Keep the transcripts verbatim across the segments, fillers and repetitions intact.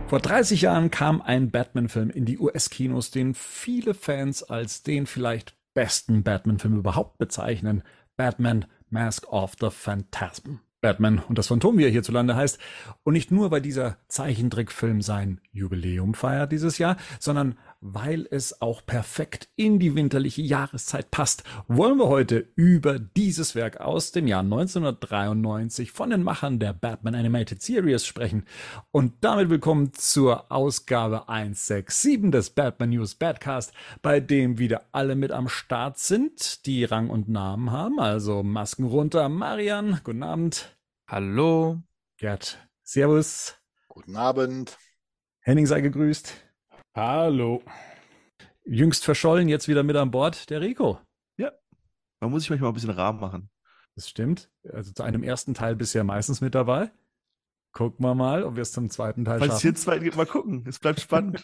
Vor dreißig Jahren kam ein Batman-Film in die U S-Kinos, den viele Fans als den vielleicht besten Batman-Film überhaupt bezeichnen. Batman Mask of the Phantasm. Batman und das Phantom, wie er hierzulande heißt. Und nicht nur, weil dieser Zeichentrickfilm sein Jubiläum feiert dieses Jahr, sondern weil es auch perfekt in die winterliche Jahreszeit passt, wollen wir heute über dieses Werk aus dem Jahr neunzehnhundertdreiundneunzig von den Machern der Batman Animated Series sprechen. Und damit willkommen zur Ausgabe hundertsiebenundsechzig des Batman News Badcast, bei dem wieder alle mit am Start sind, die Rang und Namen haben. Also Masken runter. Marian, guten Abend. Hallo. Gerd, servus. Guten Abend. Henning sei gegrüßt. Hallo. Jüngst verschollen, jetzt wieder mit an Bord, der Rico. Ja, man muss sich manchmal ein bisschen rar machen. Das stimmt. Also zu einem ersten Teil bisher meistens mit dabei. Gucken wir mal, ob wir es zum zweiten Teil Falls es schaffen. hier zweiten gibt, mal gucken. Es bleibt spannend.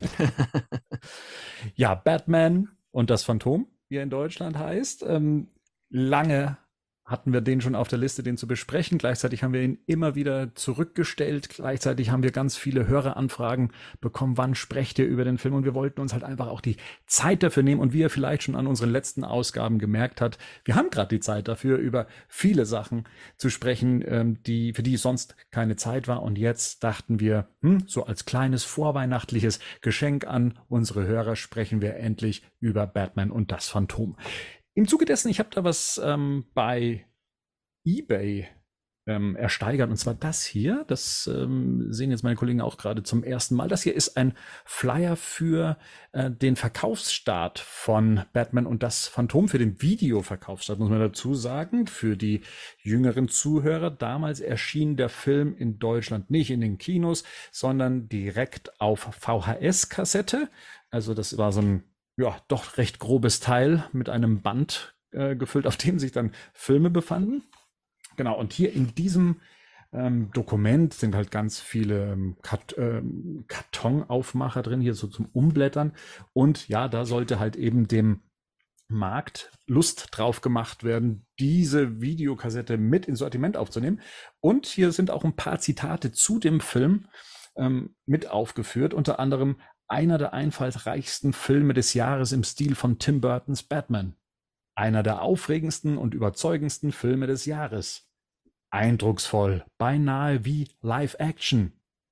Ja, Batman und das Phantom, wie er in Deutschland heißt. Ähm, lange hatten wir den schon auf der Liste, den zu besprechen. Gleichzeitig haben wir ihn immer wieder zurückgestellt. Gleichzeitig haben wir ganz viele Höreranfragen bekommen, wann sprecht ihr über den Film? Und wir wollten uns halt einfach auch die Zeit dafür nehmen. Und wie ihr vielleicht schon an unseren letzten Ausgaben gemerkt habt, wir haben gerade die Zeit dafür, über viele Sachen zu sprechen, ähm, die, für die sonst keine Zeit war. Und jetzt dachten wir, hm, so als kleines vorweihnachtliches Geschenk an unsere Hörer sprechen wir endlich über Batman und das Phantom. Im Zuge dessen, ich habe da was ähm, bei eBay ähm, ersteigert, und zwar das hier. Das ähm, sehen jetzt meine Kollegen auch gerade zum ersten Mal. Das hier ist ein Flyer für äh, den Verkaufsstart von Batman und das Phantom, für den Videoverkaufsstart, muss man dazu sagen. Für die jüngeren Zuhörer, damals erschien der Film in Deutschland nicht in den Kinos, sondern direkt auf V H S-Kassette. Also das war so ein ja, doch recht grobes Teil mit einem Band äh, gefüllt, auf dem sich dann Filme befanden. Genau, und hier in diesem ähm, Dokument sind halt ganz viele ähm, Kart ähm, Kartonaufmacher drin, hier so zum Umblättern. Und ja, da sollte halt eben dem Markt Lust drauf gemacht werden, diese Videokassette mit ins Sortiment aufzunehmen. Und hier sind auch ein paar Zitate zu dem Film ähm, mit aufgeführt, unter anderem einer der einfallsreichsten Filme des Jahres im Stil von Tim Burtons Batman. Einer der aufregendsten und überzeugendsten Filme des Jahres. Eindrucksvoll, beinahe wie Live-Action.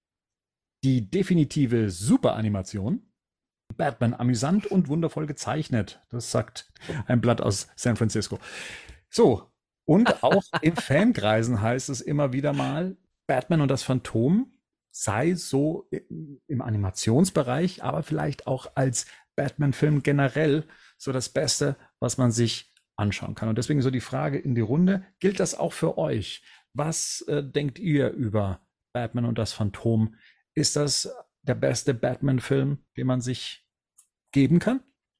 Die definitive Superanimation. Batman amüsant und wundervoll gezeichnet. Das sagt ein Blatt aus San Francisco. So, und auch in Fankreisen heißt es immer wieder mal, Batman und das Phantom sei so im Animationsbereich, aber vielleicht auch als Batman-Film generell so das Beste, was man sich anschauen kann. Und deswegen so die Frage in die Runde, gilt das auch für euch? Was äh, denkt ihr über Batman und das Phantom? Ist das der beste Batman-Film, den man sich geben kann?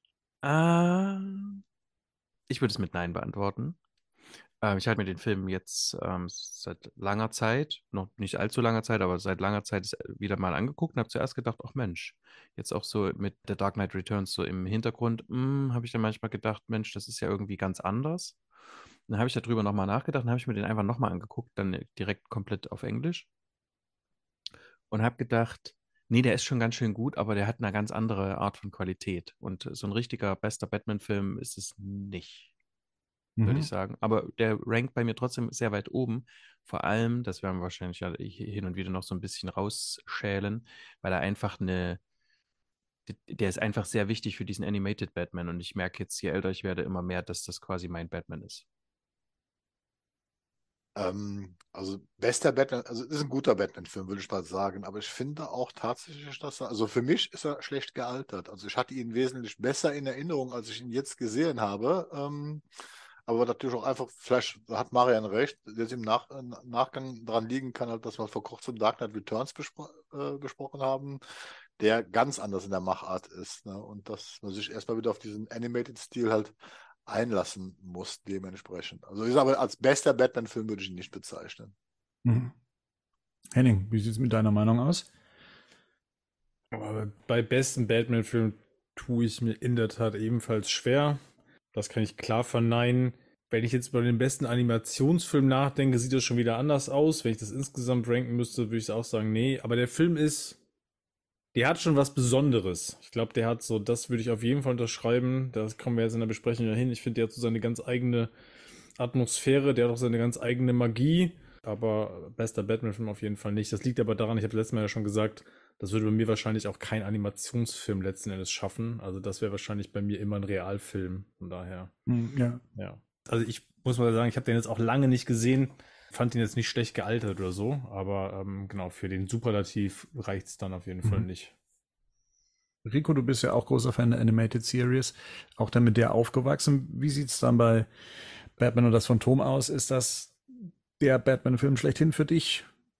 Äh, ich würde es mit Nein beantworten. Ähm, ich halte mir den Film jetzt ähm, seit langer Zeit, noch nicht allzu langer Zeit, aber seit langer Zeit wieder mal angeguckt und habe zuerst gedacht, ach Mensch, jetzt auch so mit The Dark Knight Returns so im Hintergrund, habe ich dann manchmal gedacht, Mensch, das ist ja irgendwie ganz anders. Dann habe ich darüber nochmal nachgedacht und habe ich mir den einfach nochmal angeguckt, dann direkt komplett auf Englisch und habe gedacht, nee, der ist schon ganz schön gut, aber der hat eine ganz andere Art von Qualität. Und so ein richtiger bester Batman-Film ist es nicht, würde Mhm. ich sagen. Aber der rankt bei mir trotzdem sehr weit oben. Vor allem, das werden wir wahrscheinlich ja hin und wieder noch so ein bisschen rausschälen, weil er einfach eine, der ist einfach sehr wichtig für diesen Animated Batman. Und ich merke jetzt, je älter ich werde, immer mehr, dass das quasi mein Batman ist. Ähm, also bester Batman, also ist ein guter Batman-Film, würde ich mal sagen, aber ich finde auch tatsächlich, dass er, also für mich ist er schlecht gealtert. Also ich hatte ihn wesentlich besser in Erinnerung, als ich ihn jetzt gesehen habe. Ähm, aber natürlich auch einfach, vielleicht hat Marian recht, jetzt im Nach Nachgang daran liegen kann, halt, dass wir vor kurzem Dark Knight Returns bespro äh, besprochen haben, der ganz anders in der Machart ist. Ne? Und dass man sich erstmal wieder auf diesen Animated-Stil halt einlassen muss, dementsprechend. Also ist aber als bester Batman-Film würde ich ihn nicht bezeichnen. Mhm. Henning, wie sieht es mit deiner Meinung aus? Aber bei besten Batman-Filmen tue ich mir in der Tat ebenfalls schwer. Das kann ich klar verneinen. Wenn ich jetzt über den besten Animationsfilm nachdenke, sieht das schon wieder anders aus. Wenn ich das insgesamt ranken müsste, würde ich auch sagen, nee. Aber der Film ist Der hat schon was Besonderes. Ich glaube, der hat so, das würde ich auf jeden Fall unterschreiben. Das kommen wir jetzt in der Besprechung ja hin. Ich finde, der hat so seine ganz eigene Atmosphäre, der hat auch seine ganz eigene Magie. Aber bester Batman-Film auf jeden Fall nicht. Das liegt aber daran, ich habe letztes Mal ja schon gesagt, das würde bei mir wahrscheinlich auch kein Animationsfilm letzten Endes schaffen. Also das wäre wahrscheinlich bei mir immer ein Realfilm. Von daher. Hm, ja. Ja. Also ich muss mal sagen, ich habe den jetzt auch lange nicht gesehen. Fand ihn jetzt nicht schlecht gealtert oder so. Aber ähm, genau, für den Superlativ reicht es dann auf jeden mhm. Fall nicht. Rico, du bist ja auch großer Fan der Animated Series. Auch dann mit der aufgewachsen. Wie sieht es dann bei Batman und das Phantom aus? Ist das der Batman-Film schlechthin für dich?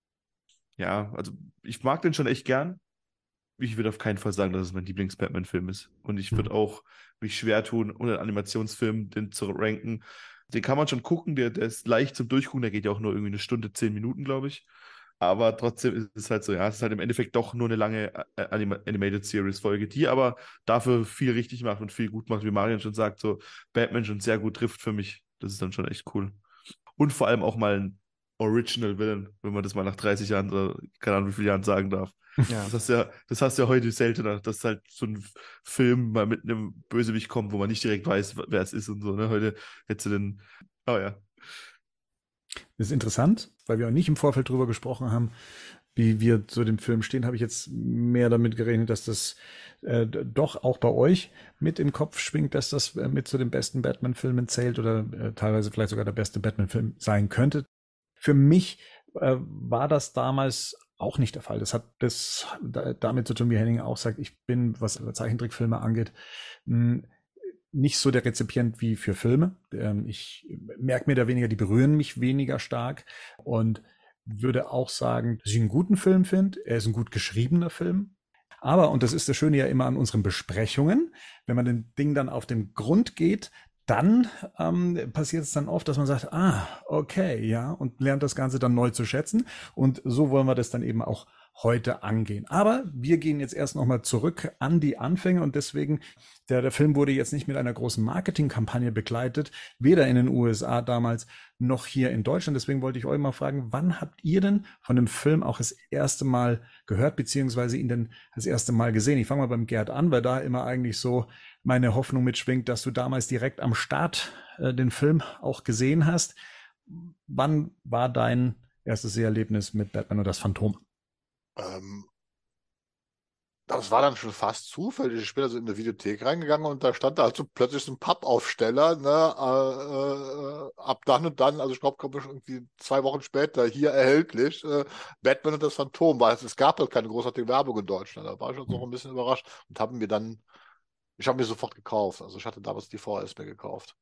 Ja, also ich mag den schon echt gern. Ich würde auf keinen Fall sagen, dass es mein Lieblings-Batman-Film ist. Und ich würde mhm. auch mich schwer tun, ohne einen Animationsfilm den zu ranken. Den kann man schon gucken, der, der ist leicht zum Durchgucken, der geht ja auch nur irgendwie eine Stunde, zehn Minuten, glaube ich. Aber trotzdem ist es halt so, ja, es ist halt im Endeffekt doch nur eine lange Anim- Animated Series-Folge, die aber dafür viel richtig macht und viel gut macht, wie Marian schon sagt, so Batman schon sehr gut trifft für mich. Das ist dann schon echt cool. Und vor allem auch mal ein Original Villain, wenn man das mal nach dreißig Jahren oder keine Ahnung wie viele Jahren sagen darf. Ja. Das hast ja, das hast ja heute seltener, dass halt so ein Film mal mit einem Bösewicht kommt, wo man nicht direkt weiß, wer es ist und so. Ne? Heute hättest du den, oh ja. Das ist interessant, weil wir auch nicht im Vorfeld drüber gesprochen haben, wie wir zu dem Film stehen, habe ich jetzt mehr damit gerechnet, dass das äh, doch auch bei euch mit im Kopf schwingt, dass das äh, mit zu den besten Batman-Filmen zählt oder äh, teilweise vielleicht sogar der beste Batman-Film sein könnte. Für mich äh, war das damals auch nicht der Fall. Das hat das da, damit zu tun, wie Henning auch sagt, ich bin, was Zeichentrickfilme angeht, mh, nicht so der Rezipient wie für Filme. Ähm, ich merke mir da weniger, die berühren mich weniger stark und würde auch sagen, dass ich einen guten Film finde. Er ist ein gut geschriebener Film. Aber, und das ist das Schöne ja immer an unseren Besprechungen, wenn man dem Ding dann auf den Grund geht, dann ähm, passiert es dann oft, dass man sagt, ah, okay, ja, und lernt das Ganze dann neu zu schätzen. Und so wollen wir das dann eben auch heute angehen. Aber wir gehen jetzt erst nochmal zurück an die Anfänge und deswegen, der, der Film wurde jetzt nicht mit einer großen Marketingkampagne begleitet, weder in den U S A damals noch hier in Deutschland. Deswegen wollte ich euch mal fragen, wann habt ihr denn von dem Film auch das erste Mal gehört, beziehungsweise ihn denn das erste Mal gesehen? Ich fange mal beim Gerd an, weil da immer eigentlich so meine Hoffnung mitschwingt, dass du damals direkt am Start äh, den Film auch gesehen hast. Wann war dein erstes Seherlebnis mit Batman und das Phantom? Ähm, das war dann schon fast zufällig. Ich bin also in eine Videothek reingegangen und da stand da halt so plötzlich so ein Pappaufsteller, ne, äh, äh, ab dann und dann, also ich glaube, irgendwie zwei Wochen später hier erhältlich, äh, Batman und das Phantom, weil es, es gab halt keine großartige Werbung in Deutschland. Da war ich also auch ein bisschen überrascht und haben mir dann, ich habe mir sofort gekauft. Also ich hatte damals die V H S mir gekauft.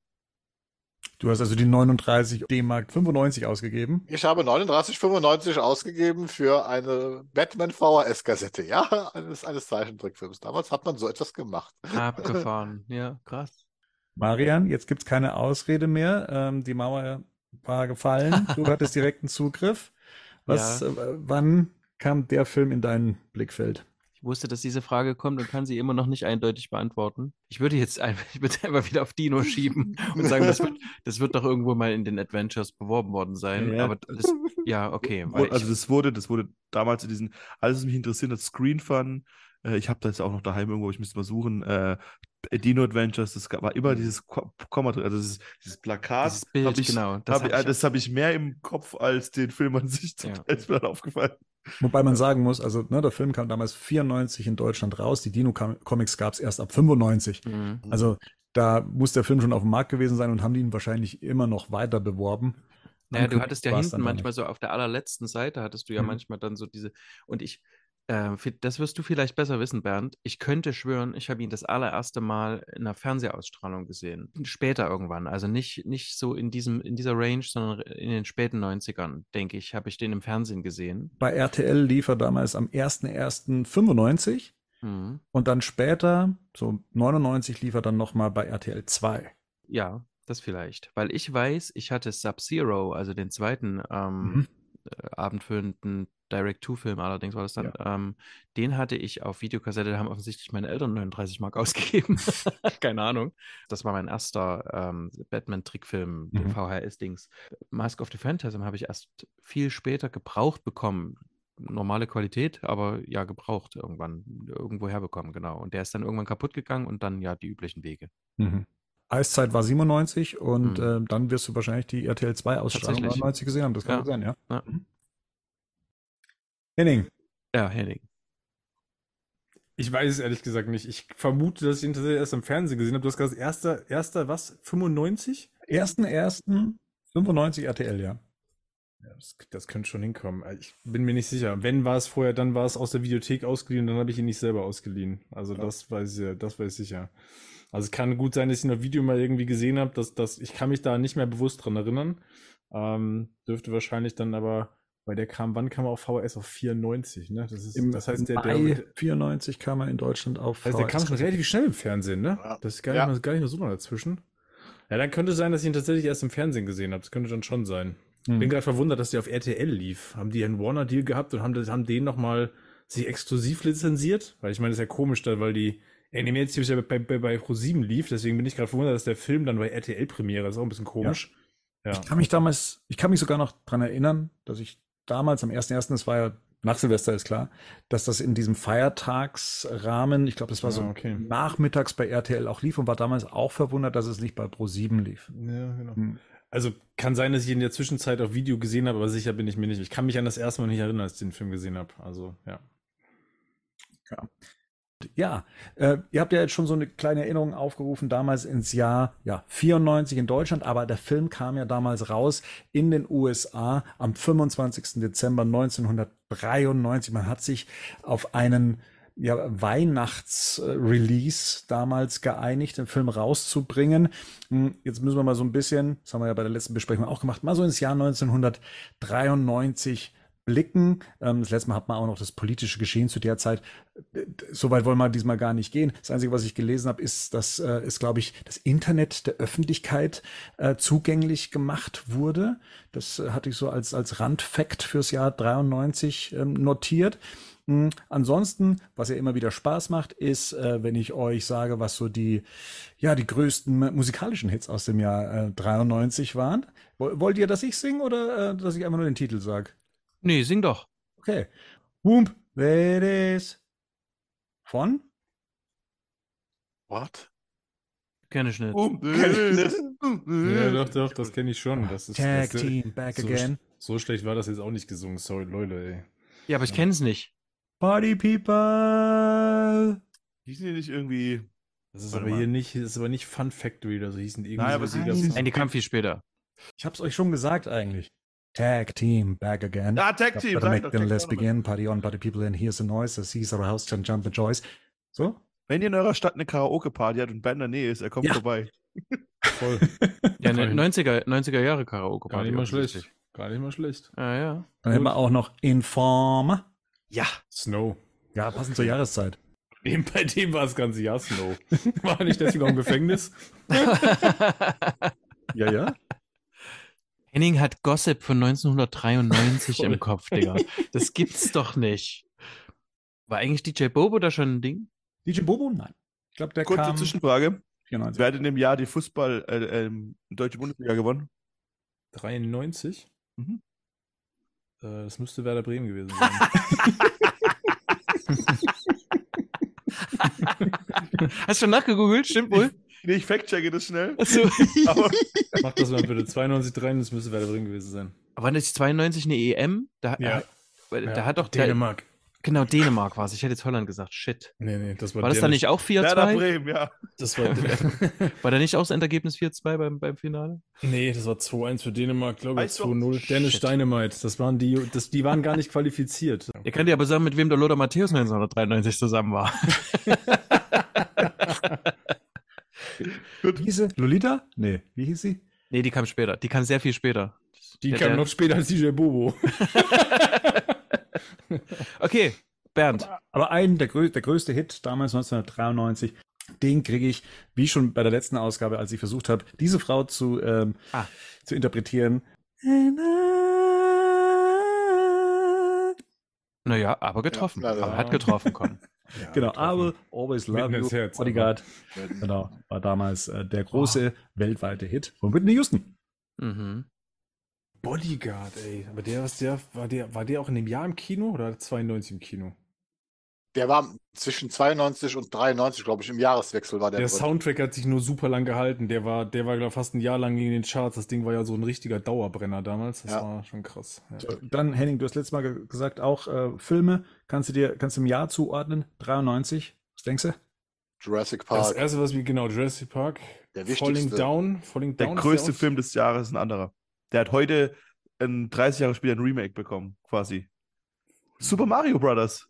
Du hast also die neununddreißig D-Mark fünfundneunzig ausgegeben? Ich habe neununddreißig fünfundneunzig ausgegeben für eine Batman V H S-Kassette, ja, eines, eines Zeichentrickfilms. Damals hat man so etwas gemacht. Abgefahren, ja, krass. Marian, jetzt gibt es keine Ausrede mehr. Ähm, die Mauer war gefallen. Du hattest direkten Zugriff. Was, ja. äh, wann kam der Film in dein Blickfeld? Ich wusste, dass diese Frage kommt und kann sie immer noch nicht eindeutig beantworten. Ich würde jetzt einfach, ich würde einfach wieder auf Dino schieben und sagen, das wird, das wird doch irgendwo mal in den Adventures beworben worden sein. Ja, ja. Aber das, ja, okay. Weil also das wurde, das wurde damals in diesen, alles was mich interessiert hat, Screen Fun. Äh, ich habe das auch noch daheim irgendwo, ich müsste mal suchen. Äh, Dino Adventures, das war immer dieses Komma drin, also dieses, dieses Plakat. Dieses Bild, hab ich, genau. Das habe ich, hab ich mehr im Kopf als den Film an sich. Ja. Das ist mir dann aufgefallen. Wobei man sagen muss, also ne, der Film kam damals vierundneunzig in Deutschland raus, die Dino-Comics gab es erst ab fünfundneunzig. Mhm. Also da muss der Film schon auf dem Markt gewesen sein und haben die ihn wahrscheinlich immer noch weiter beworben. Naja, du hattest ja hinten manchmal so auf der allerletzten Seite hattest du ja mhm. manchmal dann so diese, und ich, äh, das wirst du vielleicht besser wissen, Bernd, ich könnte schwören, ich habe ihn das allererste Mal in einer Fernsehausstrahlung gesehen. Später irgendwann, also nicht, nicht so in diesem, in dieser Range, sondern in den späten neunzigern, denke ich, habe ich den im Fernsehen gesehen. Bei R T L lief er damals am erster erster fünfundneunzig mhm. und dann später, so neunundneunzig, lief er dann nochmal bei R T L zwei. Ja, das vielleicht, weil ich weiß, ich hatte Sub-Zero, also den zweiten ähm, mhm. äh, abendfüllenden Direct-to-Film allerdings war das dann, ja. ähm, den hatte ich auf Videokassette, da haben offensichtlich meine Eltern neununddreißig Mark ausgegeben. Keine Ahnung. Das war mein erster ähm, Batman-Trickfilm, mhm. V H S-Dings. Mask of the Phantasm habe ich erst viel später gebraucht bekommen. normale Qualität, aber ja, gebraucht irgendwann, irgendwo herbekommen, genau. Und der ist dann irgendwann kaputt gegangen und dann ja die üblichen Wege. Mhm. Eiszeit war siebenundneunzig und Mhm. äh, dann wirst du wahrscheinlich die R T L zwei Ausstrahlung Tatsächlich. neunundneunzig gesehen haben. Das kann Ja. gut sein, ja. Ja. Mhm. Henning, Ja, Henning. Ich weiß es ehrlich gesagt nicht. Ich vermute, dass ich ihn tatsächlich erst im Fernsehen gesehen habe. Du hast gesagt, erster, erster was? fünfundneunzig? erster erster fünfundneunzig R T L, ja. Ja, das, das könnte schon hinkommen. Ich bin mir nicht sicher. Wenn war es vorher, dann war es aus der Videothek ausgeliehen, dann habe ich ihn nicht selber ausgeliehen. Also Ja. das weiß ich, das weiß ich sicher. Also es kann gut sein, dass ich ein Video mal irgendwie gesehen habe, dass das, ich kann mich da nicht mehr bewusst dran erinnern. Ähm, dürfte wahrscheinlich dann aber, weil der kam, wann kam er auf V H S? Auf vierundneunzig, ne? Das ist, Im das heißt, der, Mai der, vierundneunzig kam er in Deutschland auf das heißt, der kam schon relativ schnell im Fernsehen, ne? Ja. Das ist gar, Ja. nicht mehr, gar nicht mehr so lange dazwischen. Ja, dann könnte es sein, dass ich ihn tatsächlich erst im Fernsehen gesehen habe. Das könnte dann schon sein. Hm. Bin gerade verwundert, dass der auf R T L lief. Haben die einen Warner-Deal gehabt und haben, das, haben den nochmal sich exklusiv lizenziert? Weil ich meine, das ist ja komisch, da, weil die Animated Series ja bei, bei, bei ProSieben lief. Deswegen bin ich gerade verwundert, dass der Film dann bei R T L Premiere ist. Auch ein bisschen komisch. Ja. Ich kann mich damals, ich kann mich sogar noch dran erinnern, dass ich damals am ersten ersten, das war ja nach Silvester, ist klar, dass das in diesem Feiertagsrahmen, ich glaube, das war so Ah, okay. nachmittags bei R T L auch lief und war damals auch verwundert, dass es nicht bei ProSieben lief. Ja, genau. Hm. Also kann sein, dass ich ihn in der Zwischenzeit auf Video gesehen habe, aber sicher bin ich mir nicht. Ich kann mich an das erste Mal nicht erinnern, als ich den Film gesehen habe. Also, ja. Ja, äh, ihr habt ja jetzt schon so eine kleine Erinnerung aufgerufen, damals ins Jahr ja, vierundneunzig in Deutschland, aber der Film kam ja damals raus in den U S A am fünfundzwanzigsten Dezember neunzehnhundertdreiundneunzig. Man hat sich auf einen ja, Weihnachts-Release damals geeinigt, den Film rauszubringen. Hm, Jetzt müssen wir mal so ein bisschen, das haben wir ja bei der letzten Besprechung auch gemacht, mal so ins Jahr neunzehnhundertdreiundneunzig blicken. Ähm, Das letzte Mal hat man auch noch das politische Geschehen zu der Zeit. Äh, Soweit wollen wir diesmal gar nicht gehen. Das Einzige, was ich gelesen habe, ist, dass äh, es, glaube ich, das Internet der Öffentlichkeit äh, zugänglich gemacht wurde. Das äh, hatte ich so als, als Randfact fürs Jahr dreiundneunzig ähm, notiert. Mm, Ansonsten, was ja immer wieder Spaß macht, ist, äh, wenn ich euch sage, was so die, ja, die größten mu- musikalischen Hits aus dem Jahr äh, dreiundneunzig waren. Woll- Wollt ihr, dass ich singe oder äh, dass ich einfach nur den Titel sage? Nee, sing doch. Okay. Whoop, there it is. Von? What? Kenn ich nicht. Um, Ja, doch, doch, das kenne ich schon. Das ist, Tag das, Team, back so, again. so schlecht war das jetzt auch nicht gesungen. Sorry, Leute, ey. Ja, aber ich kenne es nicht. Party People. Die sind ja nicht irgendwie. Das ist Warte aber mal. hier nicht, das ist aber nicht Fun Factory oder so hießen die irgendwie. Nein, aber so sie- die Nein. das- Nein, die kam viel später. Ich hab's euch schon gesagt eigentlich. Tag Team, back again. Ah, Tag Team, Better sag make doch, then Tag let's Team. begin. Party on, party people, and here's the noise. The seas are house, and jump and joys. So? Wenn ihr in eurer Stadt eine Karaoke-Party habt und Ben in der Nähe ist, er kommt Ja. vorbei. Voll. Ja, Gar ne, nicht- neunziger, neunziger Jahre Karaoke. Gar nicht mal schlecht. Gar nicht mal schlecht. Ah, ja. Dann hätten wir auch noch Informer. Ja. Snow. Ja, passend zur Jahreszeit. Dem, bei dem war das ganze Jahr Snow. War er nicht deswegen auch im Gefängnis? Ja, ja. Henning hat Gossip von neunzehnhundertdreiundneunzig Voll. im Kopf, Digga. Das gibt's doch nicht. War eigentlich D J Bobo da schon ein Ding? D J Bobo? Nein. Ich glaube, der Kurze kam Zwischenfrage. vierundneunzig. Wer hat in dem Jahr die Fußball, äh, ähm, Deutsche Bundesliga gewonnen? dreiundneunzig? Mhm. Äh, das müsste Werder Bremen gewesen sein. Hast du schon nachgegoogelt? Stimmt wohl? Nee, ich fact-checke das schnell. Achso. Aber Mach das mal bitte. zweiundneunzig, dreiundneunzig, das müsste Werder Bremen gewesen sein. War das zweiundneunzig eine E M? Da, Ja. da, da Ja, hat doch der, Dänemark. genau, Dänemark war es. Ich hätte jetzt Holland gesagt. Shit. Nee, nee, das war War das dann Dänisch. nicht auch vier Werder zwei? Bremen, ja. Das war, War da nicht auch das Endergebnis vier zwei beim, beim Finale? nee, das war zwei eins für Dänemark, glaube ich, Weißt du- zwei null. Dennis Shit. Dynamite, das waren die, das, die waren gar nicht qualifiziert. Ihr könnt ja aber sagen, mit wem der Lothar Matthäus neunzehnhundertdreiundneunzig zusammen war. Wie hieß sie? Lolita? Nee, wie hieß sie? Nee, die kam später. Die kam sehr viel später. Die Der- kam der- noch später als D J Bobo. Okay, Bernd. Aber ein, der, grö der größte Hit damals neunzehnhundertdreiundneunzig, den kriege ich, wie schon bei der letzten Ausgabe, als ich versucht habe, diese Frau zu, ähm, Ah. zu interpretieren. Naja, aber getroffen. Ja, leider. aber hat getroffen, komm. Ja, Genau, I getroffen. will always Mitten love you, ins Herz, Bodyguard. Genau, war damals äh, der große weltweite Hit von Whitney Houston. Mhm. Bodyguard, ey. Aber der, was der, war der, war der auch in dem Jahr im Kino oder zweiundneunzig im Kino? Der war zwischen zweiundneunzig und dreiundneunzig, glaube ich, im Jahreswechsel war der Der drin. Soundtrack hat sich nur super lang gehalten. Der war, der war, glaube ich, fast ein Jahr lang in den Charts. Das Ding war ja so ein richtiger Dauerbrenner damals. Das Ja. war schon krass. Ja. So, dann, Henning, du hast letztes Mal ge gesagt, auch äh, Filme, kannst du dir, kannst du im Jahr zuordnen? dreiundneunzig, was denkst du? Jurassic Das Park. erste, was wir, genau, Jurassic Park. Der Falling wichtigste. Down. Falling Der Down ist größte auch- Film des Jahres ist ein anderer. Der hat heute ein dreißig Jahre später ein Remake bekommen, quasi. Super Mario Brothers.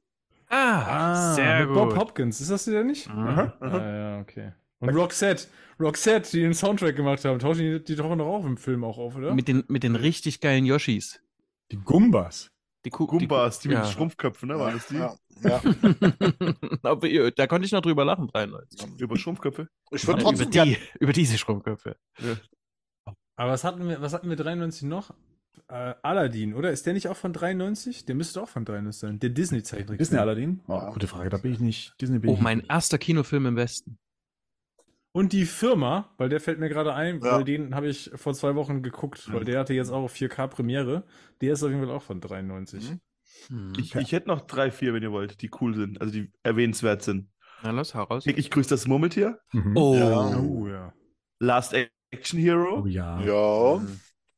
Ah, sehr mit gut. Bob Hopkins, ist das der nicht? Mhm. Aha, aha. Ah, ja, okay. Und Roxette. Roxette, die den Soundtrack gemacht haben, tauschen die, die tauchen doch auch im Film auch auf, oder? Mit den, mit den richtig geilen Yoshis. Die Gumbas. Die Ku Gumbas, die die mit Ku- den Schrumpfköpfen, ne? Waren das die? Ja, ja. Aber ihr- da konnte ich noch drüber lachen, dreiundneunzig. Über Schrumpfköpfe? Ich würde Ja, trotzdem über, gern- die, über diese Schrumpfköpfe. Aber was hatten wir, was hatten wir dreiundneunzig noch? Äh, Aladdin, oder? Ist der nicht auch von dreiundneunzig? Der müsste auch von dreiundneunzig sein. Der Disney-Zeichentrick. Disney Aladdin? Oh, Ja. gute Frage, da bin ich nicht. Disney bin Oh, ich mein nicht. erster Kinofilm im Westen. Und die Firma, weil der fällt mir gerade ein, Ja. weil den habe ich vor zwei Wochen geguckt, weil der hatte jetzt auch vier K Premiere. Der ist auf jeden Fall auch von dreiundneunzig. Mhm. Hm. Ich, ich hätte noch drei, vier, wenn ihr wollt, die cool sind, also die erwähnenswert sind. Na los, heraus. Ich, ich grüße das Murmeltier, Mhm. Oh. Ja. Oh, ja. Last Action Hero, Oh ja. Ja. Mhm.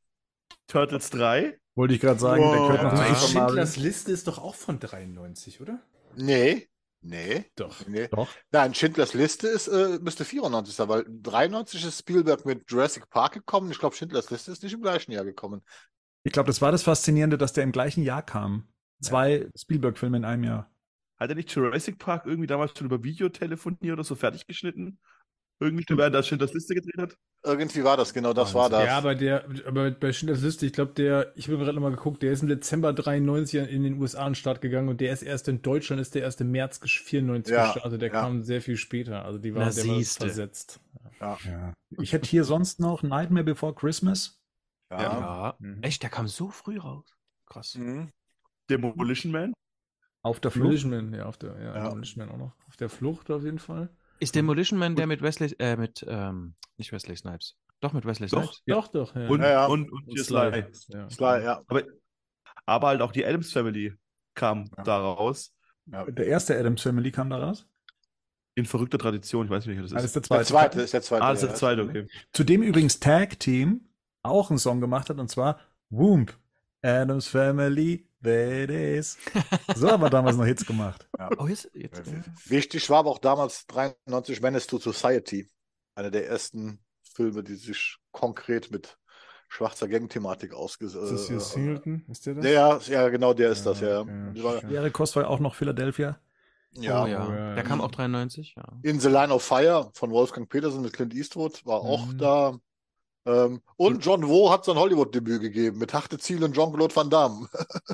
Turtles drei. Wollte ich gerade sagen, der Oh. gehört noch Ja. zu Ey, Super Mario. Schindlers Liste ist doch auch von dreiundneunzig, oder? Nee. Nee. Doch. Nee. Doch. Nein, Schindlers Liste ist, äh, müsste vierundneunzig sein, weil dreiundneunzig ist Spielberg mit Jurassic Park gekommen. Ich glaube, Schindlers Liste ist nicht im gleichen Jahr gekommen. Ich glaube, das war das Faszinierende, dass der im gleichen Jahr kam. Zwei Spielberg-Filme in einem Jahr. Hat er nicht Jurassic Park irgendwie damals schon über Videotelefonie oder so fertig geschnitten? Irgendwie, während er Schindlers Liste gedreht hat? Irgendwie war das, genau, das war das. Ja, aber der, aber bei Schindlers Liste, ich glaube, der, ich habe gerade nochmal geguckt, der ist im Dezember dreiundneunzig in den U S A an den Start gegangen und der ist erst in Deutschland, ist der erst im März vierundneunzig Ja, gestartet, der ja. kam sehr viel später, also die Na, waren, der war siehste. versetzt. Ja. Ja. Ich hätte hier sonst noch Nightmare Before Christmas. Ja. Ja. Mhm. Echt, der kam so früh raus. Krass. Mhm. Demolition Man? Auf der Flucht. Demolition Man, ja, auf der, ja, Ja. Demolition Man auch noch. Auf der Flucht auf jeden Fall. Ist Demolition Man der mit Wesley, äh, mit, ähm, nicht Wesley Snipes. Doch, mit Wesley Doch. Snipes. Doch, doch, ja. Und, Ja, ja. und, und, hier Sly. Ja. Sly, ja. Aber, aber halt auch die Addams Family kam Ja. da raus. ja. Der erste Addams Family kam da raus. In verrückter Tradition, ich weiß nicht, welcher Ah, das das ist. ist der Der zweite. zweite ist der zweite. Ah, das ist ja. der zweite, okay. Zu dem übrigens Tag Team auch einen Song gemacht hat, und zwar Womb. Addams Family, there it is. So haben wir damals noch Hits gemacht. Oh, jetzt, jetzt. Ja. Wichtig war aber auch damals dreiundneunzig Menace to Society. Einer der ersten Filme, die sich konkret mit schwarzer Gang-Thematik ausgesetzt Ist das hier Singleton? Ist der das? Ja, ja, genau, der ist das, Ja, ja. okay, Die war- stimmt. Wäre Kost war auch noch Philadelphia. ja. Oh, ja. Oh, ja, Der ja. kam auch dreiundneunzig, ja. In the Line of Fire von Wolfgang Petersen mit Clint Eastwood war auch Mhm. da. Ähm, und John Woo hat sein Hollywood-Debüt gegeben mit Harte Ziel und Jean-Claude Van Damme.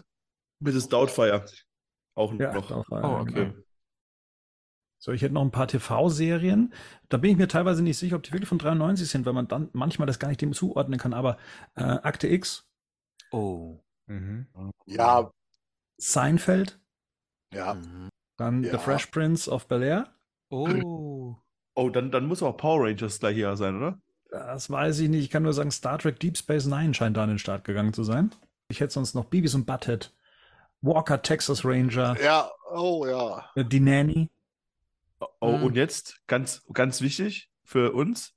Misses Doubtfire. Auch Ja, noch. auch, äh, Oh, okay. So, ich hätte noch ein paar T V-Serien. Da bin ich mir teilweise nicht sicher, ob die wirklich von dreiundneunzig sind, weil man dann manchmal das gar nicht dem zuordnen kann. Aber äh, Akte X, Oh. Mhm. Ja, Seinfeld, ja. Mhm. dann Ja. The Fresh Prince of Bel-Air. Oh. Oh, dann, dann muss auch Power Rangers gleich hier sein, oder? Das weiß ich nicht. Ich kann nur sagen, Star Trek Deep Space Nine scheint da an den Start gegangen zu sein. Ich hätte sonst noch Beavis und Butthead, Walker, Texas Ranger, Ja, oh ja. äh, Die Nanny. Oh, Mhm. und jetzt, ganz, ganz wichtig für uns,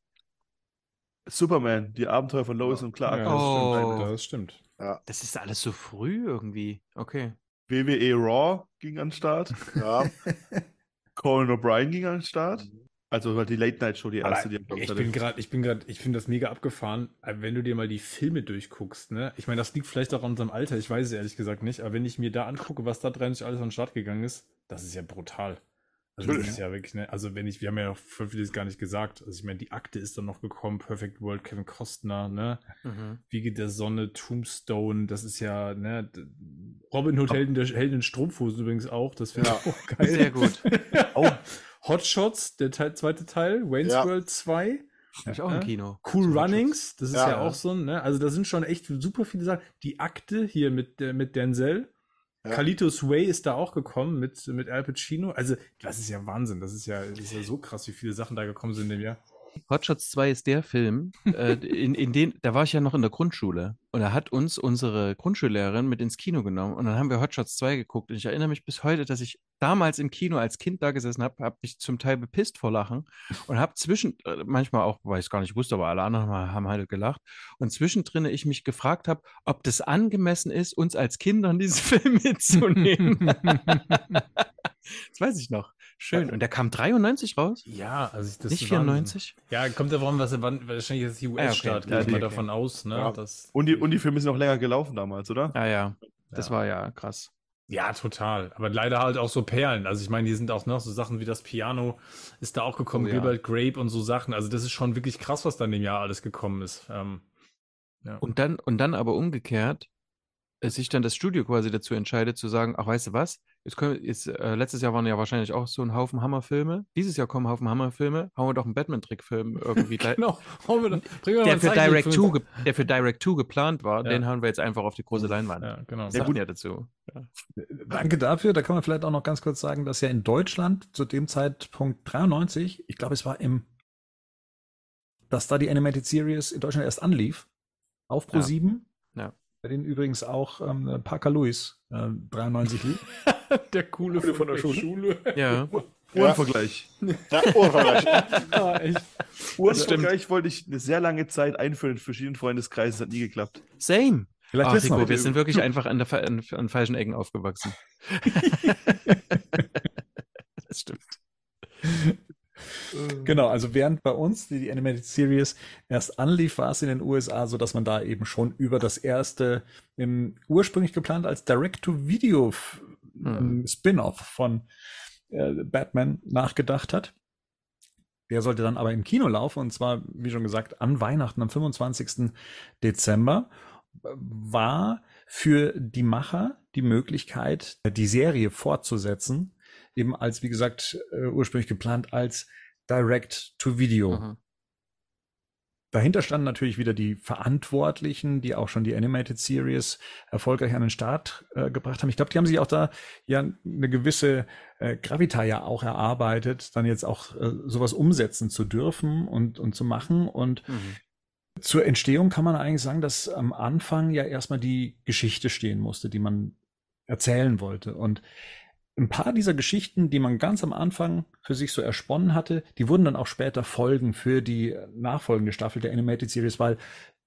Superman, die Abenteuer von Lois und Clark. Ja, das Oh. stimmt. Das stimmt. Das ist alles so früh irgendwie. Okay. W W E Raw ging an den Start. Ja. Conan O'Brien ging an den Start. Also halt die Late Night Show, die Aber erste, die am ich Samstag bin lief. gerade, ich bin gerade, ich finde das mega abgefahren, äh, wenn du dir mal die Filme durchguckst, ne? Ich meine, das liegt vielleicht auch an unserem Alter, ich weiß es ehrlich gesagt nicht, aber wenn ich mir da angucke, was da dreiundneunzig alles an den Start gegangen ist, das ist ja brutal. Also das Natürlich. ist ja wirklich, ne? Also wenn ich, wir haben ja voll vieles gar nicht gesagt. Also ich meine, die Akte ist dann noch gekommen, Perfect World, Kevin Costner, ne? Mhm. Wiege der Sonne, Tombstone, das ist ja, ne? d- Robin Hood Helden der Helden in Strumpfhosen übrigens auch, das finde ich Ja. auch geil. Sehr gut. Oh, Hot Shots, der Teil, zweite Teil, Wayne's Ja. World zwei. Hab ich auch im Kino. Cool So Hot Runnings, das ist ja, Ja, auch ja. so ein, ne? Also da sind schon echt super viele Sachen. Die Akte hier mit, äh, mit Denzel. Ja. Carlitos Way ist da auch gekommen mit, mit Al Pacino. Also, das ist ja Wahnsinn. Das ist ja, das ist ja so krass, wie viele Sachen da gekommen sind in dem Jahr. Hot Shots zwei ist der Film, äh, in, in den, da war ich ja noch in der Grundschule und da hat uns unsere Grundschullehrerin mit ins Kino genommen und dann haben wir Hot Shots zwei geguckt und ich erinnere mich bis heute, dass ich damals im Kino als Kind da gesessen habe, habe mich zum Teil bepisst vor Lachen und habe zwischen, äh, manchmal auch, weil ich es gar nicht wusste, aber alle anderen haben halt gelacht und zwischendrin ich mich gefragt habe, ob das angemessen ist, uns als Kinder in diesen Film mitzunehmen. Das weiß ich noch. Schön. Und der kam dreiundneunzig raus? Ja, also ich, das Nicht ist vierundneunzig? Wahnsinn. Ja, kommt davon, was wann, wahrscheinlich ist die U S-Staat, Ah, okay. gehe Ja, ich mal okay. davon aus, ne? Ja. Dass, Und die, und die Filme sind auch länger gelaufen damals, oder? Ah ja, das Ja. war ja krass. Ja, total. Aber leider halt auch so Perlen. Also ich meine, die sind auch noch so Sachen wie das Piano ist da auch gekommen, Oh, ja. Gilbert Grape und so Sachen. Also das ist schon wirklich krass, was da in dem Jahr alles gekommen ist. Ähm, ja. Und dann, und dann aber umgekehrt, äh, sich dann das Studio quasi dazu entscheidet, zu sagen, ach, weißt du was, jetzt können wir, jetzt, äh, letztes Jahr waren ja wahrscheinlich auch so ein Haufen Hammerfilme, dieses Jahr kommen ein Haufen Hammerfilme, hauen wir doch einen Batman-Trickfilm irgendwie gleich. Genau. Hauen wir da- bringen wir Der mal für, einen Zeichentrick Direct für Two uns. ge- der für Direct Two geplant war, Ja. den hauen wir jetzt einfach auf die große Leinwand. Ja, genau. Das Ja, sagt gut. ja dazu. Ja. Danke dafür. Da kann man vielleicht auch noch ganz kurz sagen, dass ja in Deutschland zu dem Zeitpunkt dreiundneunzig, ich glaube, es war im, dass da die Animated Series in Deutschland erst anlief, auf Pro sieben, Ja. bei denen übrigens auch ähm, Parker Lewis äh, dreiundneunzig lief. Der coole von der Schule. Ja. Uhrenvergleich. Ja, Ohrvergleich. Ah, echt. Uhrenvergleich wollte ich eine sehr lange Zeit einführen in verschiedenen Freundeskreisen, das hat nie geklappt. Same. Vielleicht Ach, wissen Rico, wir wir die- sind wirklich einfach an, der, Fa- an, an falschen Ecken aufgewachsen. Das stimmt. Genau, also während bei uns die, die Animated Series erst anlief, war es in den U S A so, dass man da eben schon über das erste, im, ursprünglich geplant als Direct-to-Video f- Hm. ähm, Spin-off von äh, Batman nachgedacht hat. Der sollte dann aber im Kino laufen und zwar, wie schon gesagt, an Weihnachten am fünfundzwanzigsten Dezember. War für die Macher die Möglichkeit, die Serie fortzusetzen, eben als, wie gesagt, äh, ursprünglich geplant als Direct-to-Video. Mhm. Dahinter standen natürlich wieder die Verantwortlichen, die auch schon die Animated Series erfolgreich an den Start äh, gebracht haben. Ich glaube, die haben sich auch da ja eine gewisse äh, Gravita ja auch erarbeitet, dann jetzt auch äh, sowas umsetzen zu dürfen und, und zu machen. Und Mhm. zur Entstehung kann man eigentlich sagen, dass am Anfang ja erstmal die Geschichte stehen musste, die man erzählen wollte. Und ein paar dieser Geschichten, die man ganz am Anfang für sich so ersponnen hatte, die wurden dann auch später Folgen für die nachfolgende Staffel der Animated Series, weil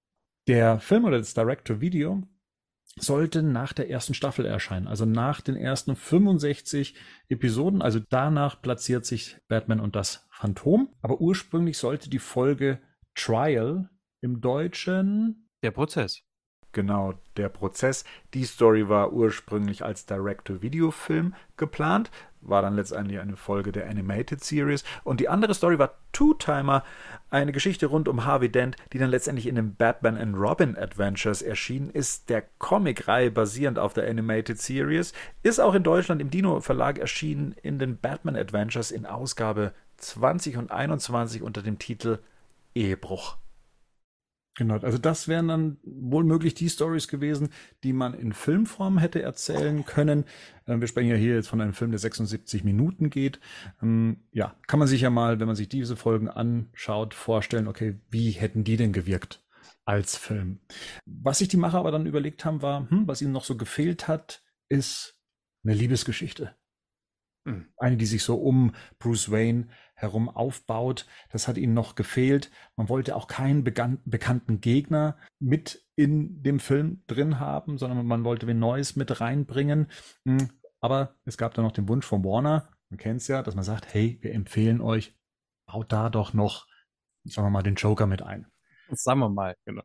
der Film oder das Direct-to-Video sollte nach der ersten Staffel erscheinen, also nach den ersten fünfundsechzig Episoden. Also danach platziert sich Batman und das Phantom. Aber ursprünglich sollte die Folge Trial im Deutschen, Der Prozess. genau, der Prozess. Die Story war ursprünglich als Direct-to-Video-Film geplant, war dann letztendlich eine Folge der Animated Series. Und die andere Story war Two-Timer, eine Geschichte rund um Harvey Dent, die dann letztendlich in den Batman and Robin Adventures erschienen ist, der Comicreihe basierend auf der Animated Series, ist auch in Deutschland im Dino Verlag erschienen in den Batman Adventures in Ausgabe zwanzig und einundzwanzig unter dem Titel Ehebruch. Genau, also das wären dann wohl möglich die Stories gewesen, die man in Filmform hätte erzählen können. Äh, Wir sprechen ja hier jetzt von einem Film, der sechsundsiebzig Minuten geht. Ähm, Ja, kann man sich ja mal, wenn man sich diese Folgen anschaut, vorstellen, okay, wie hätten die denn gewirkt als Film? Was sich die Macher aber dann überlegt haben, war, hm, was ihnen noch so gefehlt hat, ist eine Liebesgeschichte. Mhm. Eine, die sich so um Bruce Wayne herum aufbaut. Das hat ihnen noch gefehlt. Man wollte auch keinen began- bekannten Gegner mit in dem Film drin haben, sondern man wollte wen Neues mit reinbringen. Hm, Aber es gab dann noch den Wunsch von Warner, man kennt es ja, dass man sagt, hey, wir empfehlen euch, baut da doch noch, sagen wir mal, den Joker mit ein. Sagen wir mal, genau.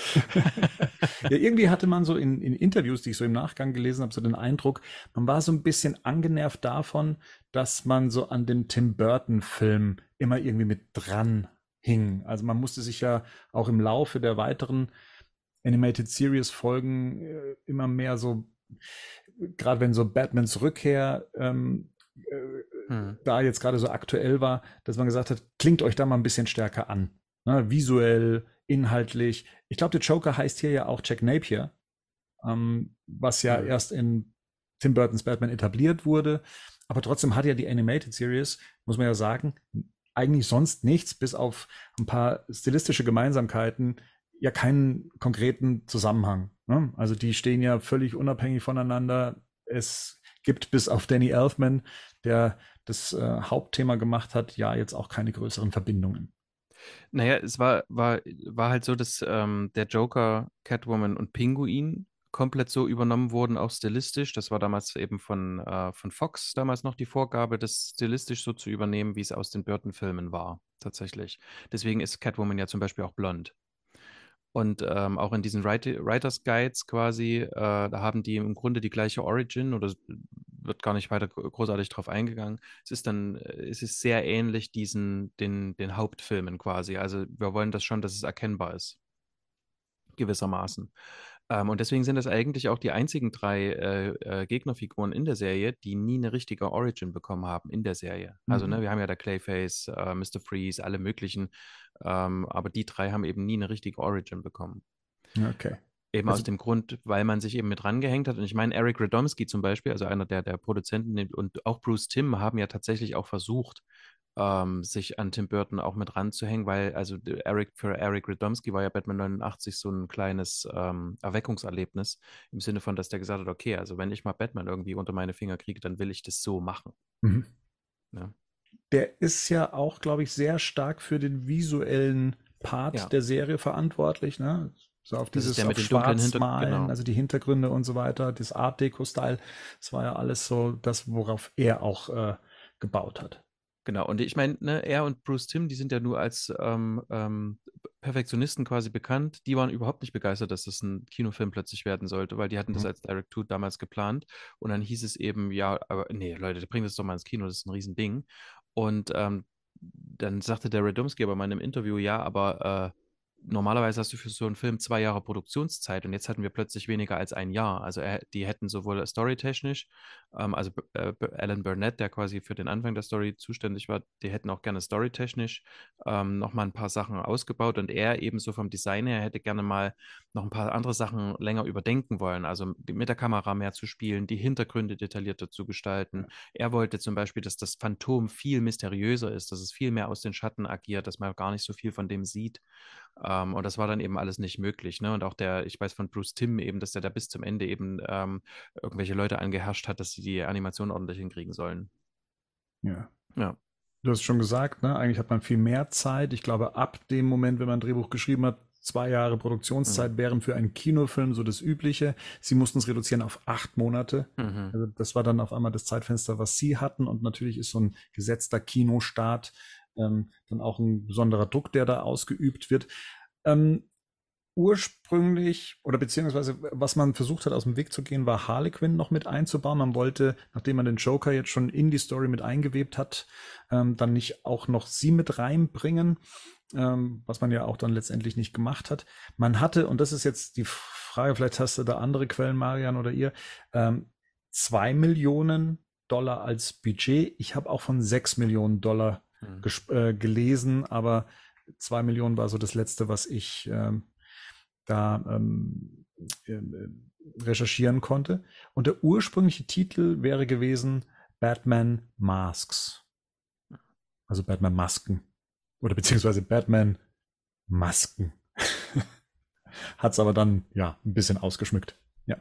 Ja, irgendwie hatte man so in, in Interviews, die ich so im Nachgang gelesen habe, so den Eindruck, man war so ein bisschen angenervt davon, dass man so an dem Tim Burton-Film immer irgendwie mit dran hing. Also man musste sich ja auch im Laufe der weiteren Animated Series Folgen äh, immer mehr so, gerade wenn so Batmans Rückkehr ähm, äh, Hm. da jetzt gerade so aktuell war, dass man gesagt hat, klingt euch da mal ein bisschen stärker an. Ne, visuell, inhaltlich. Ich glaube, der Joker heißt hier ja auch Jack Napier, ähm, was ja Mhm. erst in Tim Burtons Batman etabliert wurde. Aber trotzdem hat ja die Animated Series, muss man ja sagen, eigentlich sonst nichts, bis auf ein paar stilistische Gemeinsamkeiten, ja keinen konkreten Zusammenhang. Ne? Also die stehen ja völlig unabhängig voneinander. Es gibt bis auf Danny Elfman, der das äh, Hauptthema gemacht hat, ja jetzt auch keine größeren Verbindungen. Naja, es war, war, war halt so, dass ähm, der Joker, Catwoman und Pinguin komplett so übernommen wurden, auch stilistisch. Das war damals eben von, äh, von Fox damals noch die Vorgabe, das stilistisch so zu übernehmen, wie es aus den Burton-Filmen war, tatsächlich. Deswegen ist Catwoman ja zum Beispiel auch blond. Und ähm, auch in diesen Write Writers Guides quasi, äh, da haben die im Grunde die gleiche Origin oder wird gar nicht weiter großartig drauf eingegangen. Es ist dann, es ist sehr ähnlich diesen, den, den Hauptfilmen quasi. Also wir wollen das schon, dass es erkennbar ist, gewissermaßen. Ähm, und deswegen sind das eigentlich auch die einzigen drei äh, äh, Gegnerfiguren in der Serie, die nie eine richtige Origin bekommen haben in der Serie. Also, Mhm. ne, wir haben ja da Clayface, äh, Mister Freeze, alle möglichen, ähm, aber die drei haben eben nie eine richtige Origin bekommen. Okay. Eben Also- aus dem Grund, weil man sich eben mit rangehängt hat. Und ich meine, Eric Radomski zum Beispiel, also einer der, der Produzenten und auch Bruce Timm haben ja tatsächlich auch versucht, ähm, sich an Tim Burton auch mit ranzuhängen, weil also Eric, für Eric Radomski war ja Batman neunundachtzig so ein kleines ähm, Erweckungserlebnis im Sinne von, dass der gesagt hat, okay, also wenn ich mal Batman irgendwie unter meine Finger kriege, dann will ich das so machen. Mhm. Ja. Der ist ja auch, glaube ich, sehr stark für den visuellen Part Ja. der Serie verantwortlich, ne? So auf Das ist dieses der auf mit den dunklen Schwarz Hinter- malen, genau. also die Hintergründe und so weiter, das Art Deco-Style, das war ja alles so das, worauf er auch äh, gebaut hat. Genau, und ich meine, ne, er und Bruce Timm, die sind ja nur als ähm, ähm, Perfektionisten quasi bekannt. Die waren überhaupt nicht begeistert, dass das ein Kinofilm plötzlich werden sollte, weil die hatten das Mhm. als Direct-to damals geplant. Und dann hieß es eben, ja, aber nee, Leute, bringt das doch mal ins Kino, das ist ein Riesending. Und ähm, dann sagte der Radomski aber mal in einem Interview, ja, aber äh, normalerweise hast du für so einen Film zwei Jahre Produktionszeit und jetzt hatten wir plötzlich weniger als ein Jahr. Also er, die hätten sowohl storytechnisch, ähm, also äh, Alan Burnett, der quasi für den Anfang der Story zuständig war, die hätten auch gerne storytechnisch ähm, nochmal ein paar Sachen ausgebaut und er ebenso vom Design her hätte gerne mal noch ein paar andere Sachen länger überdenken wollen. Also mit der Kamera mehr zu spielen, die Hintergründe detaillierter zu gestalten. Er wollte zum Beispiel, dass das Phantom viel mysteriöser ist, dass es viel mehr aus den Schatten agiert, dass man gar nicht so viel von dem sieht. Ähm, und das war dann eben alles nicht möglich. Ne? Und auch der, ich weiß von Bruce Timm eben, dass der da bis zum Ende eben ähm, irgendwelche Leute angeherrscht hat, dass sie die Animation ordentlich hinkriegen sollen. Ja. Ja. Du hast schon gesagt, ne? Eigentlich hat man viel mehr Zeit. Ich glaube, ab dem Moment, wenn man ein Drehbuch geschrieben hat, zwei Jahre Produktionszeit Mhm. wären für einen Kinofilm so das Übliche. Sie mussten es reduzieren auf acht Monate. Mhm. Also das war dann auf einmal das Zeitfenster, was sie hatten. Und natürlich ist so ein gesetzter Kinostart ähm, dann auch ein besonderer Druck, der da ausgeübt wird. Ähm, ursprünglich oder beziehungsweise was man versucht hat aus dem Weg zu gehen, war Harley Quinn noch mit einzubauen. Man wollte, nachdem man den Joker jetzt schon in die Story mit eingewebt hat, ähm, dann nicht auch noch sie mit reinbringen, ähm, was man ja auch dann letztendlich nicht gemacht hat. Man hatte, und das ist jetzt die Frage, vielleicht hast du da andere Quellen, Marian oder ihr, ähm, zwei Millionen Dollar als Budget. Ich habe auch von sechs Millionen Dollar Mhm. äh, gelesen, aber zwei Millionen war so das Letzte, was ich ähm, da ähm, äh, recherchieren konnte. Und der ursprüngliche Titel wäre gewesen Batman Masks. Also Batman Masken. Oder beziehungsweise Batman Masken. Hat es aber dann ja ein bisschen ausgeschmückt. Ja.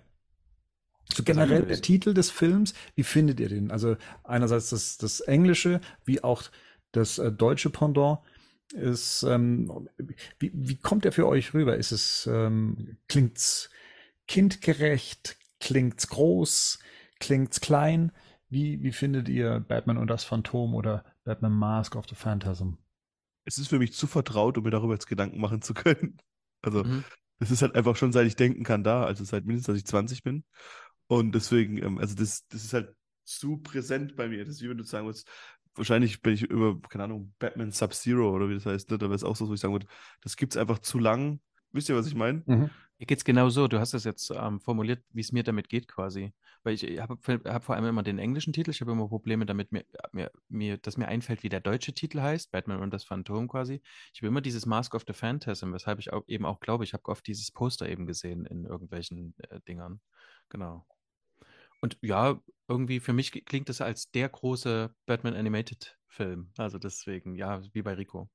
So generell der Titel des Films, wie findet ihr den? Also einerseits das, das Englische, wie auch das äh, deutsche Pendant. Ist, ähm, wie, wie kommt der für euch rüber? Ist es, ähm, klingt's kindgerecht? Klingt's groß? Klingt's klein? Wie, wie findet ihr Batman und das Phantom oder Batman Mask of the Phantasm? Es ist für mich zu vertraut, um mir darüber jetzt Gedanken machen zu können. Also, Mhm. das ist halt einfach schon, seit ich denken kann, da. Also seit mindestens, als ich zwanzig bin. Und deswegen, ähm, also das, das ist halt zu präsent bei mir. Das ist wie wenn du sagen würdest, wahrscheinlich bin ich über, keine Ahnung, Batman Sub-Zero oder wie das heißt, ne? Da wäre es auch so, wo ich sagen würde, das gibt's einfach zu lang. Wisst ihr, was ich meine? Mhm. Mir geht's genau so. Du hast es jetzt ähm, formuliert, wie es mir damit geht quasi. Weil ich habe hab vor allem immer den englischen Titel. Ich habe immer Probleme damit, mir, mir, mir, dass mir einfällt, wie der deutsche Titel heißt. Batman und das Phantom quasi. Ich habe immer dieses Mask of the Phantasm, weshalb ich auch, eben auch glaube, ich habe oft dieses Poster eben gesehen in irgendwelchen äh, Dingern. Genau. Und ja, irgendwie für mich klingt das als der große Batman Animated Film. Also deswegen, ja, wie bei Rico.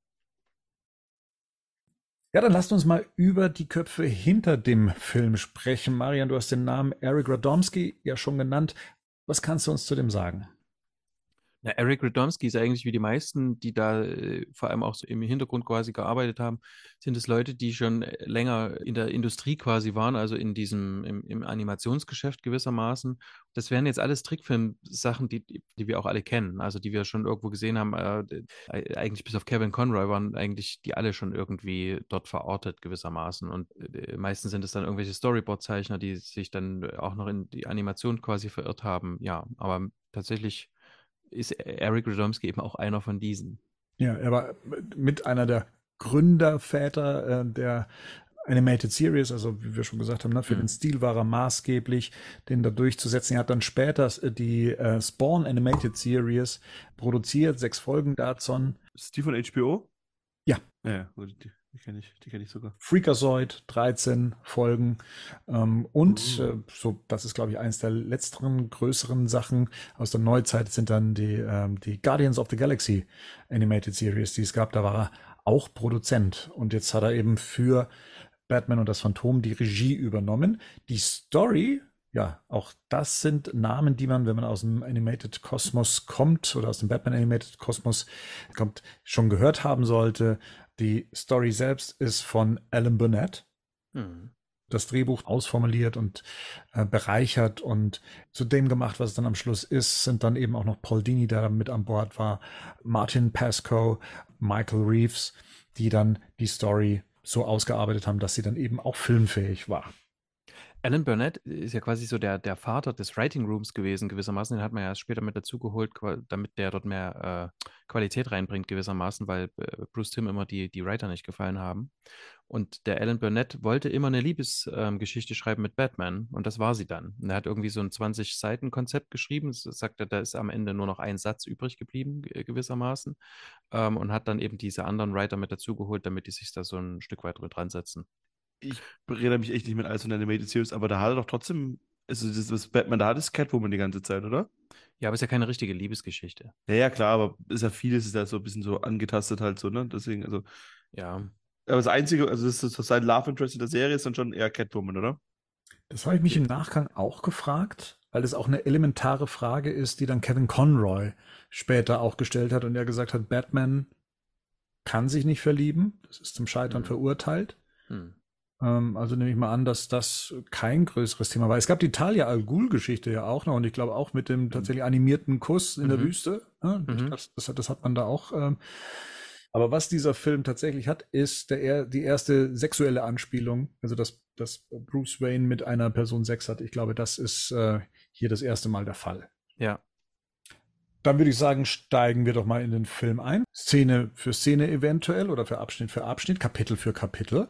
Ja, dann lasst uns mal über die Köpfe hinter dem Film sprechen. Marian, du hast den Namen Eric Radomski ja schon genannt. Was kannst du uns zu dem sagen? Na, Eric Radomski ist eigentlich wie die meisten, die da äh, vor allem auch so im Hintergrund quasi gearbeitet haben, sind es Leute, die schon äh, länger in der Industrie quasi waren, also in diesem, im, im Animationsgeschäft gewissermaßen. Das wären jetzt alles Trickfilm-Sachen, die, die wir auch alle kennen, also die wir schon irgendwo gesehen haben. Äh, äh, eigentlich bis auf Kevin Conroy waren eigentlich die alle schon irgendwie dort verortet gewissermaßen. Und äh, meistens sind es dann irgendwelche Storyboard-Zeichner, die sich dann auch noch in die Animation quasi verirrt haben. Ja, aber tatsächlich ist Eric Radomski eben auch einer von diesen. Ja, er war mit einer der Gründerväter äh, der Animated Series, also wie wir schon gesagt haben, ne, für Mhm. den Stil war er maßgeblich, den da durchzusetzen. Er hat dann später äh, die äh, Spawn Animated Series produziert, sechs Folgen davon. Ist die von H B O? Ja. Ja, ja, gut, die, die kenne ich, die kenn ich sogar. Freakazoid, dreizehn Folgen. Ähm, und Uh. äh, so, das ist, glaube ich, eines der letzteren größeren Sachen aus der Neuzeit sind dann die, ähm, die Guardians of the Galaxy Animated Series, die es gab. Da war er auch Produzent. Und jetzt hat er eben für Batman und das Phantom die Regie übernommen. Die Story, ja, auch das sind Namen, die man, wenn man aus dem Animated Kosmos kommt oder aus dem Batman Animated Kosmos kommt, schon gehört haben sollte. Die Story selbst ist von Alan Burnett. Mhm. Das Drehbuch ausformuliert und äh, bereichert und zu dem gemacht, was es dann am Schluss ist, sind dann eben auch noch Paul Dini, der da mit an Bord war, Martin Pascoe, Michael Reeves, die dann die Story so ausgearbeitet haben, dass sie dann eben auch filmfähig war. Alan Burnett ist ja quasi so der, der Vater des Writing Rooms gewesen, gewissermaßen. Den hat man ja später mit dazugeholt, qua- damit der dort mehr äh, Qualität reinbringt, gewissermaßen, weil äh, Bruce Timm immer die, die Writer nicht gefallen haben. Und der Alan Burnett wollte immer eine Liebesgeschichte ähm, schreiben mit Batman und das war sie dann. Und er hat irgendwie so ein zwanzig-Seiten-Konzept geschrieben. Das sagt er, da ist am Ende nur noch ein Satz übrig geblieben, ge- gewissermaßen. Ähm, und hat dann eben diese anderen Writer mit dazugeholt, damit die sich da so ein Stück weit dran setzen. Ich berede mich echt nicht mit alles von der Animated Series, aber da hat er doch trotzdem, also das, das Batman, da hat es Catwoman die ganze Zeit, oder? Ja, aber es ist ja keine richtige Liebesgeschichte. Ja, ja, klar, aber ist ja vieles ist ja so ein bisschen so angetastet halt so, ne? Deswegen, also, Ja. aber das Einzige, also das ist sein Love Interest in der Serie ist dann schon eher Catwoman, oder? Das habe ich mich im Nachgang auch gefragt, weil es auch eine elementare Frage ist, die dann Kevin Conroy später auch gestellt hat und er gesagt hat, Batman kann sich nicht verlieben, das ist zum Scheitern Hm. verurteilt. Hm. Ähm, also nehme ich mal an, dass das kein größeres Thema war. Es gab die Talia al Ghul-Geschichte ja auch noch und ich glaube auch mit dem tatsächlich animierten Kuss in der Mhm. Wüste. Ja, ich Mhm. glaub, das, das hat man da auch. Ähm, aber was dieser Film tatsächlich hat, ist der, die erste sexuelle Anspielung, also dass, dass Bruce Wayne mit einer Person Sex hat. Ich glaube, das ist äh, hier das erste Mal der Fall. Ja. Dann würde ich sagen, steigen wir doch mal in den Film ein. Szene für Szene eventuell oder für Abschnitt für Abschnitt, Kapitel für Kapitel.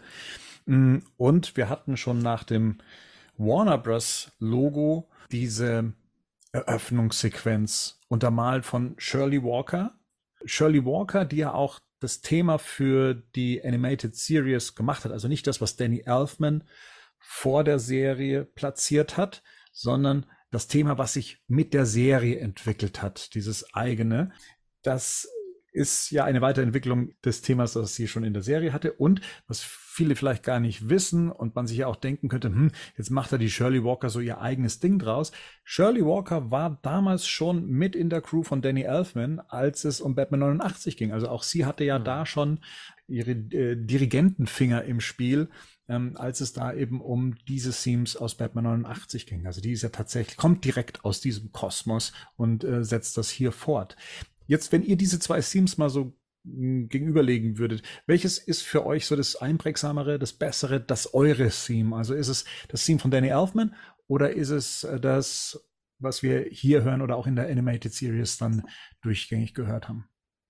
Und wir hatten schon nach dem Warner Bros. Logo diese Eröffnungssequenz untermalt von Shirley Walker. Shirley Walker, die ja auch das Thema für die Animated Series gemacht hat. Also nicht das, was Danny Elfman vor der Serie platziert hat, sondern das Thema, was sich mit der Serie entwickelt hat, dieses eigene. Das ist ja eine Weiterentwicklung des Themas, das sie schon in der Serie hatte. Und was viele vielleicht gar nicht wissen und man sich ja auch denken könnte, hm, jetzt macht er die Shirley Walker so ihr eigenes Ding draus. Shirley Walker war damals schon mit in der Crew von Danny Elfman, als es um Batman neunundachtzig ging. Also auch sie hatte ja Mhm. da schon ihre äh, Dirigentenfinger im Spiel, ähm, als es da eben um diese Themes aus Batman neunundachtzig ging. Also die ist ja tatsächlich, kommt direkt aus diesem Kosmos und äh, setzt das hier fort. Jetzt, wenn ihr diese zwei Themes mal so mh, gegenüberlegen würdet, welches ist für euch so das einprägsamere, das bessere, das eure Theme? Also ist es das Theme von Danny Elfman oder ist es äh, das, was wir hier hören oder auch in der Animated Series dann durchgängig gehört haben?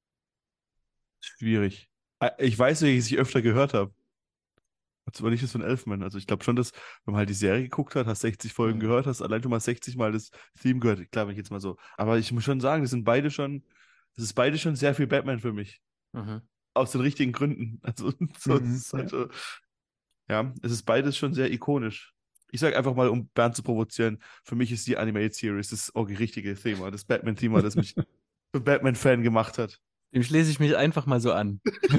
Schwierig. Äh, Ich weiß, welches ich öfter gehört habe. Das war nicht das von Elfman. Also ich glaube schon, dass, wenn man halt die Serie geguckt hat, hast sechzig Folgen Mhm. gehört, hast allein schon mal sechzig Mal das Theme gehört. Klar, wenn ich jetzt mal so. Aber ich muss schon sagen, das sind beide schon, das ist beide schon sehr viel Batman für mich. Mhm. Aus den richtigen Gründen. Also so Mhm, ist es halt ja. so. Ja, es ist beides schon sehr ikonisch. ich sage einfach mal, um Bernd zu provozieren, für mich ist die Animated Series das richtige Thema, das Batman-Thema, das mich zum Batman-Fan gemacht hat. Dem schließe ich mich einfach mal so an.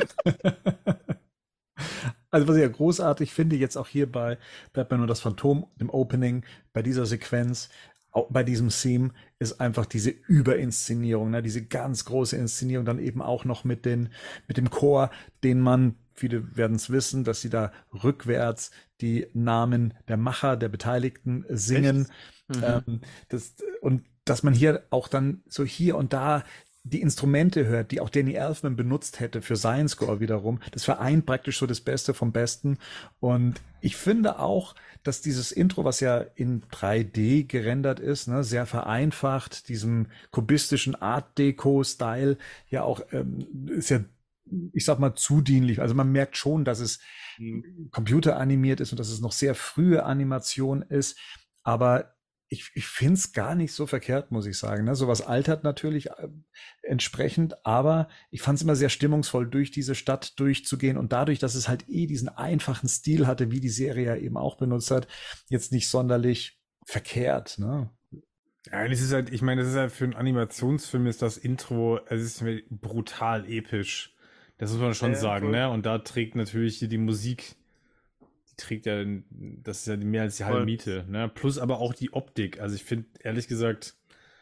Also was ich ja großartig finde, jetzt auch hier bei Batman und das Phantom, dem Opening, bei dieser Sequenz, auch bei diesem Theme, ist einfach diese Überinszenierung, ne? Diese ganz große Inszenierung, dann eben auch noch mit, den, mit dem Chor, den man, viele werden es wissen, dass sie da rückwärts die Namen der Macher, der Beteiligten singen. Mhm. Ähm, das, und dass man hier auch dann so hier und da die Instrumente hört, die auch Danny Elfman benutzt hätte für seinen Score wiederum. Das vereint praktisch so das Beste vom Besten. Und ich finde auch, dass dieses Intro, was ja in drei D gerendert ist, ne, sehr vereinfacht, diesem kubistischen Art Deco-Style, ja auch, ähm, ist ja, ich sag mal, zu dienlich. Also man merkt schon, dass es Mhm. computeranimiert ist und dass es noch sehr frühe Animation ist. Aber ich, ich finde es gar nicht so verkehrt, muss ich sagen. Ne? Sowas altert natürlich äh, entsprechend, aber ich fand es immer sehr stimmungsvoll, durch diese Stadt durchzugehen und dadurch, dass es halt eh diesen einfachen Stil hatte, wie die Serie ja eben auch benutzt hat, jetzt nicht sonderlich verkehrt. Ne? Ja, und es ist halt, ich meine, das ist halt für einen Animationsfilm ist das Intro, es ist brutal episch. Das muss man schon Ja, sagen, voll. ne? Und da trägt natürlich die Musik, die trägt ja, das ist ja mehr als die halbe Voll. Miete, ne? Plus aber auch die Optik. Also ich finde, ehrlich gesagt,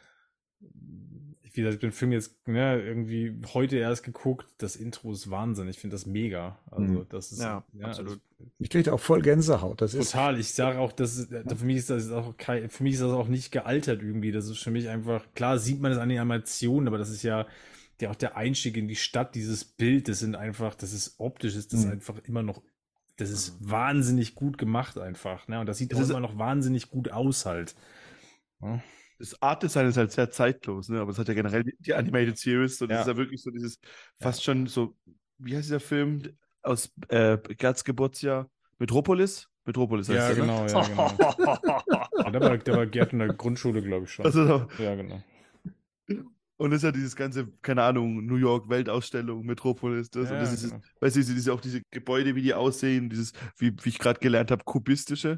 wie gesagt, ich bin den Film jetzt ne, irgendwie heute erst geguckt. Das Intro ist Wahnsinn. Ich finde das mega. Also Mhm. das ist Ja, ja, absolut. Also, Ich kriege auch voll Gänsehaut. Das ist total. Ich sage auch, das ist, für mich ist das auch kein, für mich ist das auch nicht gealtert irgendwie. Das ist für mich einfach, klar sieht man das an den Animationen, aber das ist ja, der auch der Einstieg in die Stadt, dieses Bild, das sind einfach, das ist optisch, ist das Mhm. einfach immer noch, das ist wahnsinnig gut gemacht einfach, ne? Und das sieht Das auch ist- immer noch wahnsinnig gut aus halt. Ja. Das Art-Design ist halt sehr zeitlos, ne? Aber es hat ja generell die, die Animated Series. So, das Ja. ist ja wirklich so dieses, fast schon so, wie heißt dieser Film aus äh, Gerds Geburtsjahr? Metropolis? Metropolis heißt Ja, der, genau, ne? ja, genau. Ja, da war, da war Gerd in der Grundschule, glaube ich schon. Also, Ja, genau. und das ist ja dieses ganze, keine Ahnung, New York Weltausstellung, Metropolis, das Ja, und das ist, genau. weißt du, diese, diese, auch diese Gebäude, wie die aussehen, dieses, wie, wie ich gerade gelernt habe, kubistische.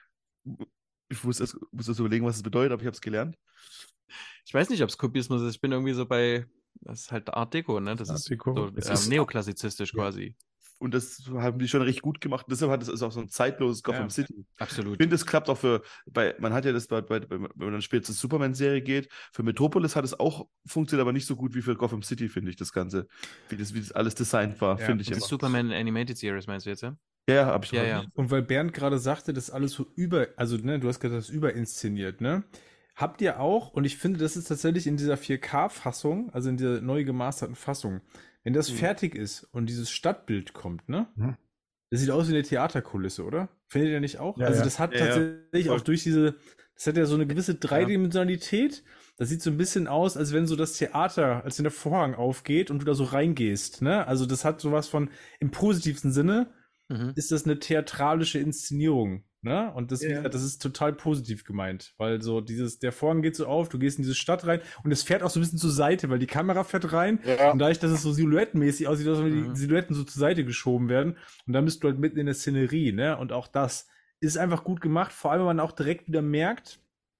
Ich muss erst, muss erst überlegen, was es bedeutet, aber ich habe es gelernt. Ich weiß nicht, ob es Kubismus ist. Ich bin irgendwie so bei, das ist halt Art Deco, ne? Das Art ist Deco. so Es ähm, ist- neoklassizistisch Ja. quasi. Und das haben die schon recht gut gemacht. Deshalb hat es ist auch so ein zeitloses Gotham Ja. City. Ich Absolut. finde, es klappt auch für, bei, man hat ja das, bei, bei, wenn man dann später zur Superman-Serie geht, für Metropolis hat es auch funktioniert, aber nicht so gut wie für Gotham City, finde ich, das Ganze. Wie das, wie das alles designt war, Ja, finde ich Die immer. Superman Animated Series meinst du jetzt, ja? Ja, ja, habe ich Ja, noch ja. nicht. Und weil Bernd gerade sagte, das ist alles so über, also ne, du hast gesagt, das ist überinszeniert, ne? Habt ihr auch, und ich finde, das ist tatsächlich in dieser vier K-Fassung, also in dieser neu gemasterten Fassung, wenn das Mhm. fertig ist und dieses Stadtbild kommt, ne? Mhm. Das sieht aus wie eine Theaterkulisse, oder? Findet ihr nicht auch? Ja, also ja. das hat Ja, ja. tatsächlich Voll. auch durch diese, das hat ja so eine gewisse Dreidimensionalität. Das sieht so ein bisschen aus, als wenn so das Theater, als wenn der Vorhang aufgeht und du da so reingehst, ne? Also das hat sowas von, im positivsten Sinne, Mhm. ist das eine theatralische Inszenierung, ne? Und das, wie Ja. gesagt, das ist total positiv gemeint, weil so dieses, der Vorhang geht so auf, du gehst in diese Stadt rein und es fährt auch so ein bisschen zur Seite, weil die Kamera fährt rein Ja. und dadurch, dass es so silhouettenmäßig aussieht, dass Mhm. die Silhouetten so zur Seite geschoben werden und dann bist du halt mitten in der Szenerie, ne? Und auch das ist einfach gut gemacht, vor allem, wenn man auch direkt wieder merkt,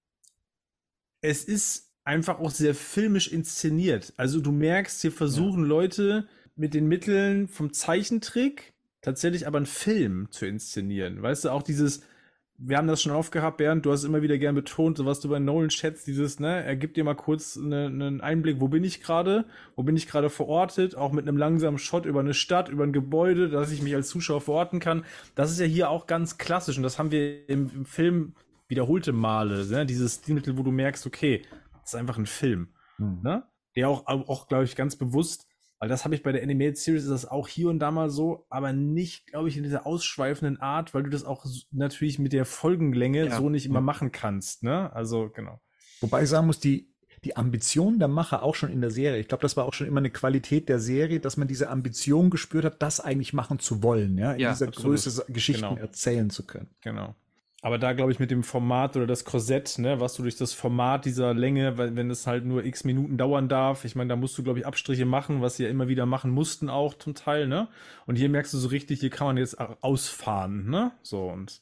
es ist einfach auch sehr filmisch inszeniert. Also du merkst, hier versuchen Leute mit den Mitteln vom Zeichentrick tatsächlich aber einen Film zu inszenieren. Weißt du, auch dieses, wir haben das schon aufgehabt, Bernd, du hast immer wieder gern betont, so was du bei Nolan schätzt, dieses, ne, er gibt dir mal kurz eine, einen Einblick, wo bin ich gerade, wo bin ich gerade verortet, auch mit einem langsamen Shot über eine Stadt, über ein Gebäude, dass ich mich als Zuschauer verorten kann. Das ist ja hier auch ganz klassisch und das haben wir im, im Film wiederholte Male, ne? Dieses Stilmittel, wo du merkst, okay, das ist einfach ein Film, Mhm. ne? Der auch, auch, auch glaube ich, ganz bewusst, weil das habe ich bei der Animated Series, ist das auch hier und da mal so, aber nicht, glaube ich, in dieser ausschweifenden Art, weil du das auch s- natürlich mit der Folgenlänge Ja. so nicht immer machen kannst, ne? Also, genau. Wobei ich sagen muss, die, die Ambition der Macher auch schon in der Serie, ich glaube, das war auch schon immer eine Qualität der Serie, dass man diese Ambition gespürt hat, das eigentlich machen zu wollen, ja, in Ja, dieser absolut. Größe Geschichten Genau. erzählen zu können. Genau. Aber da glaube ich mit dem Format oder das Korsett, ne, was du durch das Format dieser Länge, weil wenn es halt nur x Minuten dauern darf, ich meine, da musst du, glaube ich, Abstriche machen, was sie ja immer wieder machen mussten auch zum Teil, ne? Und hier merkst du so richtig, hier kann man jetzt au- ausfahren, ne? So und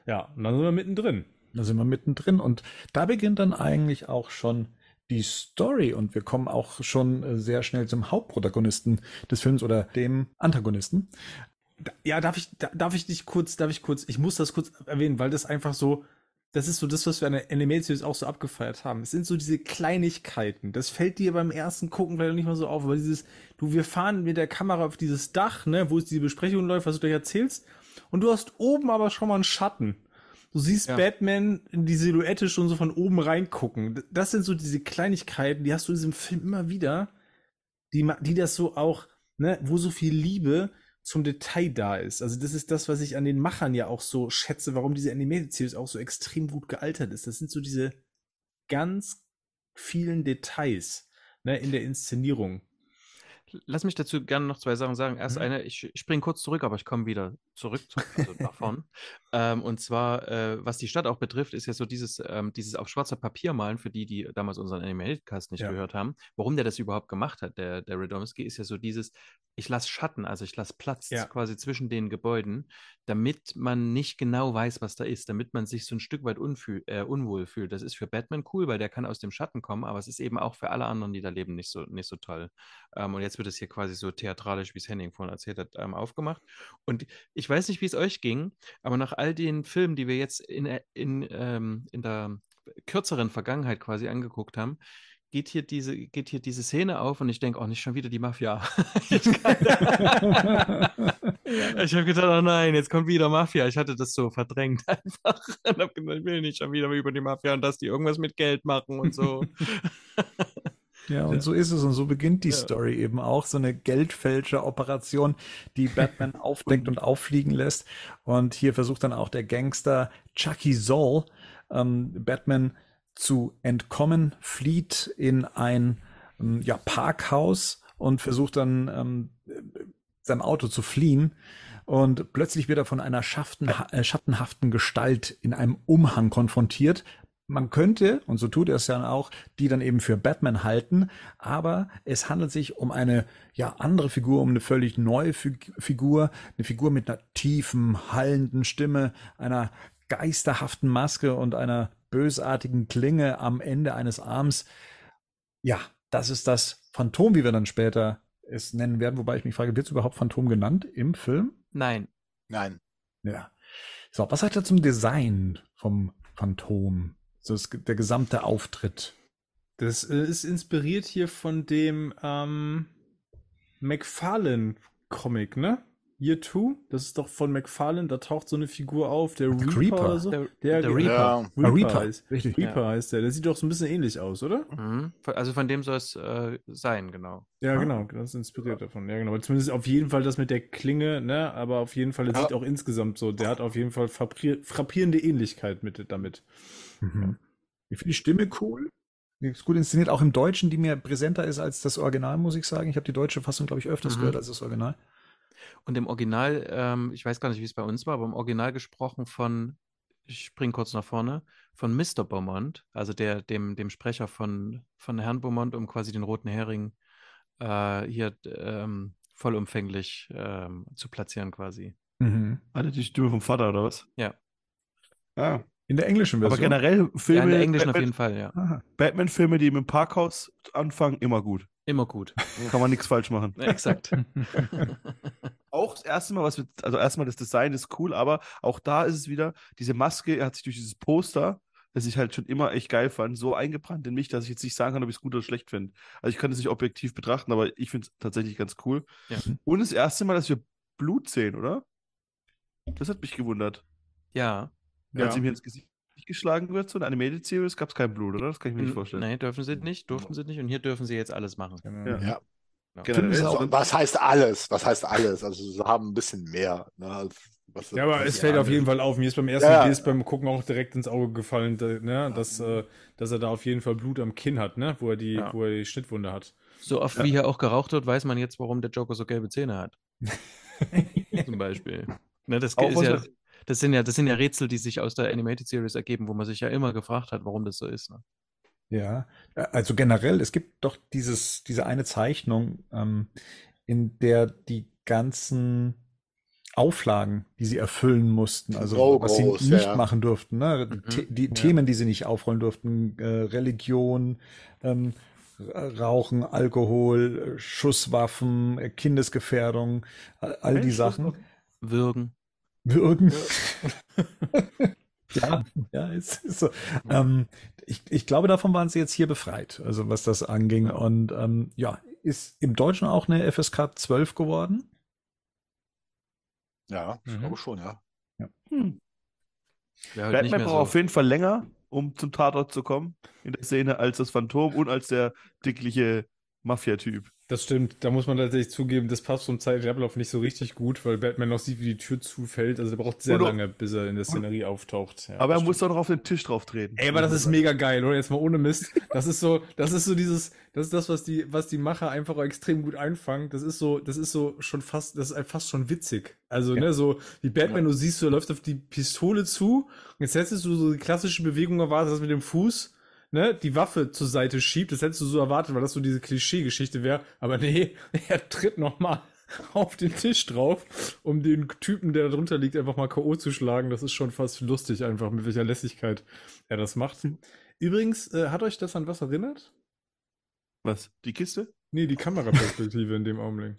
Ja, und dann sind wir mittendrin. Da sind wir mittendrin und da beginnt dann eigentlich auch schon die Story und wir kommen auch schon äh, sehr schnell zum Hauptprotagonisten des Films oder dem Antagonisten. Ja, darf ich, da- darf ich dich kurz, darf ich kurz, ich muss das kurz erwähnen, weil das einfach so, das ist so das, was wir an der Animated Series auch so abgefeiert haben. Es sind so diese Kleinigkeiten. Das fällt dir beim ersten Gucken vielleicht nicht mal so auf, aber dieses, du, wir fahren mit der Kamera auf dieses Dach, ne, wo es diese Besprechung läuft, was du gleich erzählst, und du hast oben aber schon mal einen Schatten. Du siehst Ja. Batman in die Silhouette schon so von oben reingucken. Das sind so diese Kleinigkeiten, die hast du in diesem Film immer wieder, die, ma- die das so auch, ne, wo so viel Liebe zum Detail da ist. Also das ist das, was ich an den Machern ja auch so schätze, warum diese Animated Series auch so extrem gut gealtert ist. Das sind so diese ganz vielen Details, ne, in der Inszenierung. Lass mich dazu gerne noch zwei Sachen sagen. Erst Mhm. eine, ich springe kurz zurück, aber ich komme wieder zurück, zu, also nach vorn. ähm, und zwar, äh, was die Stadt auch betrifft, ist ja so dieses, ähm, dieses auf schwarzer Papier malen, für die, die damals unseren Animated Cast nicht Ja. gehört haben. Warum der das überhaupt gemacht hat, der, der Radomski, ist ja so dieses, ich lasse Schatten, also ich lasse Platz Ja. quasi zwischen den Gebäuden, damit man nicht genau weiß, was da ist, damit man sich so ein Stück weit unfühl, äh, unwohl fühlt. Das ist für Batman cool, weil der kann aus dem Schatten kommen, aber es ist eben auch für alle anderen, die da leben, nicht so, nicht so toll. Ähm, und jetzt wird es hier quasi so theatralisch, wie es Henning vorhin erzählt hat, ähm, aufgemacht. Und ich weiß nicht, wie es euch ging, aber nach all den Filmen, die wir jetzt in, äh, in, ähm, in der kürzeren Vergangenheit quasi angeguckt haben, geht hier diese, geht hier diese Szene auf und ich denke, auch nicht schon wieder die Mafia. ich ich habe gedacht, oh nein, jetzt kommt wieder Mafia. Ich hatte das so verdrängt einfach. Und habe gedacht, ich will nicht schon wieder über die Mafia und dass die irgendwas mit Geld machen und so. Ja, und so ist es. Und so beginnt die Ja. Story eben auch. So eine Geldfälscher-Operation, die Batman aufdeckt und auffliegen lässt. Und hier versucht dann auch der Gangster Chucky Zoll, ähm, Batman zu entkommen, flieht in ein ähm, ja, Parkhaus und versucht dann ähm, seinem Auto zu fliehen. Und plötzlich wird er von einer schaften, äh, schattenhaften Gestalt in einem Umhang konfrontiert. Man könnte, und so tut er es ja auch, die dann eben für Batman halten, aber es handelt sich um eine ja andere Figur, um eine völlig neue Fig- Figur, eine Figur mit einer tiefen, hallenden Stimme, einer geisterhaften Maske und einer bösartigen Klinge am Ende eines Arms. Ja, das ist das Phantom, wie wir dann später es nennen werden, wobei ich mich frage, wird es überhaupt Phantom genannt im Film? Nein. Nein. Ja. So, was sagt er zum Design vom Phantom? So das, der gesamte Auftritt. Das äh, ist inspiriert hier von dem ähm, McFarlane-Comic, ne? Year Two, das ist doch von McFarlane, da taucht so eine Figur auf, der The Reaper, Creeper. oder so. Der, Der, der genau. Reaper. Ja, Ah, Reaper, heißt, richtig. Reaper Ja. heißt der. Der sieht doch so ein bisschen ähnlich aus, oder? Mhm. Also von dem soll es äh, sein, genau. Ja, Ah. genau, das ist inspiriert davon. Ja, genau. Zumindest auf jeden Fall das mit der Klinge, ne? Aber auf jeden Fall, der Ja. sieht auch insgesamt so, der hat auf jeden Fall frappier- frappierende Ähnlichkeit mit damit. Mhm. Ich finde die Stimme cool. Die ist gut inszeniert, auch im Deutschen, die mir präsenter ist als das Original, muss ich sagen. Ich habe die deutsche Fassung, glaube ich, öfters Mhm. gehört als das Original. Und im Original, ähm, ich weiß gar nicht, wie es bei uns war, aber im Original gesprochen von, ich spring kurz nach vorne, von Mister Beaumont, also der, dem, dem Sprecher von, von Herrn Beaumont, um quasi den roten Hering äh, hier ähm, vollumfänglich ähm, zu platzieren quasi. Mhm. Hatte die Stimme vom Vater oder was? Ja. Ah. In der englischen Aber Version. generell Ja, in Filme, der Englischen auf Batman, jeden Fall, ja. Aha. Batman-Filme, die im Parkhaus anfangen, immer gut. Immer gut. Kann man nichts falsch machen. Ja, exakt. Auch das erste Mal, was wir, also erstmal das Design ist cool, aber auch da ist es wieder, diese Maske hat sich durch dieses Poster, das ich halt schon immer echt geil fand, so eingebrannt in mich, dass ich jetzt nicht sagen kann, ob ich es gut oder schlecht finde. Also ich kann es nicht objektiv betrachten, aber ich finde es tatsächlich ganz cool. Ja. Und das erste Mal, dass wir Blut sehen, oder? Das hat mich gewundert. Ja. Ja. Als ihm hier ins Gesicht geschlagen wird, so in der Animated Series, gab es kein Blut, oder? Das kann ich mir nicht N- vorstellen. Nee, dürfen sie nicht, durften sie nicht und hier dürfen sie jetzt alles machen. Genau. Ja. Ja. Generell Film ist So, auch- was heißt alles? Was heißt alles? Also sie haben ein bisschen mehr. Ne, als, was Ja, aber was es die fällt auf anderen- jeden Fall auf. Mir ist beim ersten Ja. Bild beim Gucken auch direkt ins Auge gefallen, da, ne, dass, äh, dass er da auf jeden Fall Blut am Kinn hat, ne, wo er die, Ja. wo er die Schnittwunde hat. So oft wie hier auch geraucht wird, weiß man jetzt, warum der Joker so gelbe Zähne hat. Zum Beispiel. Ne, das, Auch ist was ja, das- das, sind ja, das sind ja Rätsel, die sich aus der Animated Series ergeben, wo man sich ja immer gefragt hat, warum das so ist. Ne? Ja, also generell, es gibt doch dieses, diese eine Zeichnung, ähm, in der die ganzen Auflagen, die sie erfüllen mussten, also was sie No-Gos, nicht ja. machen durften, ne? Mhm, The die ja. Themen, die sie nicht aufrollen durften, äh, Religion, ähm, R- Rauchen, Alkohol, äh, Schusswaffen, äh, Kindesgefährdung, all, all die Mensch, was Sachen. noch? Würgen. Würgen. Ja. Ja, ja, es ist so. Ähm, ich, ich glaube, davon waren sie jetzt hier befreit, also was das anging. Ja. Und ähm, ja, ist im Deutschen auch eine F S K zwölf geworden. Ja, ich Mhm. glaube schon, ja. Hm. Wäre halt nicht Batman mehr braucht auf so. jeden Fall länger, um zum Tatort zu kommen in der Szene, als das Phantom und als der dickliche Mafia-Typ. Das stimmt, da muss man tatsächlich zugeben, das passt vom zeitlichen Ablauf nicht so richtig gut, weil Batman noch sieht, wie die Tür zufällt. Also der braucht sehr Und auch- lange, bis er in der Szenerie auftaucht. Ja, Aber er das muss stimmt. doch noch auf den Tisch drauf treten. Ey, aber das ist mega geil, oder? Jetzt mal ohne Mist. Das ist so, das ist so dieses, das ist das, was die, was die Macher einfach extrem gut einfangen. Das ist so, das ist so schon fast, das ist fast schon witzig. Also, Ja. ne, so wie Batman, du siehst, er läuft auf die Pistole zu und jetzt hättest du so die klassische Bewegung erwartet, dass mit dem Fuß, ne, die Waffe zur Seite schiebt. Das hättest du so erwartet, weil das so diese Klischee-Geschichte wäre. Aber nee, er tritt nochmal auf den Tisch drauf, um den Typen, der da drunter liegt, einfach mal K O zu schlagen. Das ist schon fast lustig, einfach mit welcher Lässigkeit er das macht. Übrigens, äh, hat euch das an was erinnert? Was? Die Kiste? Nee, die Kameraperspektive in dem Augenblick.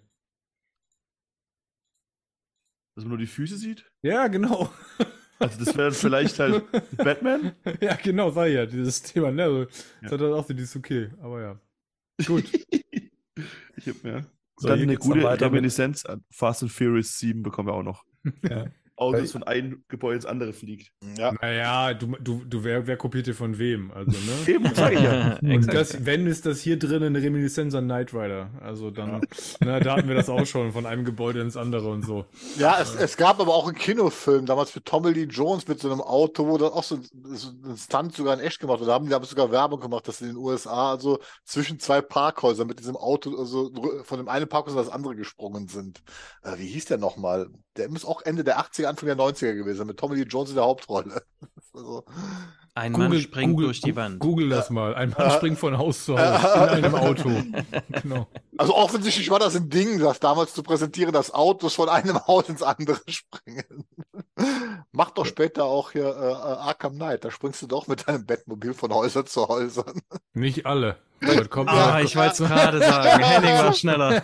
Dass man nur die Füße sieht? Ja, genau. Also das wäre dann vielleicht halt Batman? Ja, genau, war ja dieses Thema. Ne? Also, Ja. das hat er auch, die ist okay, aber ja. Gut. Ich hab mir. So, Dann hier eine geht's dann gute weiter mit- Reminiszenz an Fast and Furious sieben bekommen wir auch noch. Ja. Autos von einem Gebäude ins andere fliegt. Ja. Naja, du, du, du wer, wer kopiert dir von wem? Also, ne? Eben, sag ich ja. Und Exakt. das, wenn ist das hier drin eine Reminiszenz an Knight Rider. Also dann, na, da hatten wir das auch schon, von einem Gebäude ins andere und so. Ja, es, es gab aber auch einen Kinofilm, damals für Tommy Lee Jones mit so einem Auto, wo dann auch so, so ein Stunt sogar in echt gemacht wurde. Da haben die aber sogar Werbung gemacht, dass in den U S A also zwischen zwei Parkhäusern mit diesem Auto also von dem einen Parkhaus in das andere gesprungen sind. Äh, wie hieß der nochmal? Der muss auch Ende der achtziger, Anfang der neunziger gewesen sein, mit Tommy Lee Jones in der Hauptrolle. Also, Ein Mann springt Google, durch die Wand. Google das mal. Ein Mann Äh, springt von Haus zu Haus in einem Auto. Genau. also offensichtlich war das ein Ding, das damals zu präsentieren, dass Autos von einem Haus ins andere springen. Mach doch später auch hier äh, Arkham Knight, da springst du doch mit deinem Bettmobil von Häuser zu Häusern. Nicht alle. Das kommt Ah, ja, ich wollte es gerade sagen. Henning war schneller.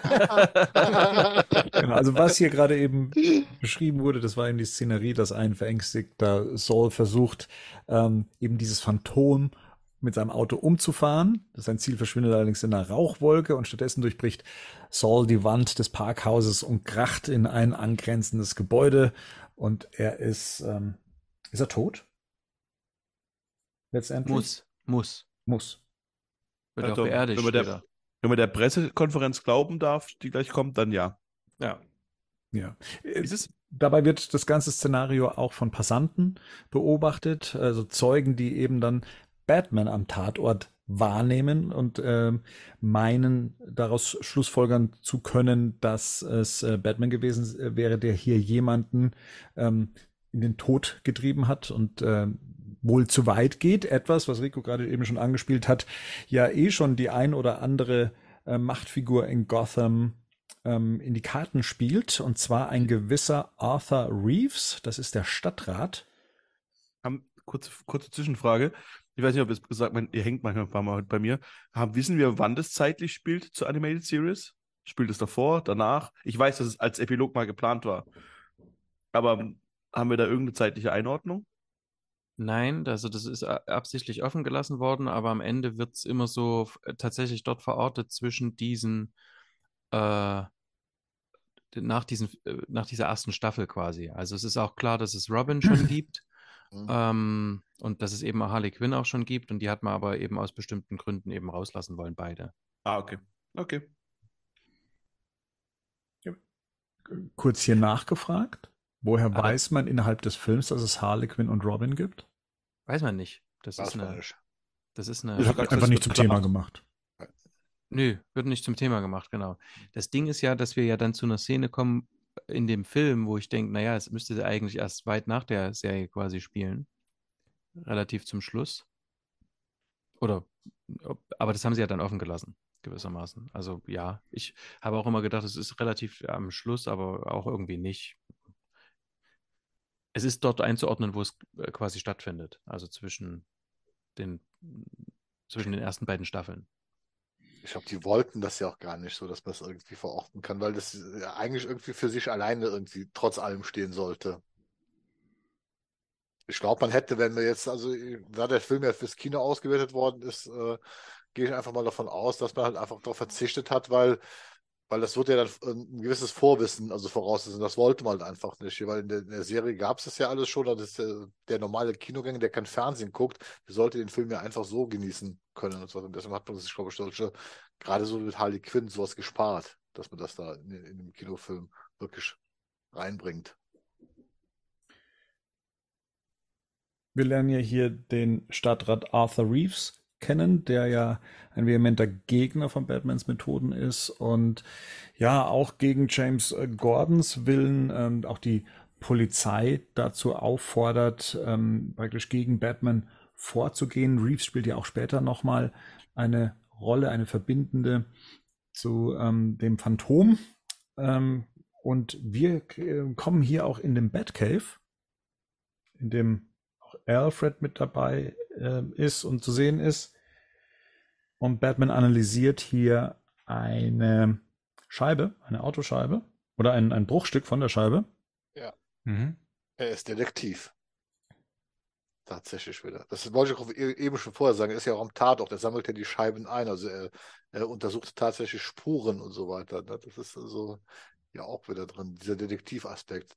Genau, also was hier gerade eben beschrieben wurde, das war eben die Szenerie, dass ein verängstigter Saul versucht, ähm, eben dieses Phantom mit seinem Auto umzufahren. Sein Ziel verschwindet allerdings in einer Rauchwolke und stattdessen durchbricht Saul die Wand des Parkhauses und kracht in ein angrenzendes Gebäude und er ist, ähm, ist er tot? Letztendlich? Muss, muss. Muss. Wird Also, auch beerdigt wenn man der- später. Wenn man der Pressekonferenz glauben darf, die gleich kommt, dann ja. Ja. Ja. Ist es? Dabei wird das ganze Szenario auch von Passanten beobachtet, also Zeugen, die eben dann Batman am Tatort wahrnehmen und ähm, meinen, daraus schlussfolgern zu können, dass es äh, Batman gewesen äh, wäre, der hier jemanden ähm, in den Tod getrieben hat und ähm, wohl zu weit geht. Etwas, was Rico gerade eben schon angespielt hat, ja eh schon die ein oder andere äh, Machtfigur in Gotham ähm, in die Karten spielt, und zwar ein gewisser Arthur Reeves, das ist der Stadtrat. Haben, kurze, kurze Zwischenfrage. Ich weiß nicht, ob ihr es gesagt habt, ihr hängt manchmal ein paar Mal bei mir. Haben, wissen wir, wann das zeitlich spielt zur Animated Series? Spielt es davor, danach? Ich weiß, dass es als Epilog mal geplant war. Aber haben wir da irgendeine zeitliche Einordnung? Nein, also das ist a- absichtlich offen gelassen worden, aber am Ende wird es immer so f- tatsächlich dort verortet zwischen diesen, äh, nach diesen, äh, nach dieser ersten Staffel quasi. Also es ist auch klar, dass es Robin schon gibt. Mhm. Ähm, und dass es eben auch Harley Quinn auch schon gibt und die hat man aber eben aus bestimmten Gründen eben rauslassen wollen, beide. Ah, okay. Okay. Kurz hier nachgefragt. Woher Aber- weiß man innerhalb des Films, dass es Harley Quinn und Robin gibt? Weiß man nicht. Das Weiß ist man eine, nicht. das ist Das eine, hat das einfach nicht wird zum Thema klar. gemacht. nö, wird nicht zum Thema gemacht, genau. Das Ding ist ja, dass wir ja dann zu einer Szene kommen in dem Film, wo ich denke, naja, es müsste sie eigentlich erst weit nach der Serie quasi spielen. Relativ zum Schluss. Oder, ob- aber das haben sie ja dann offen gelassen, gewissermaßen. Also ja, ich habe auch immer gedacht, es ist relativ am Schluss, aber auch irgendwie nicht. Es ist dort einzuordnen, wo es äh, quasi stattfindet. Also zwischen den, zwischen den ersten beiden Staffeln. Ich glaube, die wollten das ja auch gar nicht so, dass man es irgendwie verorten kann, weil das ja eigentlich irgendwie für sich alleine irgendwie trotz allem stehen sollte. Ich glaube, man hätte, wenn wir jetzt, also da der Film ja fürs Kino ausgewertet worden ist, äh, gehe ich einfach mal davon aus, dass man halt einfach darauf verzichtet hat, weil, weil das wird ja dann ein gewisses Vorwissen, also voraussetzen, das wollte man halt einfach nicht, weil in der, in der Serie gab es das ja alles schon, das ist der, der normale Kinogänger, der kein Fernsehen guckt, der sollte den Film ja einfach so genießen können und so. Und deswegen hat man sich, glaube ich, solche, gerade so mit Harley Quinn sowas gespart, dass man das da in, in dem Kinofilm wirklich reinbringt. Wir lernen ja hier den Stadtrat Arthur Reeves kennen, der ja ein vehementer Gegner von Batmans Methoden ist und ja auch gegen James Gordons Willen ähm, auch die Polizei dazu auffordert, ähm, praktisch gegen Batman vorzugehen. Reeves spielt ja auch später nochmal eine Rolle, eine verbindende zu ähm, dem Phantom. Ähm, und wir äh, kommen hier auch in den Batcave, in dem Alfred mit dabei äh, ist und zu sehen ist. Und Batman analysiert hier eine Scheibe, eine Autoscheibe oder ein, ein Bruchstück von der Scheibe. Ja. Mhm. Er ist Detektiv. Tatsächlich wieder. Das wollte ich auch eben schon vorher sagen. Er ist ja auch am Tatort. Er sammelt ja die Scheiben ein. Also er, er untersucht tatsächlich Spuren und so weiter. Das ist also ja auch wieder drin, dieser Detektivaspekt.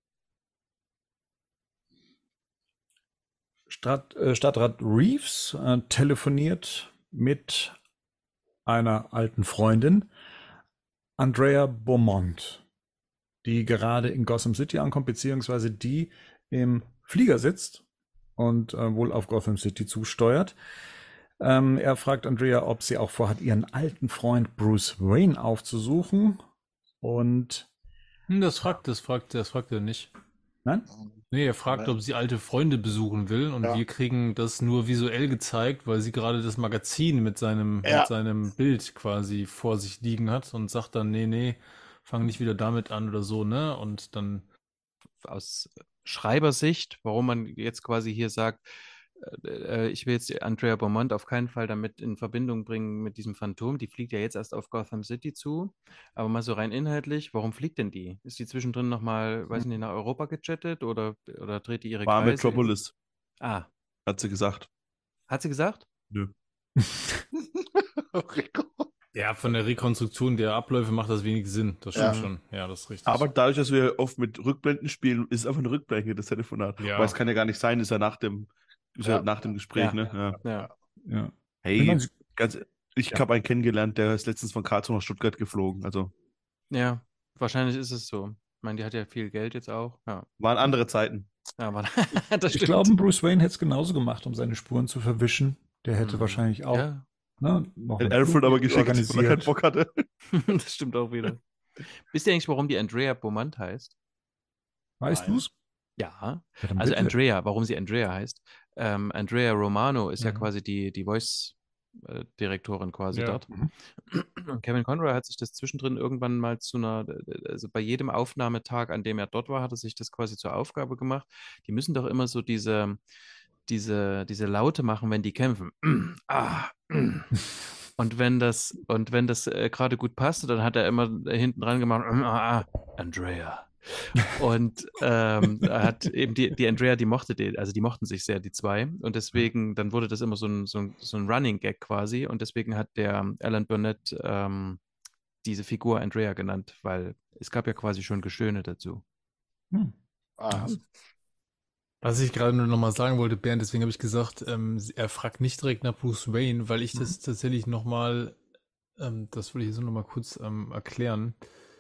Stadt, äh, Stadtrat Reeves äh, telefoniert mit einer alten Freundin, Andrea Beaumont, die gerade in Gotham City ankommt, beziehungsweise die im Flieger sitzt und äh, wohl auf Gotham City zusteuert. Ähm, er fragt Andrea, ob sie auch vorhat, ihren alten Freund Bruce Wayne aufzusuchen. Und Hm, das fragt, das fragt, das fragt er nicht. nein? Nee, er fragt, ob sie alte Freunde besuchen will und Ja. wir kriegen das nur visuell gezeigt, weil sie gerade das Magazin mit seinem, Ja. mit seinem Bild quasi vor sich liegen hat und sagt dann, nee, nee, fang nicht wieder damit an oder so, ne? Und dann Aus Schreibersicht, warum man jetzt quasi hier sagt, äh, ich will jetzt Andrea Beaumont auf keinen Fall damit in Verbindung bringen mit diesem Phantom. Die fliegt ja jetzt erst auf Gotham City zu. Aber mal so rein inhaltlich, warum fliegt denn die? Ist die zwischendrin nochmal, weiß nicht, nach Europa gechattet oder, oder dreht die ihre War Kreise? Metropolis, Ah, hat sie gesagt. hat sie gesagt? Nö. Rico. ja, von der Rekonstruktion der Abläufe macht das wenig Sinn. Das stimmt Ja. schon. Ja, das ist richtig. Aber dadurch, dass wir oft mit Rückblenden spielen, ist es einfach eine Rückblende, das Telefonat. Ja. Weil es kann ja gar nicht sein, ist ja nach dem, ist ja Ja. nach dem Gespräch, Ja. ne? Ja. Ja. Ja. Hey, Genau. ganz, ich Ja. habe einen kennengelernt, der ist letztens von Karlsruhe nach Stuttgart geflogen. Also Ja, wahrscheinlich ist es so. Ich meine, die hat ja viel Geld jetzt auch. Ja, waren andere Zeiten. ja aber das Ich stimmt. glaube, Bruce Wayne hätte es genauso gemacht, um seine Spuren zu verwischen. Der hätte Mhm. wahrscheinlich auch Ja, ne, noch Hat einen Alfred Flug aber geschickt, weil er keinen organisiert. Bock hatte. das stimmt auch wieder. Wisst ihr eigentlich, warum die Andrea Beaumont heißt? Weißt Nein. du's? Ja, Ja, dann also bitte. Andrea, warum sie Andrea heißt. Ähm, Andrea Romano ist ja Mhm. quasi die, die Voice-Direktorin quasi Ja. dort. Mhm. Und Kevin Conroy hat sich das zwischendrin irgendwann mal zu einer, also bei jedem Aufnahmetag, an dem er dort war, hat er sich das quasi zur Aufgabe gemacht. Die müssen doch immer so diese, diese, diese Laute machen, wenn die kämpfen. ah, und wenn das, und wenn das äh, gerade gut passte, dann hat er immer hinten dran gemacht, ah, ah, Andrea. Und ähm, er hat eben die, die Andrea, die mochte den, also die mochten sich sehr, die zwei. Und deswegen, dann wurde das immer so ein, so ein, so ein Running Gag quasi. Und deswegen hat der Alan Burnett ähm, diese Figur Andrea genannt, weil es gab ja quasi schon Gestöhne dazu. Hm. Ah, Was ich gerade nur noch mal sagen wollte, Bernd, deswegen habe ich gesagt, ähm, er fragt nicht direkt nach Bruce Wayne, weil ich das tatsächlich noch mal, ähm, das will ich jetzt noch mal kurz ähm, erklären.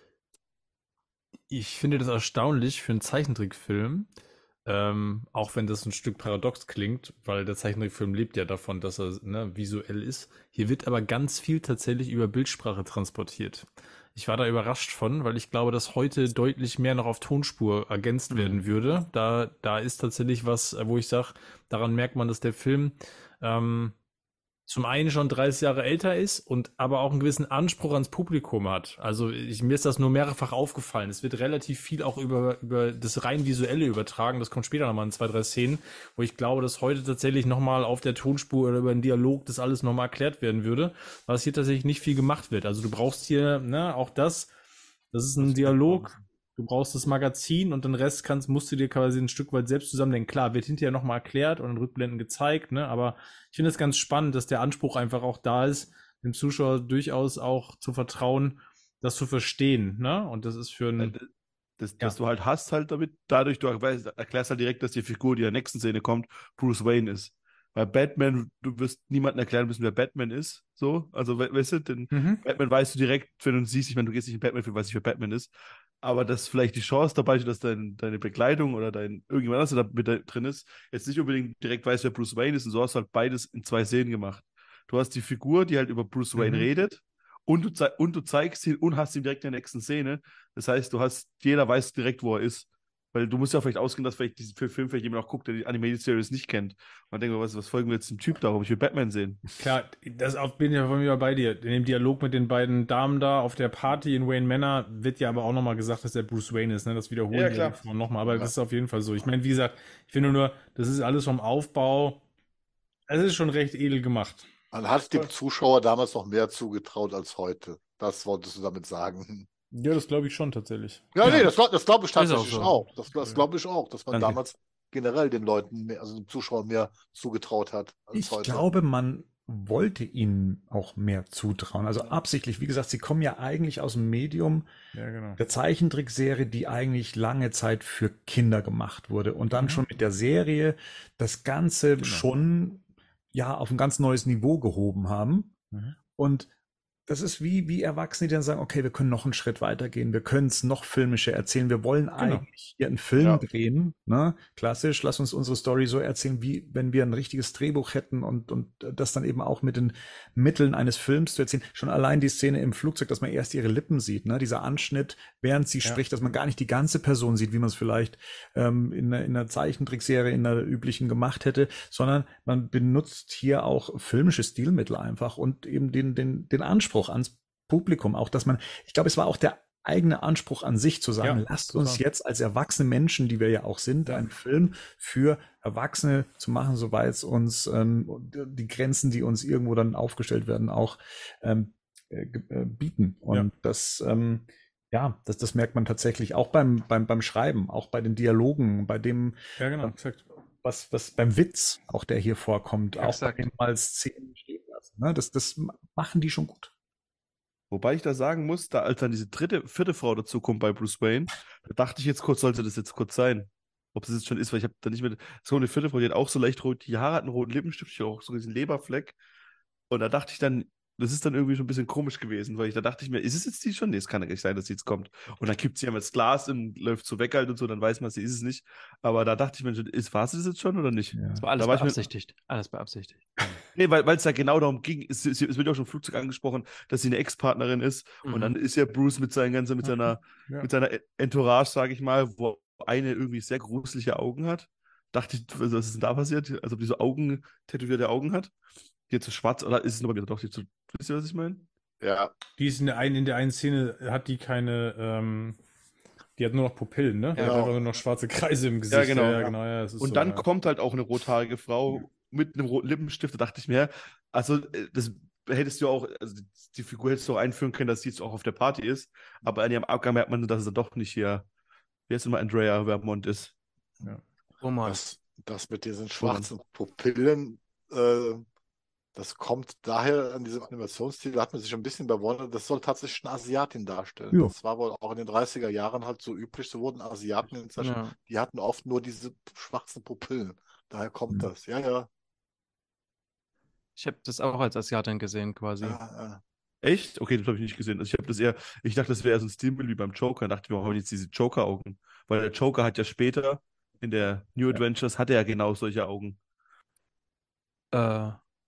Ich finde das erstaunlich für einen Zeichentrickfilm, ähm, auch wenn das ein Stück paradox klingt, weil der Zeichentrickfilm lebt ja davon, dass er ne, visuell ist. Hier wird aber ganz viel tatsächlich über Bildsprache transportiert. Ich war da überrascht von, weil ich glaube, dass heute deutlich mehr noch auf Tonspur ergänzt werden würde. Da, da ist tatsächlich was, wo ich sage, daran merkt man, dass der Film ähm, zum einen schon dreißig Jahre älter ist und aber auch einen gewissen Anspruch ans Publikum hat. Also ich, mir ist das nur mehrfach aufgefallen. Es wird relativ viel auch über, über das rein Visuelle übertragen. Das kommt später nochmal in zwei, drei Szenen, wo ich glaube, dass heute tatsächlich nochmal auf der Tonspur oder über einen Dialog das alles nochmal erklärt werden würde, was hier tatsächlich nicht viel gemacht wird. Also du brauchst hier, ne, auch das, das ist ein Dialog. Du brauchst das Magazin und den Rest kannst, musst du dir quasi ein Stück weit selbst zusammendenken. Klar, wird hinterher nochmal erklärt und in Rückblenden gezeigt, ne? Aber ich finde es ganz spannend, dass der Anspruch einfach auch da ist, dem Zuschauer durchaus auch zu vertrauen, das zu verstehen, ne? Und das ist für einen, Das, Ja. dass du halt hast halt damit, dadurch, du weißt, erklärst halt direkt, dass die Figur, die in der nächsten Szene kommt, Bruce Wayne ist. Bei Batman, du wirst niemandem erklären müssen, wer Batman ist. So, also we weißt du, denn Mhm. Batman weißt du direkt, wenn du ihn siehst, ich meine, du gehst nicht in Batman-Film, weißt nicht, wer Batman ist. Aber dass vielleicht die Chance dabei ist, dass dein, deine Begleitung oder dein irgendjemand anderes, der da mit da drin ist, jetzt nicht unbedingt direkt weiß, wer Bruce Wayne ist. Und so hast du halt beides in zwei Szenen gemacht. Du hast die Figur, die halt über Bruce Wayne Mhm. redet, und du, zei- und du zeigst ihn und hast ihn direkt in der nächsten Szene. Das heißt, du hast, jeder weiß direkt, wo er ist. Weil du musst ja vielleicht ausgehen, dass vielleicht diesen Film vielleicht jemand auch guckt, der die Animated Series nicht kennt. Und dann denkt man, was, was folgen wir jetzt dem Typ da? Ich will Batman sehen. Klar, das auf, bin ich ja von mir bei dir. In dem Dialog mit den beiden Damen da auf der Party in Wayne Manor wird ja aber auch nochmal gesagt, dass der Bruce Wayne ist. Ne? Das wiederholen Ja, die klar. die Frauen nochmal, aber Ja. das ist auf jeden Fall so. Ich meine, wie gesagt, ich finde nur, das ist alles vom Aufbau, es ist schon recht edel gemacht. Man hat dem Zuschauer damals noch mehr zugetraut als heute. Das wolltest du damit sagen. Ja, das glaube ich schon tatsächlich. Ja, Ja. nee, das, glaub- das glaube ich Ist auch tatsächlich so. auch. Das, das glaube ich auch, dass man Danke. damals generell den Leuten, mehr, also dem Zuschauer mehr zugetraut hat als Ich heute. glaube, man wollte ihnen auch mehr zutrauen. Also absichtlich, wie gesagt, sie kommen ja eigentlich aus dem Medium Ja, genau. der Zeichentrickserie, die eigentlich lange Zeit für Kinder gemacht wurde. Und dann Mhm. schon mit der Serie das Ganze Genau. schon ja auf ein ganz neues Niveau gehoben haben. Mhm. Und das ist wie, wie Erwachsene, die dann sagen, okay, wir können noch einen Schritt weitergehen, wir können es noch filmischer erzählen, wir wollen eigentlich hier einen Film Ja. drehen, ne? Klassisch, lass uns unsere Story so erzählen, wie wenn wir ein richtiges Drehbuch hätten und, und das dann eben auch mit den Mitteln eines Films zu erzählen. Schon allein die Szene im Flugzeug, dass man erst ihre Lippen sieht, ne? Dieser Anschnitt, während sie Ja. spricht, dass man gar nicht die ganze Person sieht, wie man es vielleicht ähm, in, einer, in einer Zeichentrickserie, in einer üblichen gemacht hätte, sondern man benutzt hier auch filmische Stilmittel einfach und eben den, den, den Anspruch ans Publikum, auch dass man, ich glaube, es war auch der eigene Anspruch an sich zu sagen, Ja, lasst total. uns jetzt als erwachsene Menschen, die wir ja auch sind, einen Film für Erwachsene zu machen, soweit es uns ähm, die Grenzen, die uns irgendwo dann aufgestellt werden, auch ähm, äh, ge- äh, bieten. Und Ja. das, ähm, ja, das, das merkt man tatsächlich auch beim, beim, beim Schreiben, auch bei den Dialogen, bei dem, Ja, genau, exakt. was, was beim Witz auch der hier vorkommt, auch bei Exakt. dem mal Szenen stehen lassen. Ne? Das, das machen die schon gut. Wobei ich da sagen muss, da als dann diese dritte, vierte Frau dazu kommt bei Bruce Wayne, da dachte ich jetzt kurz, sollte das jetzt kurz sein. Ob es jetzt schon ist, weil ich habe da nicht mehr. So eine vierte Frau, die hat auch so leicht rot, die Haare hat einen roten Lippenstift, die hat auch so diesen Leberfleck. Und da dachte ich dann, das ist dann irgendwie schon ein bisschen komisch gewesen, weil ich da dachte ich mir, ist es jetzt die schon? Nee, es kann ja nicht sein, dass sie jetzt kommt. Und dann kippt sie einmal das Glas und läuft so weg halt und so, dann weiß man, sie ist es nicht. Aber da dachte ich mir, schon, ist, war sie das jetzt schon oder nicht? Ja. Das war alles Da war ich mir- beabsichtigt. Alles beabsichtigt. Nee, weil es ja genau darum ging, es, es, es wird ja auch schon im Flugzeug angesprochen, dass sie eine Ex-Partnerin ist. Und Mhm. dann ist ja Bruce mit, seinen ganzen, mit, seiner, Ja. mit seiner Entourage, sage ich mal, wo eine irgendwie sehr gruselige Augen hat. Dachte ich, was ist denn da passiert? Also ob die so Augen, tätowierte Augen hat. Die jetzt so schwarz, oder ist es nur bei mir doch, die so, wisst ihr, was ich meine? Ja, Die ist in der einen, in der einen Szene hat die keine, ähm, die hat nur noch Pupillen, ne? Die Genau. hat einfach nur noch schwarze Kreise im Gesicht. genau. Ja, genau, ja, das ist Und so, dann ja. kommt halt auch eine rothaarige Frau mit einem roten Lippenstift, da dachte ich mir, also äh, das hättest du auch, also die- die Figur hättest du auch einführen können, dass sie jetzt auch auf der Party ist, aber an ihrem Abgang merkt man, dass er doch nicht hier, wie heißt immer, Andrea Vermont ist. Roman. das, das mit diesen schwarzen Pupillen, äh, das kommt daher an diesem Animationsstil, da hat man sich ein bisschen bewundert, das soll tatsächlich eine Asiatin darstellen. Ja. Das war wohl auch in den dreißiger Jahren halt so üblich, so wurden Asiaten in Zeichnungen, Ja. die hatten oft nur diese schwarzen Pupillen. Daher kommt Mhm. das. Ja, ja. Ich habe das auch als Asiatin gesehen, quasi. ja, ja. Echt? Okay, das habe ich nicht gesehen. Also ich habe das eher, ich dachte, das wäre eher so ein Stilmittel wie beim Joker. Da dachte ich mir, warum haben die jetzt diese Joker-Augen? Weil der Joker hat ja später in der New Adventures hat er ja genau solche Augen. Äh,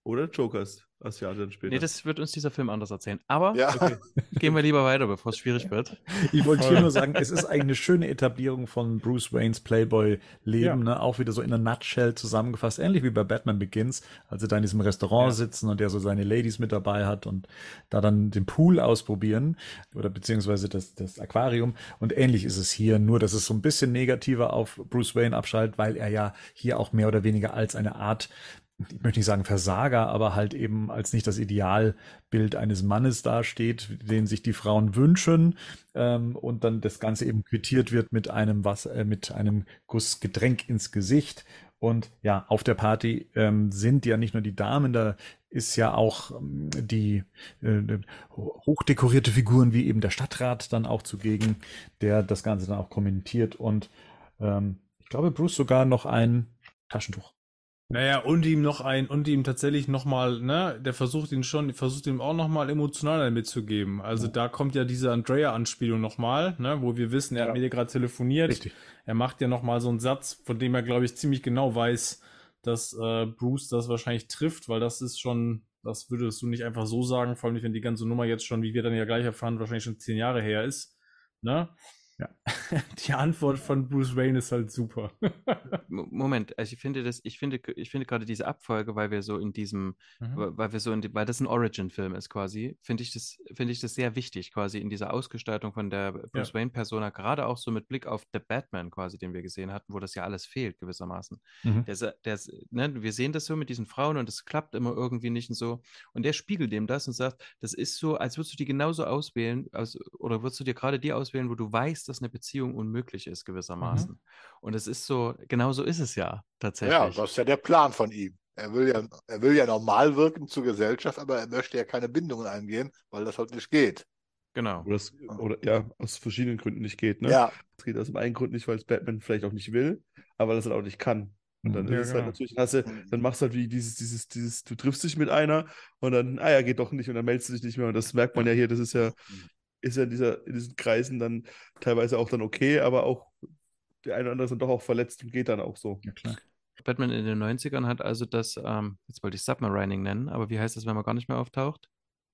Oder Jokers, Asiate dann später. Nee, das wird uns dieser Film anders erzählen. Aber Ja. okay, gehen wir lieber weiter, bevor es schwierig wird. Ich wollte hier nur sagen, es ist eigentlich eine schöne Etablierung von Bruce Waynes Playboy-Leben, Ja. ne? Auch wieder so in a nutshell zusammengefasst, ähnlich wie bei Batman Begins, als sie da in diesem Restaurant Ja. sitzen und der so seine Ladies mit dabei hat und da dann den Pool ausprobieren oder beziehungsweise das, das Aquarium. Und ähnlich ist es hier, nur dass es so ein bisschen negativer auf Bruce Wayne abschaltet, weil er ja hier auch mehr oder weniger als eine Art, ich möchte nicht sagen Versager, aber halt eben als nicht das Idealbild eines Mannes dasteht, den sich die Frauen wünschen, ähm, und dann das Ganze eben quittiert wird mit einem Wasser, äh, mit einem Guss Getränk ins Gesicht. Und ja, auf der Party ähm, sind ja nicht nur die Damen, da ist ja auch ähm, die äh, hochdekorierte Figuren wie eben der Stadtrat dann auch zugegen, der das Ganze dann auch kommentiert und ähm, ich glaube, Bruce sogar noch ein Taschentuch. Naja, und ihm noch ein, und ihm tatsächlich nochmal, ne, der versucht ihn schon, versucht ihm auch nochmal emotional mitzugeben. Also Ja. da kommt ja diese Andrea-Anspielung nochmal, ne, wo wir wissen, er Ja. hat mit ihr gerade telefoniert. Richtig. Er macht ja nochmal so einen Satz, von dem er, glaube ich, ziemlich genau weiß, dass äh, Bruce das wahrscheinlich trifft, weil das ist schon, das würdest du nicht einfach so sagen, vor allem nicht, wenn die ganze Nummer jetzt schon, wie wir dann ja gleich erfahren, wahrscheinlich schon zehn Jahre her ist, ne? Ja. Die Antwort von Bruce Wayne ist halt super. Mo- Moment, also ich finde das, ich finde, ich finde gerade diese Abfolge, weil wir so in diesem, Mhm. weil weil wir so in die, weil das ein Origin-Film ist quasi, finde ich das, finde ich das sehr wichtig, quasi in dieser Ausgestaltung von der Bruce Ja. Wayne-Persona, gerade auch so mit Blick auf The Batman quasi, den wir gesehen hatten, wo das ja alles fehlt gewissermaßen. Mhm. Der, ist- der, ist, ne, wir sehen das so mit diesen Frauen und es klappt immer irgendwie nicht und so. Und der spiegelt dem das und sagt, das ist so, als würdest du die genauso auswählen, aus, oder würdest du dir gerade die auswählen, wo du weißt, dass eine Beziehung unmöglich ist gewissermaßen. Und es ist so, genau so ist es ja tatsächlich. Ja, das ist ja der Plan von ihm. Er will ja, er will ja normal wirken zur Gesellschaft, aber er möchte ja keine Bindungen eingehen, weil das halt nicht geht. Genau. Oder, das, oder ja, aus verschiedenen Gründen nicht geht, ne? Ja, Es geht aus dem einen Grund nicht, weil es Batman vielleicht auch nicht will, aber weil es halt auch nicht kann. Und dann Mhm. ist Ja, es genau. halt natürlich, dann, hast du, dann machst du halt wie dieses, dieses, dieses, du triffst dich mit einer und dann, ah ja, geht doch nicht und dann meldest du dich nicht mehr. Und das merkt man ja hier, das ist ja, ist ja in, dieser, in diesen Kreisen dann teilweise auch dann okay, aber auch der eine oder andere ist dann doch auch verletzt und geht dann auch so. Ja, klar. Batman in den neunzigern hat also das, ähm, jetzt wollte ich Submarining nennen, aber wie heißt das, wenn man gar nicht mehr auftaucht?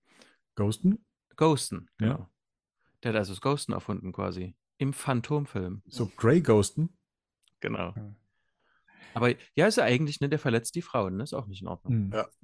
Ghosten? Ghosten, Ja. genau. Der hat also das Ghosten erfunden quasi. Im Phantomfilm. So Grey Ghosten? Genau. Ja. Aber ja, ist ja eigentlich, ne, der verletzt die Frauen, ne? Ist auch nicht in Ordnung. Mhm. Ja.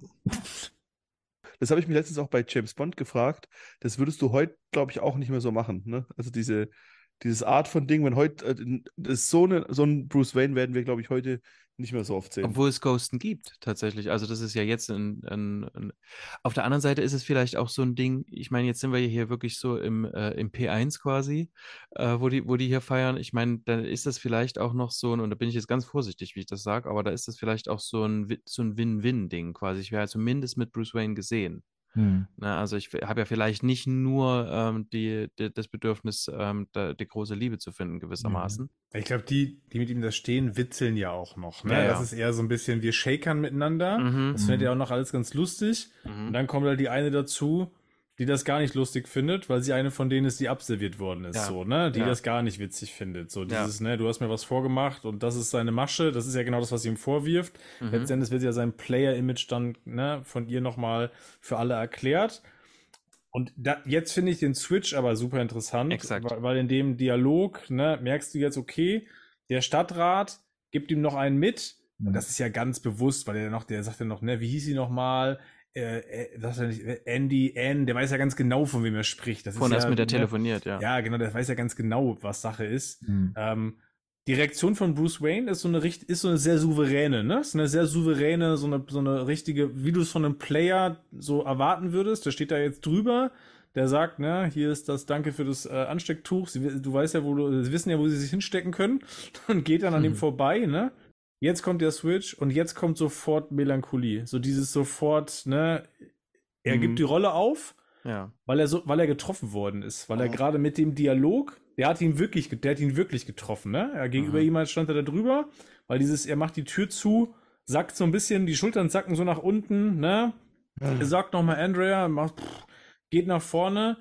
Das habe ich mir letztens auch bei James Bond gefragt. Das würdest du heute, glaube ich, auch nicht mehr so machen. Ne? Also diese, dieses Art von Ding, wenn heute, äh, das ist so, eine, so ein Bruce Wayne werden wir, glaube ich, heute nicht mehr so oft sehen. Obwohl es Ghosten gibt, tatsächlich. Also das ist ja jetzt ein, ein, ein auf der anderen Seite ist es vielleicht auch so ein Ding, ich meine, jetzt sind wir hier wirklich so im, äh, im P eins quasi, äh, wo die, wo die hier feiern. Ich meine, dann ist das vielleicht auch noch so ein, und da bin ich jetzt ganz vorsichtig, wie ich das sage, aber da ist das vielleicht auch so ein, Wi- so ein Win-Win-Ding quasi. Ich wäre zumindest mit Bruce Wayne gesehen. Mhm. Na, also ich habe ja vielleicht nicht nur ähm, die, die, das Bedürfnis, ähm, da, die große Liebe zu finden, gewissermaßen. Ich glaube, die, die mit ihm da stehen, witzeln ja auch noch. Ne? Ja, Das ja. ist eher so ein bisschen, wir shakern miteinander. Mhm. Das findet ihr auch noch alles ganz lustig. Mhm. Und dann kommt halt die eine dazu, die das gar nicht lustig findet, weil sie eine von denen ist, die abserviert worden ist, Ja. so, ne? Die Ja. das gar nicht witzig findet. So Ja. dieses, ne, du hast mir was vorgemacht und das ist seine Masche, das ist ja genau das, was sie ihm vorwirft. Mhm. Letztendlich wird ja sein Player-Image dann, ne, von ihr nochmal für alle erklärt. Und da, jetzt finde ich den Switch aber super interessant, Exakt. weil, weil in dem Dialog, ne, merkst du jetzt, okay, der Stadtrat gibt ihm noch einen mit. Und Mhm. das ist ja ganz bewusst, weil er noch, der sagt ja noch, ne, wie hieß sie nochmal? Äh, äh, was er nicht, Andy, Ann, der weiß ja ganz genau, von wem er spricht. Das Vorhin ist erst ja, mit der ne, telefoniert, ja. Ja, genau, der weiß ja ganz genau, was Sache ist. Mhm. Ähm, die Reaktion von Bruce Wayne ist so eine richt- ist so eine sehr souveräne, ne? Ist eine sehr souveräne, so eine, so eine richtige, wie du es von einem Player so erwarten würdest. Der steht da jetzt drüber, der sagt, ne, hier ist das Danke für das äh, Anstecktuch. Sie, wi- du weißt ja, wo du, sie wissen ja, wo sie sich hinstecken können. Und geht dann an Mhm. ihm vorbei, ne? Jetzt kommt der Switch und jetzt kommt sofort Melancholie. So dieses sofort, ne? Er Mhm. gibt die Rolle auf, Ja. weil er so, weil er getroffen worden ist, weil er Mhm. gerade mit dem Dialog, der hat ihn wirklich, ge- der hat ihn wirklich getroffen, ne? Er gegenüber Mhm. jemand stand er da drüber, weil dieses, er macht die Tür zu, sackt so ein bisschen, die Schultern sacken so nach unten, ne? Er sagt nochmal Andrea, macht, pff, geht nach vorne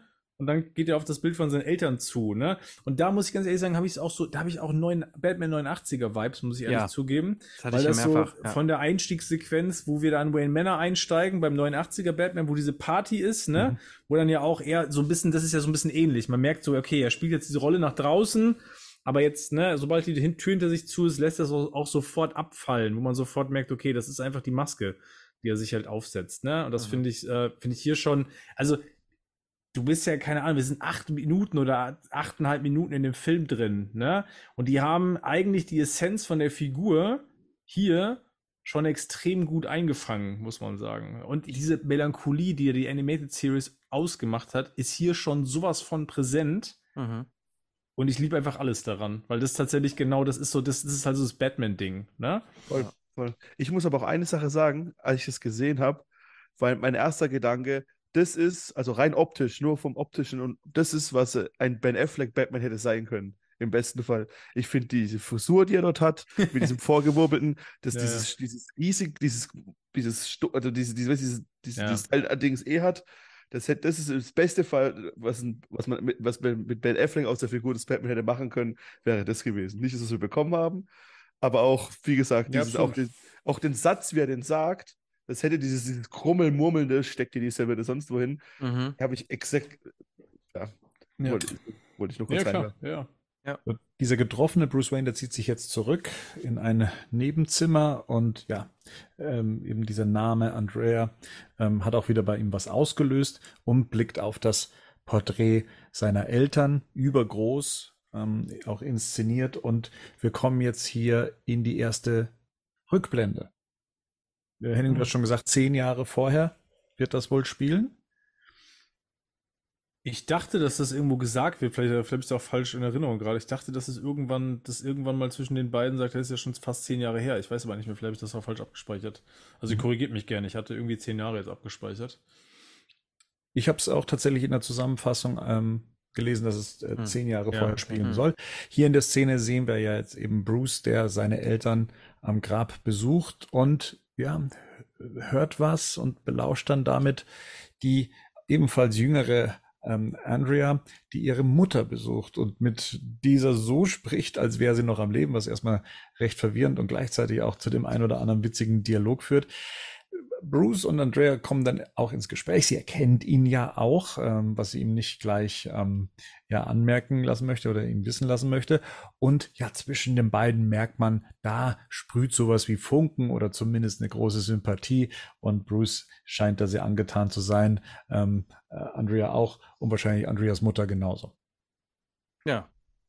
und dann geht er auf das Bild von seinen Eltern zu, ne? Und da muss ich ganz ehrlich sagen, habe ich es auch so, da habe ich auch neuen Batman neunundachtziger Vibes, muss ich ehrlich Ja, zugeben. das hatte Weil ich das ja mehrfach. so Ja. von der Einstiegssequenz, wo wir da in Wayne Manor einsteigen, beim neunundachtziger Batman, wo diese Party ist, ne? Mhm. Wo dann ja auch eher so ein bisschen, das ist ja so ein bisschen ähnlich. Man merkt so, okay, er spielt jetzt diese Rolle nach draußen, aber jetzt, ne, sobald die Tür hinter sich zu ist, lässt er es auch, auch sofort abfallen, wo man sofort merkt, okay, das ist einfach die Maske, die er sich halt aufsetzt, ne? Und das Mhm. finde ich, äh, finde ich hier schon, also du bist ja, keine Ahnung, wir sind acht Minuten oder achteinhalb Minuten in dem Film drin, ne? Und die haben eigentlich die Essenz von der Figur hier schon extrem gut eingefangen, muss man sagen. Und diese Melancholie, die die Animated Series ausgemacht hat, ist hier schon sowas von präsent. Mhm. Und ich liebe einfach alles daran, weil das tatsächlich genau das ist so, das, das ist halt so das Batman-Ding, ne? Voll, Ja. voll. Ich muss aber auch eine Sache sagen, als ich das gesehen habe, weil mein erster Gedanke, das ist, also rein optisch, nur vom optischen, und das ist, was äh, ein Ben Affleck Batman hätte sein können. Im besten Fall. Ich finde diese Frisur, die er dort hat, mit diesem vorgewirbelten, das, Ja, dieses, dieses riesig, dieses, dieses, Sto- also diese, diese, dieses, dieses, Ja. dieses allerdings eh hat, das, hätte, das ist das beste Fall, was, ein, was man mit, was man mit Ben Affleck aus der Figur des Batman hätte machen können, wäre das gewesen. Nicht, dass wir es bekommen haben, aber auch, wie gesagt, Ja, dieses, auch, absolut. den, auch den Satz, wie er den sagt, das hätte dieses, dieses Krummelmurmelnde, steckt in die Servette sonst wohin, Mhm. habe ich exakt, ja, Ja. wollte, wollte ich nur Ja, kurz klar, reinwerfen. ja. So, dieser getroffene Bruce Wayne, der zieht sich jetzt zurück in ein Nebenzimmer und ja, ähm, eben dieser Name Andrea ähm, hat auch wieder bei ihm was ausgelöst und blickt auf das Porträt seiner Eltern, übergroß, ähm, auch inszeniert, und wir kommen jetzt hier in die erste Rückblende. Äh, Henning, du hast schon gesagt, zehn Jahre vorher wird das wohl spielen. Ich dachte, dass das irgendwo gesagt wird, vielleicht, vielleicht ist es auch falsch in Erinnerung gerade. Ich dachte, dass es irgendwann, dass irgendwann mal zwischen den beiden sagt, das ist ja schon fast zehn Jahre her. Ich weiß aber nicht mehr, vielleicht habe ich das auch falsch abgespeichert. Also, Mhm. korrigiert mich gerne. Ich hatte irgendwie zehn Jahre jetzt abgespeichert. Ich habe es auch tatsächlich in der Zusammenfassung ähm, gelesen, dass es äh, Hm. zehn Jahre Ja, vorher okay. spielen Mhm. soll. Hier in der Szene sehen wir ja jetzt eben Bruce, der seine Eltern am Grab besucht und ja, hört was und belauscht dann damit die ebenfalls jüngere ähm, Andrea, die ihre Mutter besucht und mit dieser so spricht, als wäre sie noch am Leben, was erstmal recht verwirrend und gleichzeitig auch zu dem ein oder anderen witzigen Dialog führt. Bruce und Andrea kommen dann auch ins Gespräch. Sie erkennt ihn ja auch, ähm, was sie ihm nicht gleich ähm, ja, anmerken lassen möchte oder ihm wissen lassen möchte. Und ja, zwischen den beiden merkt man, da sprüht sowas wie Funken oder zumindest eine große Sympathie. Und Bruce scheint da sehr angetan zu sein. Ähm, äh, Andrea auch und wahrscheinlich Andreas Mutter genauso. Ja.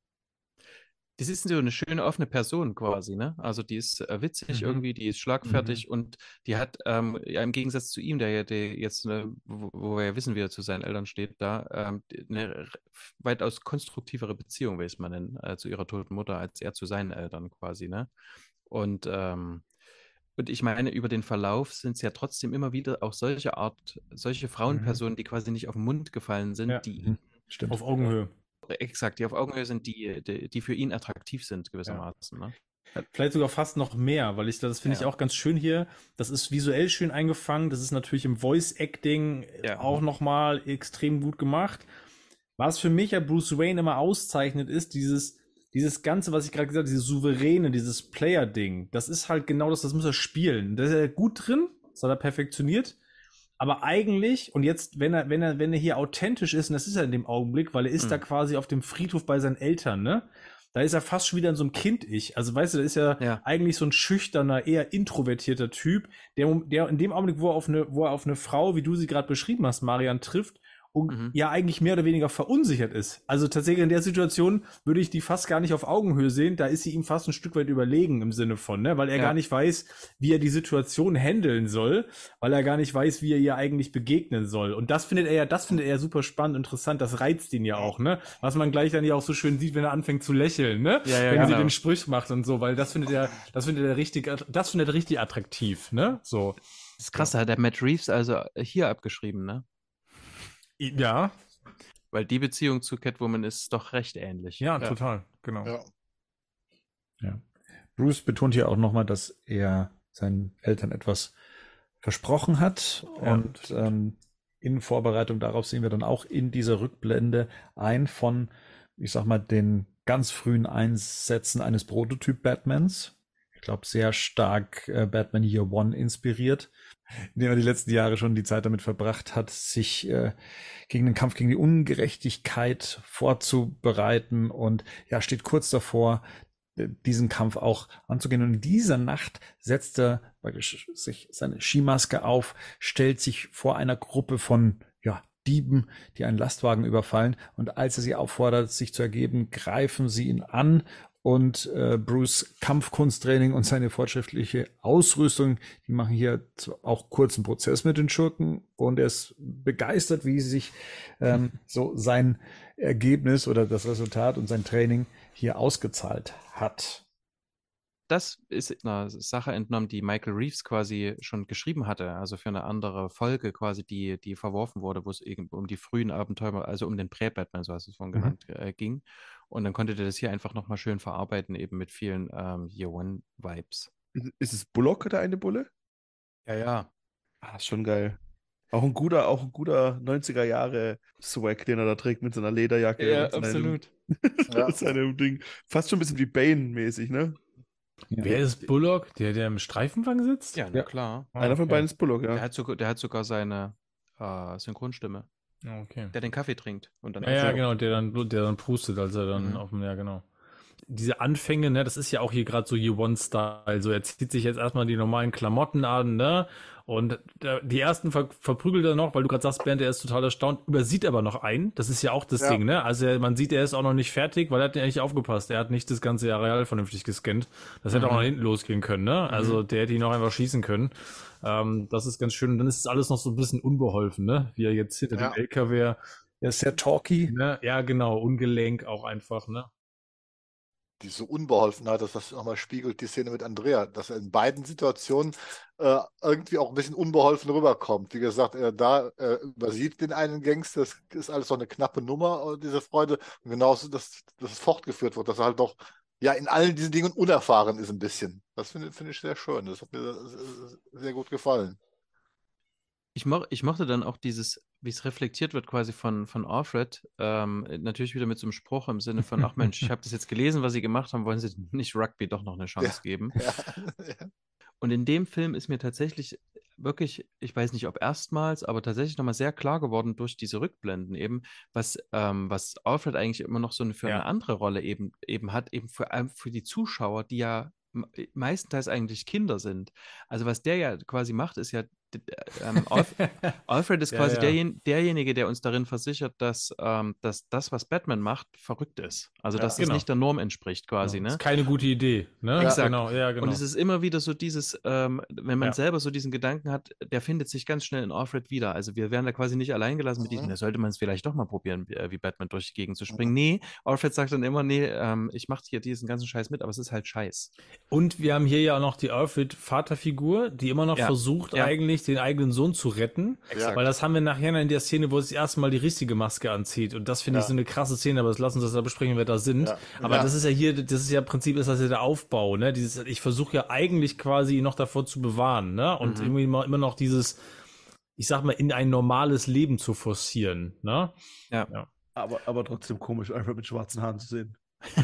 Das ist so eine schöne offene Person quasi, ne? Also die ist äh, witzig Mhm. irgendwie, die ist schlagfertig und die hat ähm, ja im Gegensatz zu ihm, der ja der jetzt, ne, wo, wo wir ja wissen, wie er zu seinen Eltern steht, da ähm, eine r- weitaus konstruktivere Beziehung, will ich es mal nennen, äh, zu ihrer toten Mutter, als er zu seinen Eltern quasi, ne? Und ähm, und ich meine, über den Verlauf sind es ja trotzdem immer wieder auch solche Art, solche Frauenpersonen, die quasi nicht auf den Mund gefallen sind, Ja. die Mhm. Stimmt. Auf Augenhöhe. exakt, die auf Augenhöhe sind, die, die, die für ihn attraktiv sind, gewissermaßen. Ne? Vielleicht sogar fast noch mehr, weil ich das finde ich Ja. auch ganz schön hier. Das ist visuell schön eingefangen. Das ist natürlich im Voice-Acting Ja. auch nochmal extrem gut gemacht. Was für mich ja Bruce Wayne immer auszeichnet, ist dieses, dieses Ganze, was ich gerade gesagt habe, dieses Souveräne, dieses Player-Ding. Das ist halt genau das, das muss er spielen. Da ist er gut drin, das hat er perfektioniert. Aber eigentlich, und jetzt, wenn er, wenn er, wenn er hier authentisch ist, und das ist er in dem Augenblick, weil er ist Mhm. da quasi auf dem Friedhof bei seinen Eltern, ne? Da ist er fast schon wieder in so einem Kind-Ich. Also weißt du, da ist er Ja. eigentlich so ein schüchterner, eher introvertierter Typ, der, der in dem Augenblick, wo er auf eine, wo er auf eine Frau, wie du sie gerade beschrieben hast, Marian, trifft, und Mhm. ja eigentlich mehr oder weniger verunsichert ist. Also tatsächlich in der Situation würde ich die fast gar nicht auf Augenhöhe sehen, da ist sie ihm fast ein Stück weit überlegen im Sinne von, ne, weil er Ja. gar nicht weiß, wie er die Situation handeln soll, weil er gar nicht weiß, wie er ihr eigentlich begegnen soll. Und das findet er ja, das findet er ja super spannend, interessant, das reizt ihn ja auch, ne, was man gleich dann ja auch so schön sieht, wenn er anfängt zu lächeln, ne, Ja, ja, wenn sie genau. den Sprüch macht und so, weil das findet er, das findet er richtig, das findet er richtig attraktiv, ne, so. Das ist krass, da hat der Matt Reeves also hier abgeschrieben, ne? Ja, Weil die Beziehung zu Catwoman ist doch recht ähnlich. ja, total, genau. Ja. Ja. Bruce betont hier auch nochmal, dass er seinen Eltern etwas versprochen hat. Ja, und ähm, in Vorbereitung darauf sehen wir dann auch in dieser Rückblende ein von, ich sag mal, den ganz frühen Einsätzen eines Prototyp-Batmans. Ich glaube, sehr stark äh, Batman Year One inspiriert, indem er die letzten Jahre schon die Zeit damit verbracht hat, sich äh, gegen den Kampf gegen die Ungerechtigkeit vorzubereiten und ja, steht kurz davor, diesen Kampf auch anzugehen. Und in dieser Nacht setzt er sich seine Skimaske auf, stellt sich vor einer Gruppe von ja, Dieben, die einen Lastwagen überfallen. Und als er sie auffordert, sich zu ergeben, greifen sie ihn an. Und äh, Bruce Kampfkunsttraining und seine fortschrittliche Ausrüstung, die machen hier auch kurzen Prozess mit den Schurken. Und er ist begeistert, wie sich ähm, so sein Ergebnis oder das Resultat und sein Training hier ausgezahlt hat. Das ist einer Sache entnommen, die Michael Reeves quasi schon geschrieben hatte, also für eine andere Folge quasi, die, die verworfen wurde, wo es eben um die frühen Abenteuer, also um den Prä-Batman, so hast du es vorhin Mhm. genannt, äh, ging. Und dann konnte der das hier einfach nochmal schön verarbeiten, eben mit vielen ähm, Year One-Vibes. Ist, ist es Bullock, der eine Bulle? Ja, ja. Ah, ist schon geil. Auch ein guter, auch ein guter neunziger Jahre Swag, den er da trägt mit seiner Lederjacke. Ja, und seinem, absolut. Ja. seinem Ding. Fast schon ein bisschen wie Bane-mäßig, ne? Ja. Wer ist Bullock? Der, der im Streifenwagen sitzt? Ja, na Ja. klar. Ah, Einer von okay. beiden ist Bullock, Der ja. hat sogar, der hat sogar seine äh, Synchronstimme, Ah, okay. der den Kaffee trinkt. Und dann Ja, ja, genau, der dann, der dann pustet, als er dann Mhm. auf dem, ja, genau. Diese Anfänge, ne, das ist ja auch hier gerade so Year One-Style. Also er zieht sich jetzt erstmal die normalen Klamotten an, ne? Und der, die ersten ver verprügelt er noch, weil du gerade sagst, Bernd, er ist total erstaunt, übersieht aber noch einen. Das ist ja auch das Ja. Ding, ne? Also er, man sieht, er ist auch noch nicht fertig, weil er hat ja nicht aufgepasst. Er hat nicht das ganze Areal vernünftig gescannt. Das hätte auch Mhm. nach hinten losgehen können, ne? Also der hätte ihn auch einfach schießen können. Ähm, das ist ganz schön. Und dann ist es alles noch so ein bisschen unbeholfen, ne? Wie er jetzt hinter Ja. dem L K W, Er ist sehr talky. ne? Ja, genau, ungelenk auch einfach, ne? Diese Unbeholfenheit, dass das nochmal spiegelt, die Szene mit Andrea, dass er in beiden Situationen äh, irgendwie auch ein bisschen unbeholfen rüberkommt. Wie gesagt, er da äh, übersieht den einen Gangster, das ist alles so eine knappe Nummer, äh, diese Freude. Und genauso, dass, dass es fortgeführt wird, dass er halt doch ja in allen diesen Dingen unerfahren ist ein bisschen. Das finde finde ich sehr schön. Das hat mir äh, sehr gut gefallen. Ich, mo ich mochte dann auch dieses, wie es reflektiert wird quasi von, von Alfred, ähm, natürlich wieder mit so einem Spruch im Sinne von, ach Mensch, ich habe das jetzt gelesen, was Sie gemacht haben, wollen Sie nicht Rugby doch noch eine Chance geben? Ja. Und in dem Film ist mir tatsächlich wirklich, ich weiß nicht, ob erstmals, aber tatsächlich nochmal sehr klar geworden durch diese Rückblenden eben, was, ähm, was Alfred eigentlich immer noch so eine, für Ja. eine andere Rolle eben, eben hat, eben für, allem für die Zuschauer, die ja m- meistenteils eigentlich Kinder sind. Also was der ja quasi macht, ist ja, d- d- ähm, Alf Alfred ist Ja, quasi ja. derjen derjenige, der uns darin versichert, dass, ähm, dass das, was Batman macht, verrückt ist. Also Ja. dass das Genau. nicht der Norm entspricht quasi, Genau. ne? Ist keine gute Idee, ne? Exakt. Genau, ja, genau. Und es ist immer wieder so dieses, ähm, wenn man Ja. selber so diesen Gedanken hat, der findet sich ganz schnell in Alfred wieder. Also wir werden da quasi nicht allein gelassen mit diesem, Mhm. da sollte man es vielleicht doch mal probieren, wie, äh, wie Batman durch die Gegend zu springen. Nee, Alfred sagt dann immer, nee, ähm, ich mache hier diesen ganzen Scheiß mit, aber es ist halt Scheiß. Und wir haben hier ja auch noch die Alfred-Vaterfigur, die immer noch Ja. versucht, Ja. eigentlich den eigenen Sohn zu retten. Exakt. Weil das haben wir nachher in der Szene, wo es das erste Mal die richtige Maske anzieht. Und das finde ich Ja. so eine krasse Szene, aber das lassen uns das da besprechen, wer da sind. Ja. Aber Ja. das ist ja hier, das ist ja im Prinzip ist das ja der Aufbau, ne? Dieses, ich versuche ja eigentlich quasi ihn noch davor zu bewahren, ne? Und Mhm. irgendwie immer, immer noch dieses, ich sag mal, in ein normales Leben zu forcieren, ne? Aber, aber trotzdem komisch, einfach mit schwarzen Haaren zu sehen.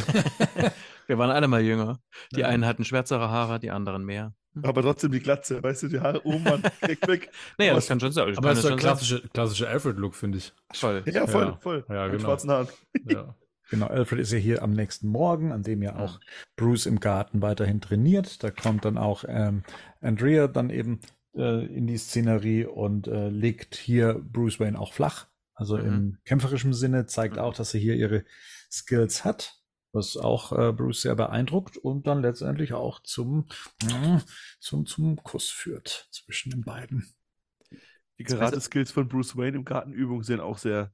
Wir waren alle mal jünger. Die Ja. einen hatten schwärzere Haare, die anderen mehr. Aber trotzdem die Glatze, weißt du, die Haare oben, Mann, weg, weg. Naja, das Was- kann schon sein. Aber kann das ist der schon sein. klassische, klassische Alfred-Look, finde ich. Voll. Ja, voll, Ja. voll. Ja, mit genau. schwarzen Haaren. Ja. Genau, Alfred ist ja hier am nächsten Morgen, an dem ja auch Bruce im Garten weiterhin trainiert. Da kommt dann auch ähm, Andrea dann eben äh, in die Szenerie und äh, legt hier Bruce Wayne auch flach. Also Mhm. im kämpferischen Sinne zeigt Mhm. auch, dass sie hier ihre Skills hat, was auch äh, Bruce sehr beeindruckt und dann letztendlich auch zum, äh, zum, zum Kuss führt zwischen den beiden. Die Karate-Skills von Bruce Wayne im Gartenübung sehen auch sehr.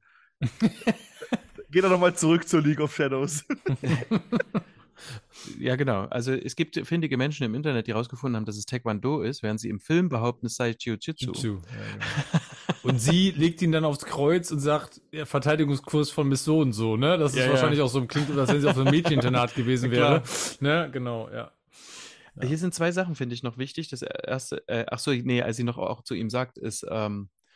Geht er nochmal zurück zur League of Shadows. Ja, genau. Also es gibt findige Menschen im Internet, die herausgefunden haben, dass es Taekwondo ist, während sie im Film behaupten, es sei Jiu-Jitsu. Jitsu. Ja, genau. Und sie legt ihn dann aufs Kreuz und sagt, ja, Verteidigungskurs von Miss so und so, ne? Das ist Ja, ja. wahrscheinlich auch so, klingt, als wenn sie auf einem Mädcheninternat gewesen Klar. wäre. Ne? Genau, ja. Ja. Hier sind zwei Sachen, finde ich, noch wichtig. Das erste, äh, ach so, nee, als sie noch auch zu ihm sagt, ist, ähm,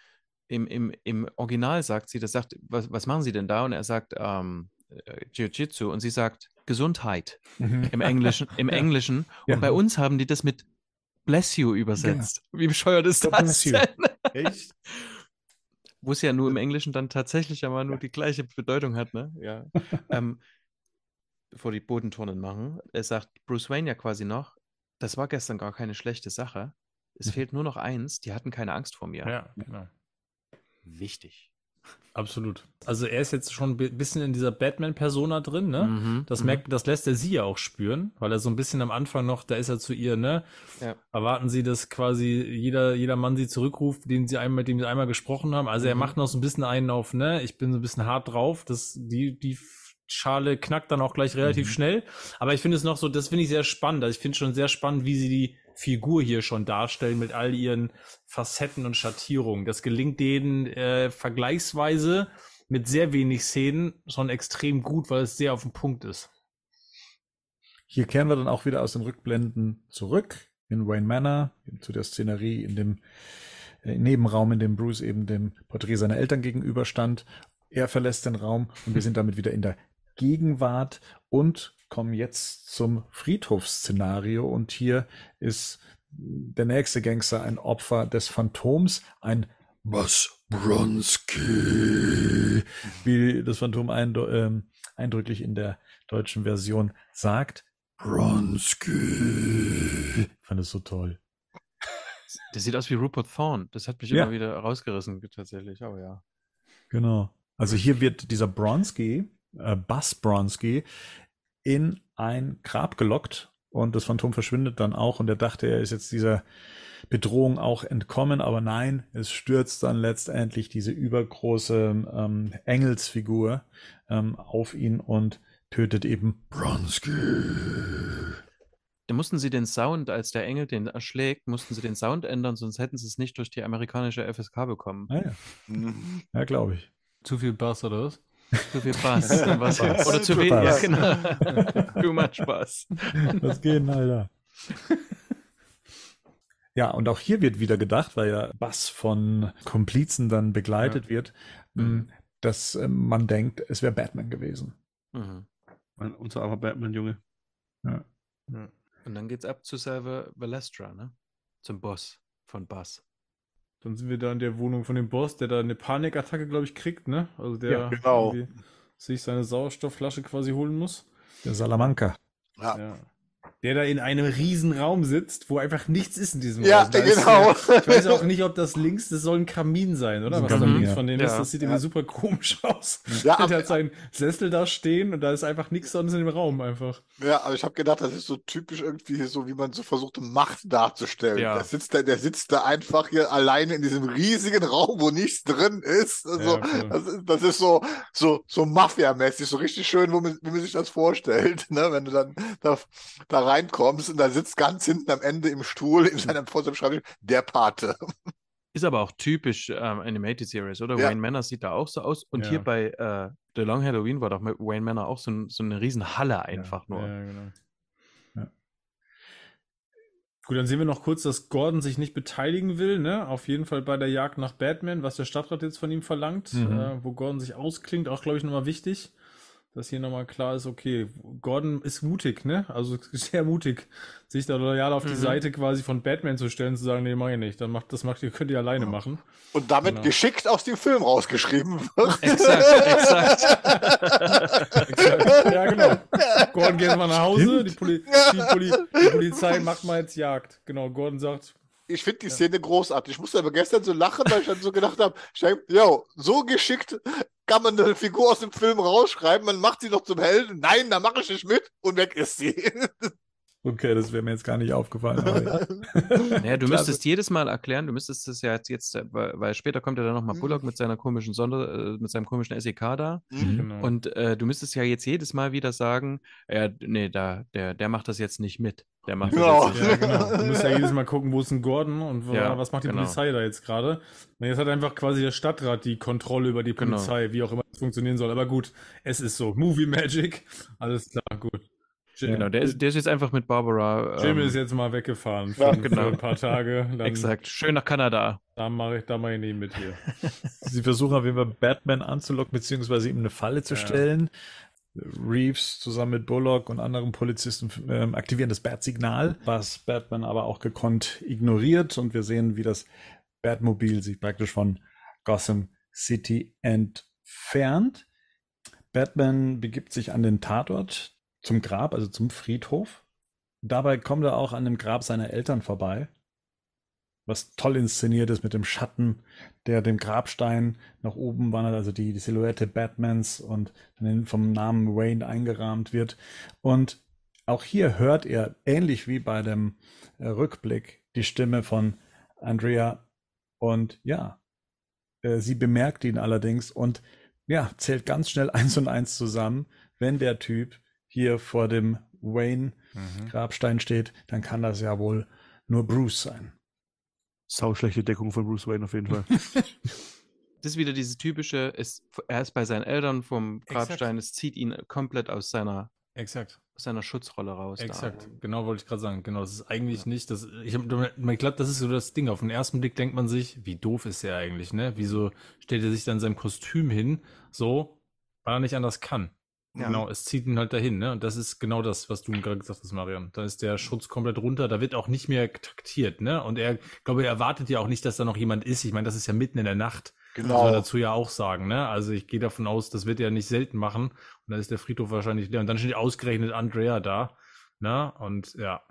im, im, im Original sagt sie, das sagt, was, was machen Sie denn da? Und er sagt, ähm, äh, Jiu-Jitsu. Und sie sagt, Gesundheit Mhm. im Englischen. Im Ja. Englischen. Ja. Und bei uns haben die das mit Bless you übersetzt. Wie bescheuert ist God das bless you. denn? Echt? Wo es ja nur im Englischen dann tatsächlich aber nur die gleiche Bedeutung hat, ne? Ja. ähm, bevor die Bodenturnen machen, er sagt Bruce Wayne ja quasi noch, das war gestern gar keine schlechte Sache. Es Mhm. fehlt nur noch eins, die hatten keine Angst vor mir. Ja, genau. Wichtig. Absolut. Also er ist jetzt schon ein bisschen in dieser Batman-Persona drin, ne? Mhm, Das mhm. merkt, das lässt er sie ja auch spüren, weil er so ein bisschen am Anfang noch, da ist er zu ihr, ne? Ja. Erwarten sie, dass quasi jeder, jeder Mann sie zurückruft, den sie einmal, mit dem sie einmal gesprochen haben. Also er Mhm. macht noch so ein bisschen einen auf, ne? Ich bin so ein bisschen hart drauf. Das, die, die Schale knackt dann auch gleich relativ Mhm. schnell. Aber ich finde es noch so, das finde ich sehr spannend. Also ich finde schon sehr spannend, wie sie die Figur hier schon darstellen mit all ihren Facetten und Schattierungen. Das gelingt denen äh, vergleichsweise mit sehr wenig Szenen schon extrem gut, weil es sehr auf den Punkt ist. Hier kehren wir dann auch wieder aus den Rückblenden zurück in Wayne Manor, zu der Szenerie in dem äh, Nebenraum, in dem Bruce eben dem Porträt seiner Eltern gegenüberstand. Er verlässt den Raum und wir sind damit wieder in der Gegenwart und kommen jetzt zum Friedhofsszenario. Und hier ist der nächste Gangster ein Opfer des Phantoms, ein Buzz Bronski, wie das Phantom eindeu- ähm, eindrücklich in der deutschen Version sagt. Bronski. Ich fand es so toll. Das sieht aus wie Rupert Thorne. Das hat mich Ja. immer wieder rausgerissen, tatsächlich. Aber ja. Genau. Also hier wird dieser Bronski, äh, Buzz Bronski, in ein Grab gelockt und das Phantom verschwindet dann auch und er dachte, er ist jetzt dieser Bedrohung auch entkommen, aber nein, es stürzt dann letztendlich diese übergroße ähm, Engelsfigur ähm, auf ihn und tötet eben Bronski. Da mussten sie den Sound, als der Engel den erschlägt, mussten sie den Sound ändern, sonst hätten sie es nicht durch die amerikanische F S K bekommen. Ah, ja, Mhm. ja glaube ich. Zu viel Bass oder was? Zu viel Bass. Dann war's- Bass. Oder zu Zu viel, ja, Bass. genau. Too much Bass. Was geht denn, Alter? Ja, und auch hier wird wieder gedacht, weil ja Buzz von Komplizen dann begleitet wird, mh, dass äh, man denkt, es wäre Batman gewesen. Mhm. Mein, unser armer Batman-Junge. Ja. Und dann geht's ab zu Salva Valestra, ne? Zum Boss von Buzz. Dann sind wir da in der Wohnung von dem Boss, der da eine Panikattacke, glaube ich, kriegt, ne? Also der Ja, genau. irgendwie sich seine Sauerstoffflasche quasi holen muss. Der Salamanca. Ja, Ja. Der da in einem riesen Raum sitzt, wo einfach nichts ist in diesem ja Raum. Da genau. Ist, äh, ich weiß auch nicht, ob das links, das soll ein Kamin sein, oder? Das ist Was ein da Kamin, links ja. von dem Ja. ist, das sieht irgendwie super komisch aus. Ja, der aber- hat seinen Sessel da stehen und da ist einfach nichts sonst in dem Raum einfach. Ja, aber ich habe gedacht, das ist so typisch irgendwie so, wie man so versucht, Macht darzustellen. Ja. Der sitzt da, der sitzt da einfach hier alleine in diesem riesigen Raum, wo nichts drin ist. Also, Ja, voll. das ist, das ist so, so, so Mafia-mäßig, so richtig schön, wo man, wie man sich das vorstellt, ne? Wenn du dann da, da reinkommst und da sitzt ganz hinten am Ende im Stuhl, in seinem, vor seinem Schreibtisch, der Pate. Ist aber auch typisch ähm, Animated Series, oder? Ja. Wayne Manor sieht da auch so aus. Und Ja. hier bei äh, The Long Halloween war doch mit Wayne Manor auch so, ein, so eine riesen Halle einfach nur. Ja, genau. Ja. Gut, dann sehen wir noch kurz, dass Gordon sich nicht beteiligen will, ne? Auf jeden Fall bei der Jagd nach Batman, was der Stadtrat jetzt von ihm verlangt, Mhm. äh, wo Gordon sich ausklingt, auch glaube ich nochmal wichtig, dass hier nochmal klar ist, okay, Gordon ist mutig, ne? Also sehr mutig, sich da loyal auf die Mhm. Seite quasi von Batman zu stellen, zu sagen, nee, mach ich nicht, dann macht das macht ihr, könnt ihr alleine machen. Und damit Genau. geschickt aus dem Film rausgeschrieben wird. Exakt, exakt. Exakt. Ja, genau. Gordon geht mal nach Hause, die, Poli die, Poli die Polizei macht mal jetzt Jagd. Genau, Gordon sagt, Ich finde die Szene großartig. Ich musste aber gestern so lachen, weil ich dann so gedacht habe, ich denk, yo, so geschickt kann man eine Figur aus dem Film rausschreiben, man macht sie noch zum Helden. Nein, da mache ich nicht mit und weg ist sie. Okay, das wäre mir jetzt gar nicht aufgefallen. Aber ja. Naja, du Klasse. müsstest jedes Mal erklären, du müsstest es ja jetzt, jetzt weil, weil später kommt ja dann nochmal Mhm. Bullock mit seiner komischen Sonder, äh, mit seinem komischen S E K da. Mhm. genau. Und äh, du müsstest ja jetzt jedes Mal wieder sagen, ja, nee, da, der, der macht das jetzt nicht mit. Der macht Genau. das jetzt Ja, nicht mit. genau. Du musst ja jedes Mal gucken, wo ist ein Gordon und wo, Ja, was macht die genau. Polizei da jetzt gerade. Na, jetzt hat einfach quasi der Stadtrat die Kontrolle über die Genau. Polizei, wie auch immer das funktionieren soll. Aber gut, es ist so. Movie Magic, alles klar, gut. Jim, Genau, der ist, der ist jetzt einfach mit Barbara. Jim ähm, ist jetzt mal weggefahren für, Ja, für genau. ein paar Tage. Dann, Exakt. Schön nach Kanada. Da mache ich, da mache ich nicht mit hier. Sie versuchen auf jeden Fall Batman anzulocken, beziehungsweise ihm eine Falle zu Ja. stellen. Reeves zusammen mit Bullock und anderen Polizisten ähm, aktivieren das Bat-Signal, was Batman aber auch gekonnt ignoriert. Und wir sehen, wie das Batmobil sich praktisch von Gotham City entfernt. Batman begibt sich an den Tatort zum Grab, also zum Friedhof. Dabei kommt er auch an dem Grab seiner Eltern vorbei, was toll inszeniert ist mit dem Schatten, der dem Grabstein nach oben wandert, also die, die Silhouette Batmans und dann vom Namen Wayne eingerahmt wird. Und auch hier hört er, ähnlich wie bei dem äh, Rückblick, die Stimme von Andrea. Und ja, äh, sie bemerkt ihn allerdings und ja, zählt ganz schnell eins und eins zusammen. Wenn der Typ hier vor dem Wayne-Grabstein Mhm. steht, dann kann das ja wohl nur Bruce sein. Sau schlechte Deckung von Bruce Wayne auf jeden Fall. Das ist wieder dieses typische, es, er ist bei seinen Eltern vom Grabstein, es zieht ihn komplett aus seiner, Exakt. aus seiner Schutzrolle raus. Exakt, Da. genau wollte ich gerade sagen. Genau, das ist eigentlich Ja. nicht, das, ich hab, ich glaube, das ist so das Ding. Auf den ersten Blick denkt man sich, wie doof ist er eigentlich, ne? Wieso stellt er sich dann sein Kostüm hin, so, weil er nicht anders kann. Ja. Genau, es zieht ihn halt dahin, ne? Und das ist genau das, was du gerade gesagt hast, Marian. Da ist der Schutz komplett runter, da wird auch nicht mehr taktiert, ne? Und er, glaube, er erwartet ja auch nicht, dass da noch jemand ist. Ich meine, das ist ja mitten in der Nacht. Muss man Genau. dazu ja auch sagen, ne? Also ich gehe davon aus, das wird er nicht selten machen. Und dann ist der Friedhof wahrscheinlich leer. Und dann steht ausgerechnet Andrea da, ne? Und ja.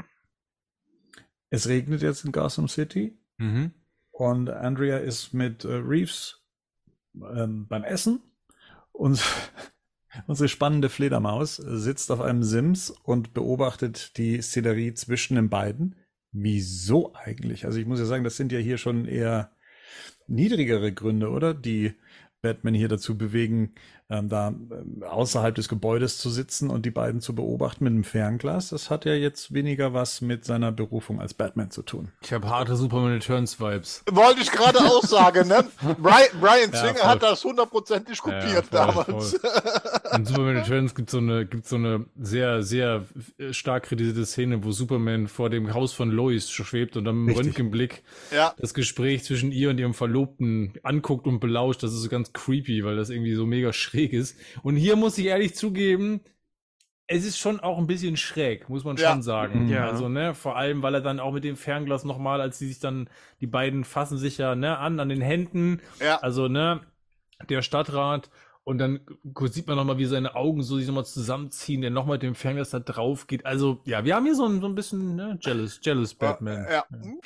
Es regnet jetzt in Gotham City Mhm. und Andrea ist mit äh, Reeves ähm, beim Essen und unsere spannende Fledermaus sitzt auf einem Sims und beobachtet die Szenerie zwischen den beiden. Wieso eigentlich? Also ich muss ja sagen, das sind ja hier schon eher niedrigere Gründe, oder? Die Batman hier dazu bewegen, ähm, da ähm, außerhalb des Gebäudes zu sitzen und die beiden zu beobachten mit einem Fernglas. Das hat ja jetzt weniger was mit seiner Berufung als Batman zu tun. Ich habe harte Superman Returns Vibes. Wollte ich gerade auch sagen, ne? Brian, Brian Ja, Singer voll. hat das hundertprozentig Ja, ja, kopiert voll, damals. In Superman Returns gibt so eine, gibt so eine sehr, sehr stark kritisierte Szene, wo Superman vor dem Haus von Lois schwebt und dann im Richtig. Röntgenblick Ja, das Gespräch zwischen ihr und ihrem Verlobten anguckt und belauscht. Das ist so ganz creepy, weil das irgendwie so mega schräg ist. Und hier muss ich ehrlich zugeben, es ist schon auch ein bisschen schräg, muss man Ja. schon sagen. Ja. Also, ne, vor allem, weil er dann auch mit dem Fernglas nochmal, als die sich dann, die beiden fassen sich ja, ne, an, an den Händen. ja. Also, ne, der Stadtrat. Und dann sieht man nochmal, wie seine Augen so sich nochmal zusammenziehen, der nochmal mit dem Fernglas da drauf geht. Also, ja, wir haben hier so ein, so ein bisschen, ne, jealous, jealous Batman. Ja. Hm?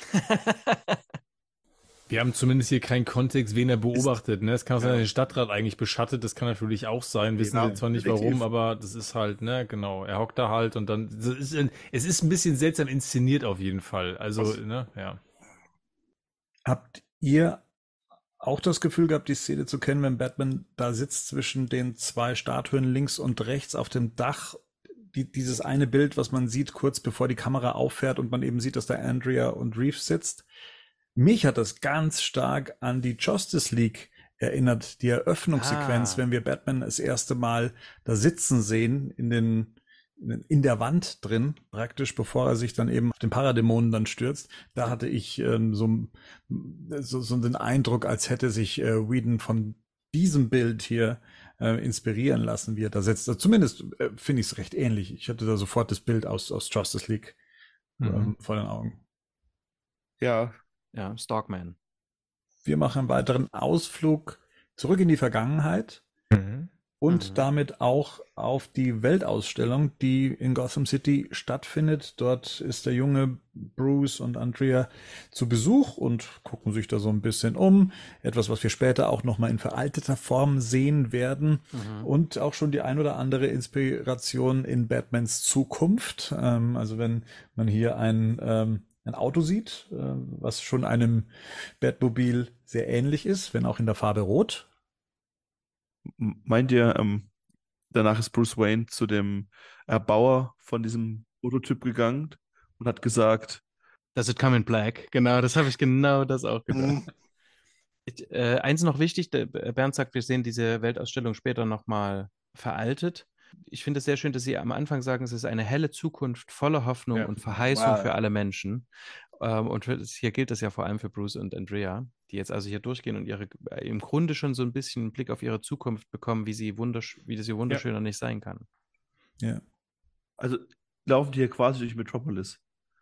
Wir haben zumindest hier keinen Kontext, wen er beobachtet. Ne? Es kann auch sein, dass er den Stadtrat eigentlich beschattet. Das kann natürlich auch sein. Wissen Genau, wir zwar nicht definitiv. warum, aber das ist halt, ne, genau. Er hockt da halt und dann, es ist, ein- es ist ein bisschen seltsam inszeniert auf jeden Fall. Also, Was- ne, ja. Habt ihr auch das Gefühl gehabt, die Szene zu kennen, wenn Batman da sitzt zwischen den zwei Statuen links und rechts auf dem Dach? Die, dieses eine Bild, was man sieht, kurz bevor die Kamera auffährt und man eben sieht, dass da Andrea und Reeves sitzt. Mich hat das ganz stark an die Justice League erinnert, die Eröffnungssequenz, Ah. wenn wir Batman das erste Mal da sitzen sehen, in den in der Wand drin, praktisch, bevor er sich dann eben auf den Paradämonen dann stürzt. Da hatte ich ähm, so, so, so den Eindruck, als hätte sich äh, Whedon von diesem Bild hier äh, inspirieren lassen, wie er da sitzt. Also zumindest äh, finde ich es recht ähnlich. Ich hatte da sofort das Bild aus, aus Justice League ähm, Mhm. vor den Augen. Ja, Ja, Stalkman. Wir machen einen weiteren Ausflug zurück in die Vergangenheit und Mhm. damit auch auf die Weltausstellung, die in Gotham City stattfindet. Dort ist der junge Bruce und Andrea zu Besuch und gucken sich da so ein bisschen um. Etwas, was wir später auch nochmal in veralteter Form sehen werden. Mhm. Und auch schon die ein oder andere Inspiration in Batmans Zukunft. Ähm, also wenn man hier ein, ähm, ein Auto sieht, äh, was schon einem Batmobil sehr ähnlich ist, wenn auch in der Farbe Rot. M- meint ihr, ähm, danach ist Bruce Wayne zu dem Erbauer von diesem Prototyp gegangen und hat gesagt, Does it come in black? Genau, das habe ich genau das auch gedacht. Hm. Ich, äh, eins noch wichtig, der, Bernd sagt, wir sehen diese Weltausstellung später nochmal veraltet. Ich finde es sehr schön, dass Sie am Anfang sagen, es ist eine helle Zukunft voller Hoffnung Ja. und Verheißung Wow. für alle Menschen. Ähm, und für, hier gilt das ja vor allem für Bruce und Andrea, die jetzt also hier durchgehen und ihre äh, im Grunde schon so ein bisschen einen Blick auf ihre Zukunft bekommen, wie sie wundersch wie das hier wunderschöner nicht sein kann. Ja. Also laufen die hier quasi durch Metropolis,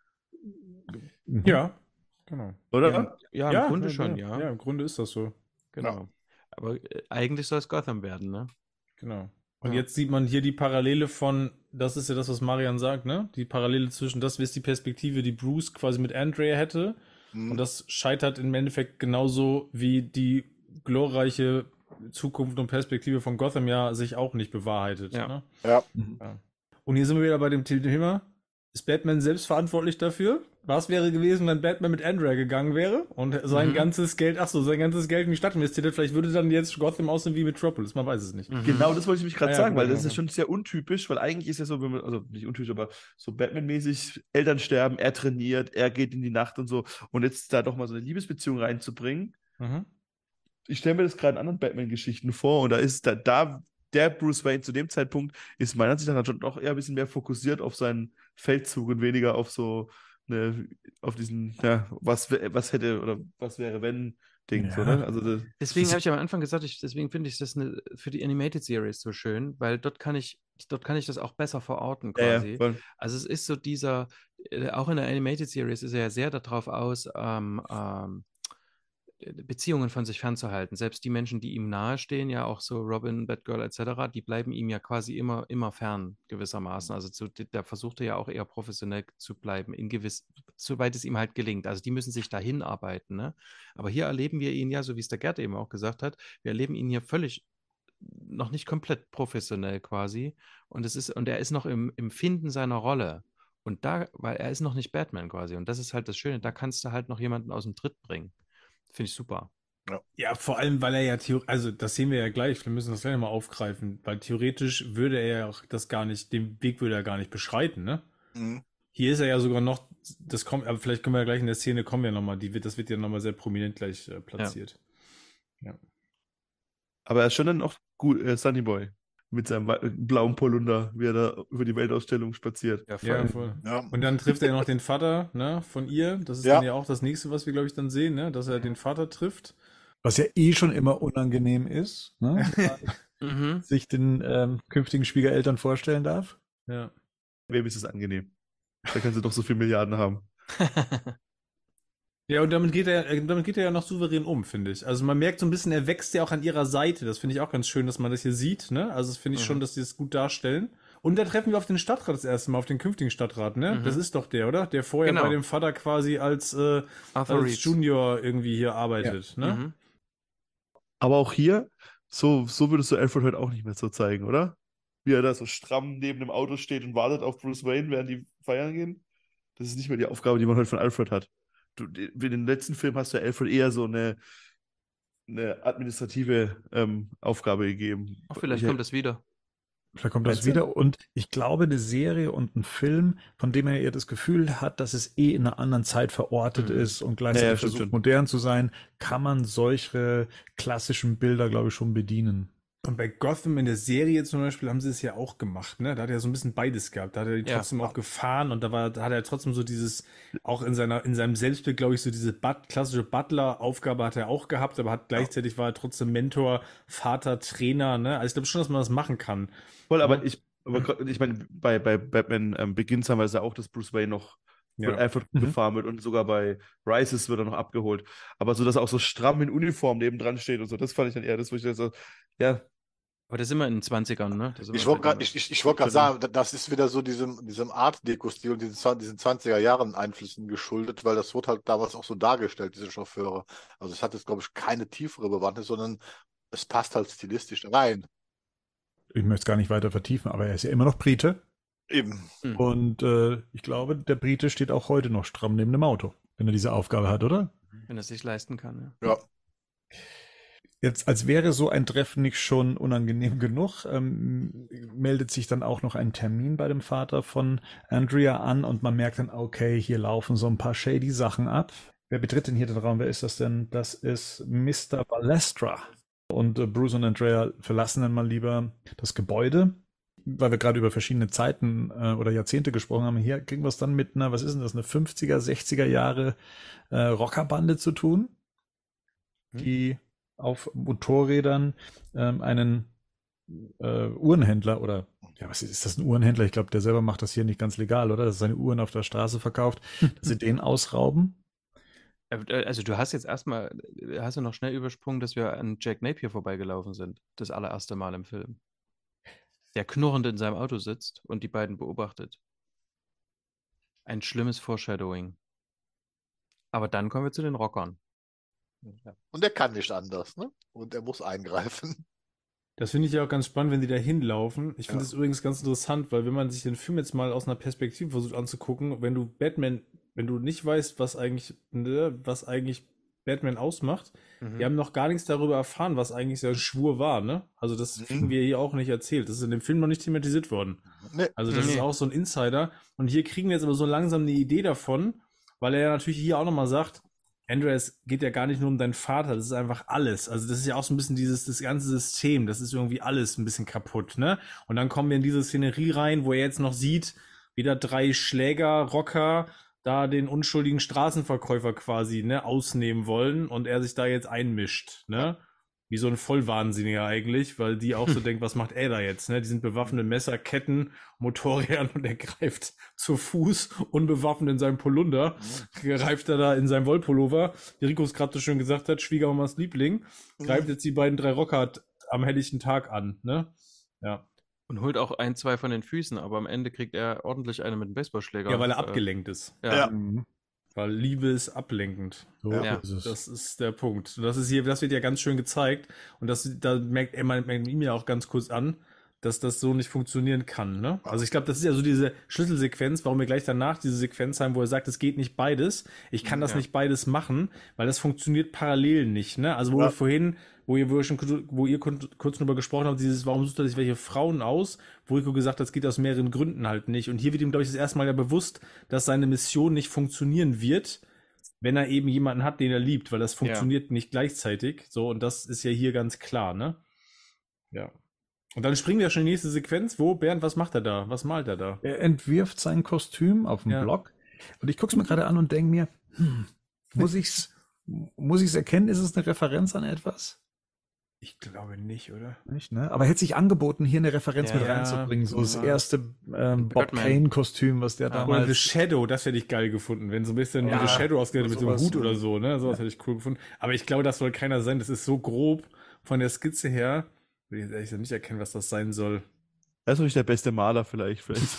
Mhm. Ja, genau. oder? Ja, ja, im Ja, Grunde ja, schon, ja. ja. Ja, im Grunde ist das so. Genau. Aber äh, eigentlich soll es Gotham werden, ne? Genau. Und Ja. jetzt sieht man hier die Parallele von, das ist ja das, was Marian sagt, ne? Die Parallele zwischen, das ist die Perspektive, die Bruce quasi mit Andrea hätte. Mhm. Und das scheitert im Endeffekt genauso wie die glorreiche Zukunft und Perspektive von Gotham ja sich auch nicht bewahrheitet. Ja. Ne? Ja. Mhm. Ja. Und hier sind wir wieder bei dem Thema, ist Batman selbst verantwortlich dafür? Was wäre gewesen, wenn Batman mit Andrea gegangen wäre und sein Mhm. ganzes Geld, ach so, sein ganzes Geld in die Stadt investiert hätte? Vielleicht würde dann jetzt Gotham aussehen wie Metropolis, man weiß es nicht. Mhm. Genau, das wollte ich mich gerade Ah ja, sagen, gut, weil das ja, ist schon sehr untypisch, weil eigentlich ist ja so, wenn man, also nicht untypisch, aber so Batman-mäßig, Eltern sterben, er trainiert, er geht in die Nacht und so. Und jetzt da doch mal so eine Liebesbeziehung reinzubringen. Mhm. Ich stelle mir das gerade in anderen Batman-Geschichten vor und da ist da, da der Bruce Wayne zu dem Zeitpunkt ist meiner Ansicht nach schon doch eher ein bisschen mehr fokussiert auf seinen Feldzug und weniger auf so eine, auf diesen, ja, was, wär- was hätte oder was wäre, wenn Ding, Ja. so, ne? Also das, Deswegen Das- habe ich am Anfang gesagt, ich, deswegen finde ich das eine, für die Animated Series so schön, weil dort kann ich, dort kann ich das auch besser verorten ja, ja, quasi. voll. Also es ist so dieser, äh, auch in der Animated Series ist er ja sehr darauf aus, ähm, ähm, Beziehungen von sich fernzuhalten. Selbst die Menschen, die ihm nahestehen, ja auch so Robin, Batgirl et cetera, die bleiben ihm ja quasi immer, immer fern gewissermaßen. Also zu, da versucht er ja auch eher professionell zu bleiben, in gewiss, soweit es ihm halt gelingt. Also die müssen sich dahin arbeiten. Ne? Aber hier erleben wir ihn ja, so wie es der Gerd eben auch gesagt hat, wir erleben ihn hier völlig noch nicht komplett professionell quasi. Und es ist, und er ist noch im, im Finden seiner Rolle. Und da, weil er ist noch nicht Batman quasi. Und das ist halt das Schöne, da kannst du halt noch jemanden aus dem Tritt bringen. Finde ich super. Ja, vor allem, weil er ja theoretisch, also das sehen wir ja gleich, wir müssen das gleich mal aufgreifen, weil theoretisch würde er ja auch das gar nicht, den Weg würde er gar nicht beschreiten, ne? Mhm. Hier ist er ja sogar noch, das kommt, aber vielleicht können wir ja gleich in der Szene kommen ja nochmal, die wird, das wird ja nochmal sehr prominent gleich äh, platziert. Ja. Aber er ist schon dann auch gut, äh, Sunny Boy mit seinem wa- blauen Polunder, wie er da über die Weltausstellung spaziert. Ja, voll. Ja, voll. Ja. Und dann trifft er ja noch den Vater, ne, von ihr. Das ist Ja. dann ja auch das nächste, was wir, glaube ich, dann sehen, ne, dass er den Vater trifft. Was ja eh schon immer unangenehm ist, ne? Mhm. sich den ähm, künftigen Schwiegereltern vorstellen darf. Ja. Wem ist es angenehm? Da können sie doch so viele Milliarden haben. Ja, und damit geht er, äh, damit geht er ja noch souverän um, finde ich. Also man merkt so ein bisschen, er wächst ja auch an ihrer Seite. Das finde ich auch ganz schön, dass man das hier sieht, ne? Also das finde ich Mhm. schon, dass die das gut darstellen. Und da treffen wir auf den Stadtrat das erste Mal, auf den künftigen Stadtrat, ne? Mhm. Das ist doch der, oder? Der vorher Genau. bei dem Vater quasi als, äh, Arthur als Reeves. Junior irgendwie hier arbeitet, ne? Mhm. Aber auch hier, so, so würdest du Alfred heute auch nicht mehr so zeigen, oder? Wie er da so stramm neben dem Auto steht und wartet auf Bruce Wayne, während die feiern gehen. Das ist nicht mehr die Aufgabe, die man heute von Alfred hat. Du, in den letzten Film hast du Alfred eher so eine, eine administrative ähm, Aufgabe gegeben. Auch vielleicht Ich- kommt das wieder. Vielleicht kommt das Meinst du? wieder. Und ich glaube, eine Serie und ein Film, von dem er eher das Gefühl hat, dass es eh in einer anderen Zeit verortet Mhm. ist und gleichzeitig Ja, ja, stimmt versucht, schon. modern zu sein, kann man solche klassischen Bilder, glaube ich, schon bedienen. Und bei Gotham in der Serie zum Beispiel haben sie es ja auch gemacht, ne? Da hat er so ein bisschen beides gehabt. Da hat er die Ja. trotzdem auch gefahren und da war, da hat er trotzdem so dieses, auch in seiner, in seinem Selbstbild, glaube ich, so diese But klassische Butler-Aufgabe hat er auch gehabt, aber hat gleichzeitig war er trotzdem Mentor, Vater, Trainer, ne? Also ich glaube schon, dass man das machen kann. Voll, aber Ja. ich, aber gra- ich meine, bei, bei Batman ähm, Begins haben wir es ja auch, dass Bruce Wayne noch wird einfach Mhm. gefahren wird und sogar bei Rises wird er noch abgeholt. Aber so, dass er auch so stramm in Uniform nebendran steht und so, das fand ich dann eher das, wo ich dann so, ja, Aber das sind wir in den zwanzigern, ne? Da sind Ich wir wollte bei gerade dem- ich, ich, ich wollt grad sagen, da- das ist wieder so diesem, diesem Art-Deko-Stil und diesen, zwan- diesen zwanziger Jahren Einflüssen geschuldet, weil das wurde halt damals auch so dargestellt, diese Chauffeure. Also es hat jetzt, glaube ich, keine tiefere Bewandtnis, sondern es passt halt stilistisch rein. Ich möchte es gar nicht weiter vertiefen, aber er ist ja immer noch Brite. Eben. Mhm. Und äh, ich glaube, der Brite steht auch heute noch stramm neben dem Auto, wenn er diese Aufgabe hat, oder? Wenn er es sich leisten kann, ja. Ja. Jetzt, als wäre so ein Treffen nicht schon unangenehm genug, ähm, meldet sich dann auch noch ein Termin bei dem Vater von Andrea an und man merkt dann, okay, hier laufen so ein paar shady Sachen ab. Wer betritt denn hier den Raum? Wer ist das denn? Das ist Mister Balestra. Und äh, Bruce und Andrea verlassen dann mal lieber das Gebäude. weil wir gerade über verschiedene Zeiten äh, oder Jahrzehnte gesprochen haben, hier kriegen wir es dann mit einer, was ist denn das, eine fünfziger, sechziger Jahre äh, Rockerbande zu tun, die auf Motorrädern ähm, einen äh, Uhrenhändler oder, ja, was ist, ist das ein Uhrenhändler? Ich glaube, der selber macht das hier nicht ganz legal, oder? Dass er seine Uhren auf der Straße verkauft, dass sie den ausrauben. Äh, Also du hast jetzt erstmal, hast du noch schnell übersprungen, dass wir an Jack Napier vorbeigelaufen sind. Das allererste Mal im Film. Der knurrend in seinem Auto sitzt und die beiden beobachtet. Ein schlimmes Foreshadowing. Aber dann kommen wir zu den Rockern. Ja. Und er kann nicht anders, ne? Und er muss eingreifen. Das finde ich ja auch ganz spannend, wenn die da hinlaufen. Ich finde Ja. es übrigens ganz interessant, weil wenn man sich den Film jetzt mal aus einer Perspektive versucht anzugucken, wenn du Batman, wenn du nicht weißt, was eigentlich, ne, was eigentlich Batman ausmacht, Mhm. wir haben noch gar nichts darüber erfahren, was eigentlich sein Schwur war, ne? Also das Mhm. kriegen wir hier auch nicht erzählt. Das ist in dem Film noch nicht thematisiert worden. Nee. Also das Nee. ist auch so ein Insider. Und hier kriegen wir jetzt aber so langsam eine Idee davon, weil er ja natürlich hier auch nochmal sagt, Andrew, es geht ja gar nicht nur um deinen Vater, das ist einfach alles. Also das ist ja auch so ein bisschen dieses, das ganze System, das ist irgendwie alles ein bisschen kaputt, ne? Und dann kommen wir in diese Szenerie rein, wo er jetzt noch sieht, wieder drei Schläger, Rocker, da den unschuldigen Straßenverkäufer quasi, ne, ausnehmen wollen und er sich da jetzt einmischt, ne? Wie so ein Vollwahnsinniger eigentlich, weil die auch so denkt, was macht er da jetzt, ne? Die sind bewaffnet, Messer, Ketten, Motorrädern und er greift zu Fuß, unbewaffnet in seinem Polunder, greift er da in seinem Wollpullover, wie Rico es gerade so schön gesagt hat, Schwiegermamas Liebling, greift jetzt die beiden drei Rocker am helllichten Tag an, ne? Ja. Und holt auch ein, zwei von den Füßen, aber am Ende kriegt er ordentlich eine mit einem Baseballschläger. Ja, weil er Äh, abgelenkt ist. Ja. Ja. Mhm. Weil Liebe ist ablenkend. So Ja. ist es. Das ist der Punkt. Und das ist hier, das wird ja ganz schön gezeigt. Und das, da merkt er merkt ihm ja auch ganz kurz an, dass das so nicht funktionieren kann. Ne? Also ich glaube, das ist ja so diese Schlüsselsequenz, warum wir gleich danach diese Sequenz haben, wo er sagt, es geht nicht beides. Ich kann das Ja. nicht beides machen, weil das funktioniert parallel nicht. Ne? Also wo Ja. wir vorhin, wo ihr, wo ihr schon wo ihr kurz drüber gesprochen habt, dieses, warum sucht er sich welche Frauen aus, wo Rico gesagt hat, das geht aus mehreren Gründen halt nicht. Und hier wird ihm, glaube ich, das erste Mal ja bewusst, dass seine Mission nicht funktionieren wird, wenn er eben jemanden hat, den er liebt, weil das funktioniert nicht gleichzeitig. So, und das ist ja hier ganz klar, ne? Ja. Und dann springen wir schon in die nächste Sequenz, wo, Bernd, was macht er da? Was malt er da? Er entwirft sein Kostüm auf dem Ja. Blog und ich gucke es mir gerade an und denke mir, hm, muss ich's, muss ich's erkennen? Ist es eine Referenz an etwas? Ich glaube nicht, oder? Nicht, ne? Aber hätte sich angeboten, hier eine Referenz Ja, mit reinzubringen. So das ja. erste ähm, Bob Birdman. Kane-Kostüm, was der Ah, Oder The damals. Shadow, das hätte ich geil gefunden, wenn so ein bisschen Ja, wie The Shadow ausgeht mit so einem sowas, Hut oder ja. so, ne? Sowas hätte ich cool gefunden. Aber ich glaube, das soll keiner sein. Das ist so grob von der Skizze her. Ich will jetzt ehrlich gesagt nicht erkennen, was das sein soll. Er ist noch nicht der beste Maler vielleicht. vielleicht.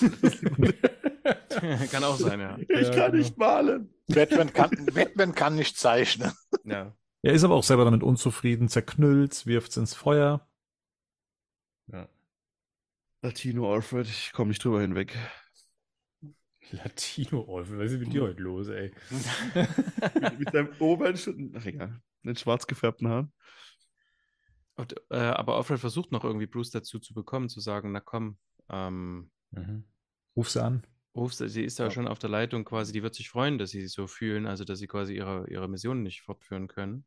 Kann auch sein, ja. ich Ja, kann genau. nicht malen. Batman kann, Batman kann nicht zeichnen. ja. Er ist aber auch selber damit unzufrieden, zerknüllt, wirft's ins Feuer. Ja. Latino Alfred, ich komme nicht drüber hinweg. Latino, oh, was ist mit dir heute los, ey? mit, mit seinem Oberschütten, ach egal, den schwarz gefärbten Haaren. Und, äh, aber Alfred versucht noch irgendwie Bruce dazu zu bekommen, zu sagen, na komm, ähm, Mhm. Ruf sie an. ruf sie, sie ist da Ja. schon auf der Leitung quasi, die wird sich freuen, dass sie sich so fühlen, also dass sie quasi ihre, ihre Mission nicht fortführen können.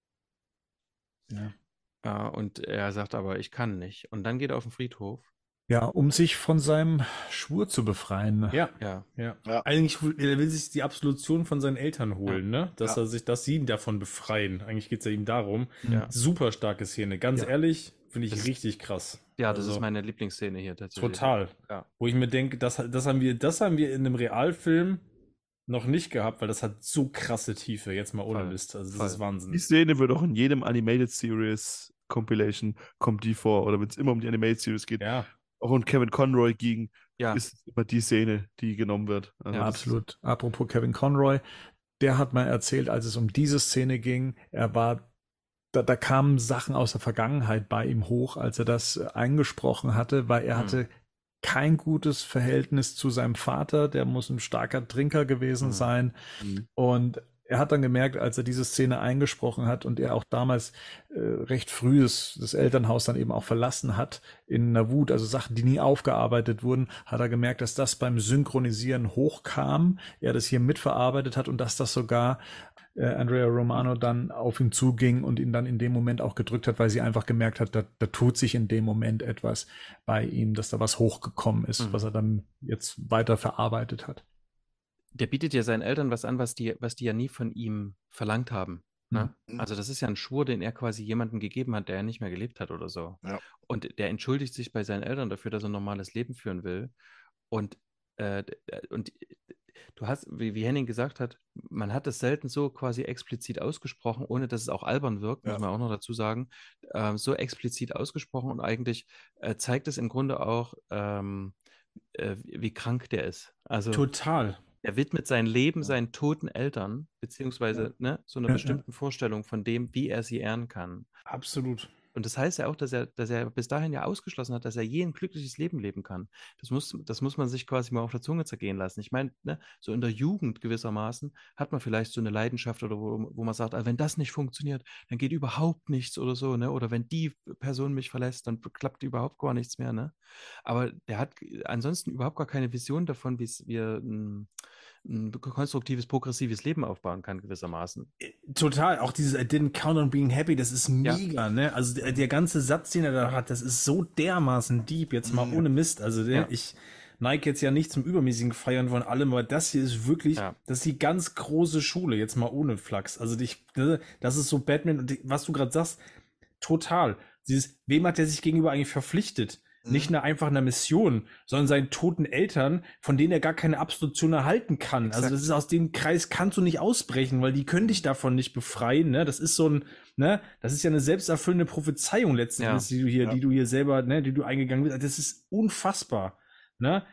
Ja. Äh, und er sagt aber, ich kann nicht. Und dann geht er auf den Friedhof. Ja, um sich von seinem Schwur zu befreien. Ja, Ja. ja. Ja. Eigentlich will er will sich die Absolution von seinen Eltern holen, ne? Dass Ja. er sich, dass sie ihn davon befreien. Eigentlich geht es ja ihm darum. Ja. Super starke Szene. Ganz Ja. ehrlich, finde ich Das- richtig krass. Ja, das Also, ist meine Lieblingsszene hier tatsächlich. total. Ja. Wo ich mir denke, das, das haben wir, das haben wir in einem Realfilm noch nicht gehabt, weil das hat so krasse Tiefe, jetzt mal ohne Voll. Mist. Also das Voll. ist Wahnsinn. Die Szene wird auch in jedem Animated Series Compilation kommt die vor. Oder wenn es immer um die Animated Series geht, Ja, auch um Kevin Conroy ging, Ja. ist es immer die Szene, die genommen wird. Also Ja, das- Absolut. Apropos Kevin Conroy, der hat mal erzählt, als es um diese Szene ging, er war, da, da kamen Sachen aus der Vergangenheit bei ihm hoch, als er das äh, eingesprochen hatte, weil er Hm. hatte kein gutes Verhältnis zu seinem Vater, der muss ein starker Trinker gewesen Hm. sein. Mhm. Und er hat dann gemerkt, als er diese Szene eingesprochen hat und er auch damals äh, recht früh das, das Elternhaus dann eben auch verlassen hat in einer Wut, also Sachen, die nie aufgearbeitet wurden, hat er gemerkt, dass das beim Synchronisieren hochkam, er das hier mitverarbeitet hat und dass das sogar äh, Andrea Romano dann auf ihn zuging und ihn dann in dem Moment auch gedrückt hat, weil sie einfach gemerkt hat, da, da tut sich in dem Moment etwas bei ihm, dass da was hochgekommen ist, Mhm. was er dann jetzt weiter verarbeitet hat. Der bietet ja seinen Eltern was an, was die, was die ja nie von ihm verlangt haben. Ne? Mhm. Also das ist ja ein Schwur, den er quasi jemandem gegeben hat, der ja nicht mehr gelebt hat oder so. Ja. Und der entschuldigt sich bei seinen Eltern dafür, dass er ein normales Leben führen will. Und, äh, und du hast, wie, wie Henning gesagt hat, man hat es selten so quasi explizit ausgesprochen, ohne dass es auch albern wirkt, Ja. muss man auch noch dazu sagen, ähm, so explizit ausgesprochen und eigentlich äh, zeigt es im Grunde auch, ähm, äh, wie krank der ist. Also Total. er widmet sein Leben Ja. seinen toten Eltern, beziehungsweise ne, so einer Ja, ja. bestimmten Vorstellung von dem, wie er sie ehren kann. Absolut. Und das heißt ja auch, dass er, dass er bis dahin ja ausgeschlossen hat, dass er je ein glückliches Leben leben kann. Das muss, das muss man sich quasi mal auf der Zunge zergehen lassen. Ich meine, ne, so in der Jugend gewissermaßen hat man vielleicht so eine Leidenschaft oder wo, wo man sagt, ah, wenn das nicht funktioniert, dann geht überhaupt nichts oder so, ne? Oder wenn die Person mich verlässt, dann klappt überhaupt gar nichts mehr, ne? Aber der hat ansonsten überhaupt gar keine Vision davon, wie es- wie er ein, ein konstruktives, progressives Leben aufbauen kann, gewissermaßen. Total, auch dieses I didn't count on being happy, das ist Ja. mega, ne? Also der, der ganze Satz, den er da hat, das ist so dermaßen deep, jetzt mal Mhm. ohne Mist. Also der, Ja. ich neige jetzt ja nicht zum übermäßigen Feiern von allem, aber das hier ist wirklich, Ja. das ist die ganz große Schule, jetzt mal ohne Flachs. Also ich, das ist so Batman und die- was du gerade sagst, total. Dieses, wem hat er sich gegenüber eigentlich verpflichtet? Mhm. Nicht nur einfach einer Mission, sondern seinen toten Eltern, von denen er gar keine Absolution erhalten kann. Also Exakt. das ist aus dem Kreis kannst du nicht ausbrechen, weil die können dich davon nicht befreien. Ne? Das ist so ein, ne, das ist ja eine selbsterfüllende Prophezeiung letzten Ja. Endes, die du hier, Ja. die du hier selber, ne, die du eingegangen bist. Das ist unfassbar. Ne?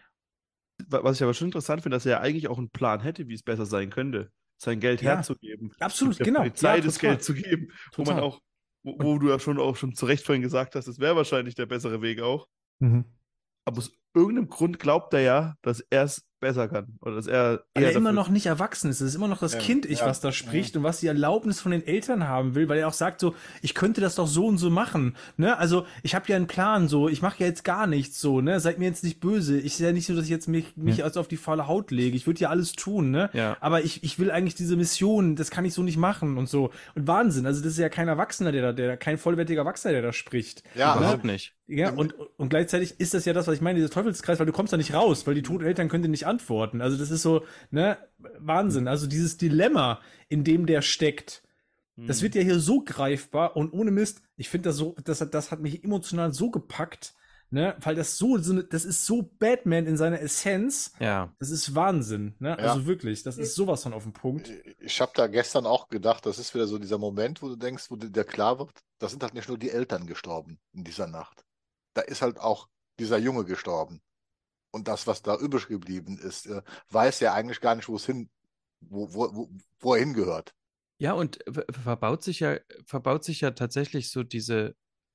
Wa- Was ich aber schon interessant finde, dass er ja eigentlich auch einen Plan hätte, wie es besser sein könnte, sein Geld Ja. herzugeben. Absolut, Der genau. Polizei Ja, das total. Geld zu geben, wo man Total. auch, wo, wo du ja schon auch schon zu Recht vorhin gesagt hast, das wäre wahrscheinlich der bessere Weg auch. Mhm. Aber aus irgendeinem Grund glaubt er ja, dass er es besser kann. Oder dass er Weil eher er immer dafür- noch nicht erwachsen ist. Es ist immer noch das Ja, Kind-Ich, ja, was da spricht und was die Erlaubnis von den Eltern haben will, weil er auch sagt so, ich könnte das doch so und so machen. Ne? Also ich habe ja einen Plan, so, ich mache ja jetzt gar nichts so, ne? Seid mir jetzt nicht böse. Ich sehe ja nicht so, dass ich jetzt mich, mich Ja. als auf die faule Haut lege. Ich würde ja alles tun, ne? Ja. Aber ich, ich will eigentlich diese Mission, das kann ich so nicht machen und so. Und Wahnsinn, also das ist ja kein Erwachsener, der da, der kein vollwertiger Erwachsener, der da spricht. Ja, also, Überhaupt nicht. Ja, und, und gleichzeitig ist das ja das, was ich meine, dieser Teufelskreis, weil du kommst da nicht raus, weil die toten Eltern können dir nicht antworten. Also das ist so, ne, Wahnsinn. Also dieses Dilemma, in dem der steckt, das wird ja hier so greifbar und ohne Mist, ich finde das so, das, hat- das hat mich emotional so gepackt, ne, weil das so, so eine- das ist so Batman in seiner Essenz, Ja. das ist Wahnsinn, ne, Ja. also wirklich, das ist sowas von auf den Punkt. ich habe da gestern auch gedacht, das ist wieder so dieser Moment, wo du denkst, wo dir der klar wird, da sind halt nicht nur die Eltern gestorben in dieser Nacht. Da ist halt auch dieser Junge gestorben. Und das, was da übrig geblieben ist, äh, weiß ja eigentlich gar nicht, wo es hin, wo, wo, wo, wo er hingehört. Ja, und ver- verbaut sich ja, verbaut sich ja tatsächlich so diese,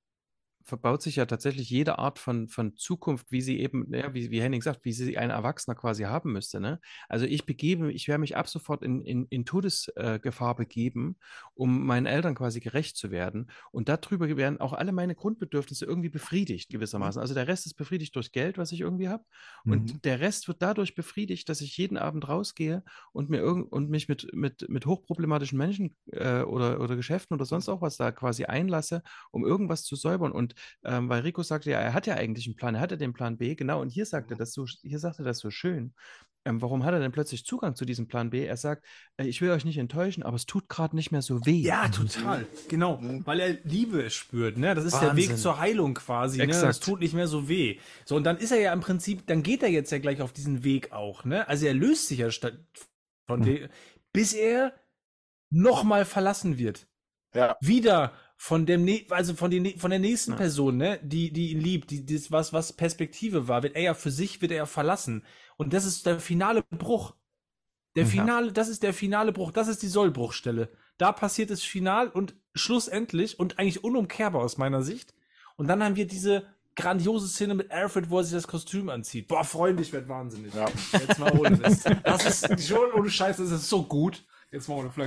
verbaut sich ja tatsächlich jede Art von, von Zukunft, wie sie eben, ja, wie, wie Henning sagt, wie sie ein Erwachsener quasi haben müsste. Ne? Also ich begebe, ich werde mich ab sofort in, in, in Todesgefahr begeben, um meinen Eltern quasi gerecht zu werden. Und darüber werden auch alle meine Grundbedürfnisse irgendwie befriedigt, gewissermaßen. Also der Rest ist befriedigt durch Geld, was ich irgendwie habe. Und Mhm. der Rest wird dadurch befriedigt, dass ich jeden Abend rausgehe und mir irgend und mich mit, mit, mit hochproblematischen Menschen äh, oder, oder Geschäften oder sonst auch was da quasi einlasse, um irgendwas zu säubern. Und ähm, weil Rico sagte ja, er hat ja eigentlich einen Plan, er hatte den Plan B, genau, und hier sagt er das so, hier sagt er das so schön. Ähm, warum hat er denn plötzlich Zugang zu diesem Plan B? Er sagt, äh, ich will euch nicht enttäuschen, aber es tut gerade nicht mehr so weh. Ja, total. Genau. Mhm. Weil er Liebe spürt, ne? Das ist der Weg Wahnsinn. zur Heilung quasi, ne? Das Exakt. tut nicht mehr so weh. So, und dann ist er ja im Prinzip, dann geht er jetzt ja gleich auf diesen Weg auch, ne? Also er löst sich ja statt von Mhm. dem, bis er nochmal verlassen wird. Ja. Wieder von dem, ne also von, den, von der nächsten Ja. Person, ne? Die, die ihn liebt, die, das, was, was Perspektive war, wird er ja für sich, wird er ja verlassen. Und das ist der finale Bruch. Der Ja. finale, das ist der finale Bruch, das ist die Sollbruchstelle. Da passiert es final und schlussendlich und eigentlich unumkehrbar aus meiner Sicht. Und dann haben wir diese grandiose Szene mit Alfred, wo er sich das Kostüm anzieht. Boah, Freunde, ich werd wahnsinnig. Ja. Jetzt mal ohne Mist. Das ist schon ohne Scheiß, das ist so gut. Jetzt mal ohne Flex.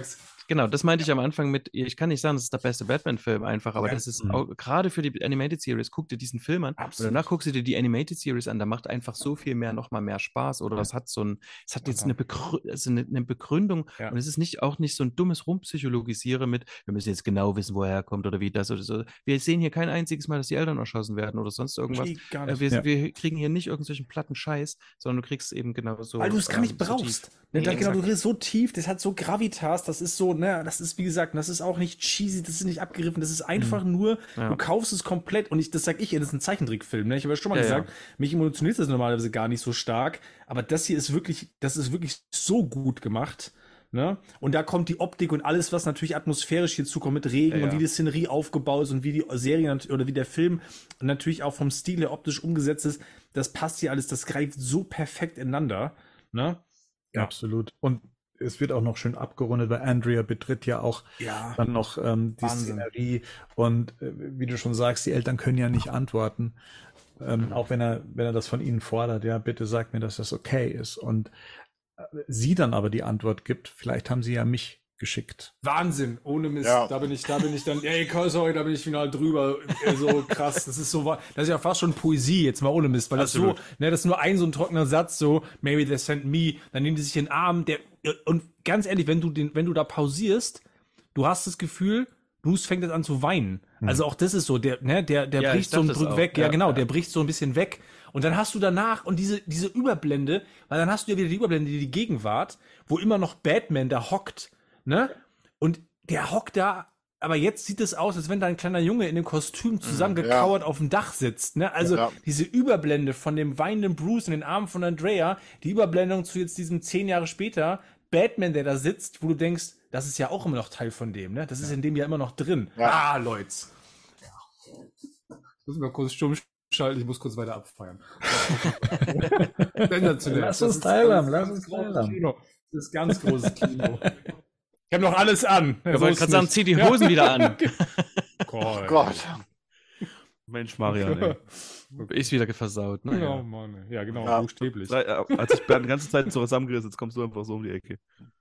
Genau, das meinte ich am Anfang mit, ich kann nicht sagen, das ist der beste Batman-Film einfach, aber Ja. das ist Mhm. auch, gerade für die Animated Series, guck dir diesen Film an Absolut. und danach guckst du dir die Animated Series an, da macht einfach so viel mehr, nochmal mehr Spaß oder es hat so ein, es hat jetzt eine, Begrü also eine, eine Begründung Ja. und es ist nicht auch nicht so ein dummes Rumpsychologisieren mit, wir müssen jetzt genau wissen, woher er kommt oder wie das oder so. Wir sehen hier kein einziges Mal, dass die Eltern erschossen werden oder sonst irgendwas. Nee, gar Äh, nicht. wir, Ja. wir kriegen hier nicht irgendwelchen platten Scheiß, sondern du kriegst eben genau so. Weil du es gar nicht ähm, so brauchst. tief. Ne, Nee, da, genau, du exakt. kriegst so tief, das hat so Gravitas, das ist so, ne, das ist, wie gesagt, das ist auch nicht cheesy, das ist nicht abgeriffen, das ist einfach nur, Ja. du kaufst es komplett und ich, das sag ich ja, das ist ein Zeichentrickfilm, ne? Ich habe ja schon mal Ja, gesagt, ja. mich emotioniert das normalerweise gar nicht so stark, aber das hier ist wirklich, das ist wirklich so gut gemacht. Ne? Und da kommt die Optik und alles, was natürlich atmosphärisch hierzu kommt mit Regen Ja, und ja. wie die Szenerie aufgebaut ist und wie die Serie nat- oder wie der Film natürlich auch vom Stil her optisch umgesetzt ist, das passt hier alles, das greift so perfekt ineinander. Ne? Ja. Absolut. Und es wird auch noch schön abgerundet, weil Andrea betritt ja auch Ja. dann noch ähm, die Wahnsinn. Szenerie. Und äh, wie du schon sagst, die Eltern können ja nicht antworten. Ähm, auch wenn er, wenn er das von ihnen fordert, ja, bitte sag mir, dass das okay ist. Und äh, sie dann aber die Antwort gibt, vielleicht haben sie ja mich geschickt. Wahnsinn, ohne Mist. Ja. Da bin ich, da bin ich dann, ey, sorry, da bin ich final drüber. Äh, So krass, das ist so, wa- das ist ja fast schon Poesie, jetzt mal ohne Mist, weil das Absolut. so, ne, das ist nur ein so ein trockener Satz, so, maybe they sent me, dann nehmen die sich in den Arm, der, und ganz ehrlich, wenn du den, wenn du da pausierst, du hast das Gefühl, Bruce fängt jetzt an zu weinen. Also auch das ist so, der, ne, der, der Ja, ich bricht so ein dachte es Brück auch. weg, ja, Ja, genau, ja. der bricht so ein bisschen weg. Und dann hast du danach, und diese, diese Überblende, weil dann hast du ja wieder die Überblende, die Gegenwart, wo immer noch Batman da hockt, ne? Und der hockt da, aber jetzt sieht es aus, als wenn da ein kleiner Junge in dem Kostüm zusammengekauert auf dem Dach sitzt, ne? Also Ja. diese Überblende von dem weinenden Bruce in den Armen von Andrea, die Überblendung zu jetzt diesem zehn Jahre später, Batman, der da sitzt, wo du denkst, das ist ja auch immer noch Teil von dem, ne? Das ist in dem ja immer noch drin. Ja. Ah, Leute. Müssen wir kurz stumm schalten, ich muss kurz weiter abfeiern. Sensationell. Lass Das uns ist teilhaben, ganz, lass ganz uns großes teilhaben. Kino. Das ist ganz großes Kino. Ich habe noch alles an. Ich wollte gerade sagen, zieh die Hosen wieder an. Gott. Gott. Mensch, Marian, ey. Ist wieder versaut. Ne? Ja, Mann. Ja, genau, Ja. buchstäblich. Drei- äh, Als ich Bernd die ganze Zeit so zusammengerissen, jetzt kommst du einfach so um die Ecke.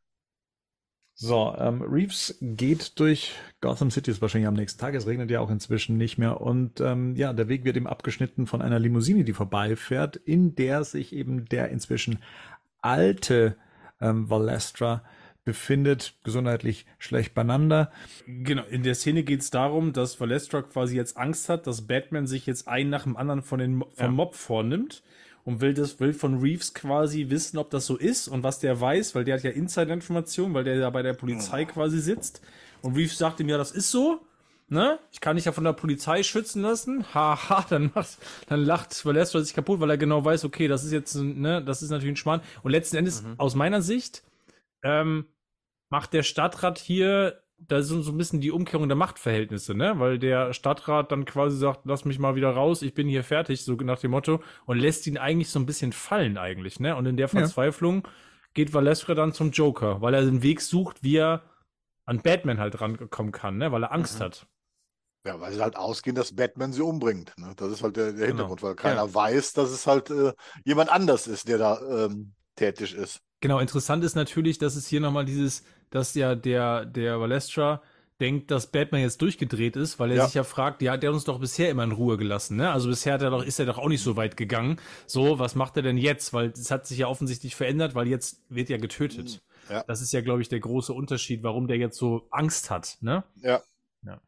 So, ähm, Reeves geht durch Gotham City, ist wahrscheinlich am nächsten Tag. Es regnet ja auch inzwischen nicht mehr. Und ähm, ja, der Weg wird ihm abgeschnitten von einer Limousine, die vorbeifährt, in der sich eben der inzwischen alte ähm, Valestra befindet, gesundheitlich schlecht beieinander. Genau, in der Szene geht es darum, dass Valestra quasi jetzt Angst hat, dass Batman sich jetzt einen nach dem anderen von den, vom Ja. Mob vornimmt und will das will von Reeves quasi wissen, ob das so ist und was der weiß, weil der hat ja Insider-Informationen, weil der ja bei der Polizei quasi sitzt. Und Reeves sagt ihm, ja, das ist so. Ne? Ich kann dich ja von der Polizei schützen lassen. Haha, dann macht, dann lacht Valestra sich kaputt, weil er genau weiß, okay, das ist jetzt, ein- ne, das ist natürlich ein Schmarrn. Und letzten Endes, aus meiner Sicht, ähm, macht der Stadtrat hier, da sind so ein bisschen die Umkehrung der Machtverhältnisse, ne? Weil der Stadtrat dann quasi sagt, lass mich mal wieder raus, ich bin hier fertig, so nach dem Motto, und lässt ihn eigentlich so ein bisschen fallen eigentlich, ne? Und in der Verzweiflung geht Valestra dann zum Joker, weil er den Weg sucht, wie er an Batman halt rankommen kann, ne? Weil er Angst Mhm. hat. Ja, weil sie halt ausgehen, dass Batman sie umbringt. Ne? Das ist halt der, der Genau. Hintergrund, weil keiner weiß, dass es halt äh, jemand anders ist, der da ähm, tätig ist. Genau, interessant ist natürlich, dass es hier nochmal dieses, dass ja der, der Valestra denkt, dass Batman jetzt durchgedreht ist, weil er Ja. sich ja fragt, ja, der hat uns doch bisher immer in Ruhe gelassen, ne? Also bisher hat er doch, ist er doch auch nicht so weit gegangen. So, was macht er denn jetzt? Weil es hat sich ja offensichtlich verändert, weil jetzt wird ja getötet. Ja. Das ist ja, glaube ich, der große Unterschied, warum der jetzt so Angst hat, ne? Ja. Ja.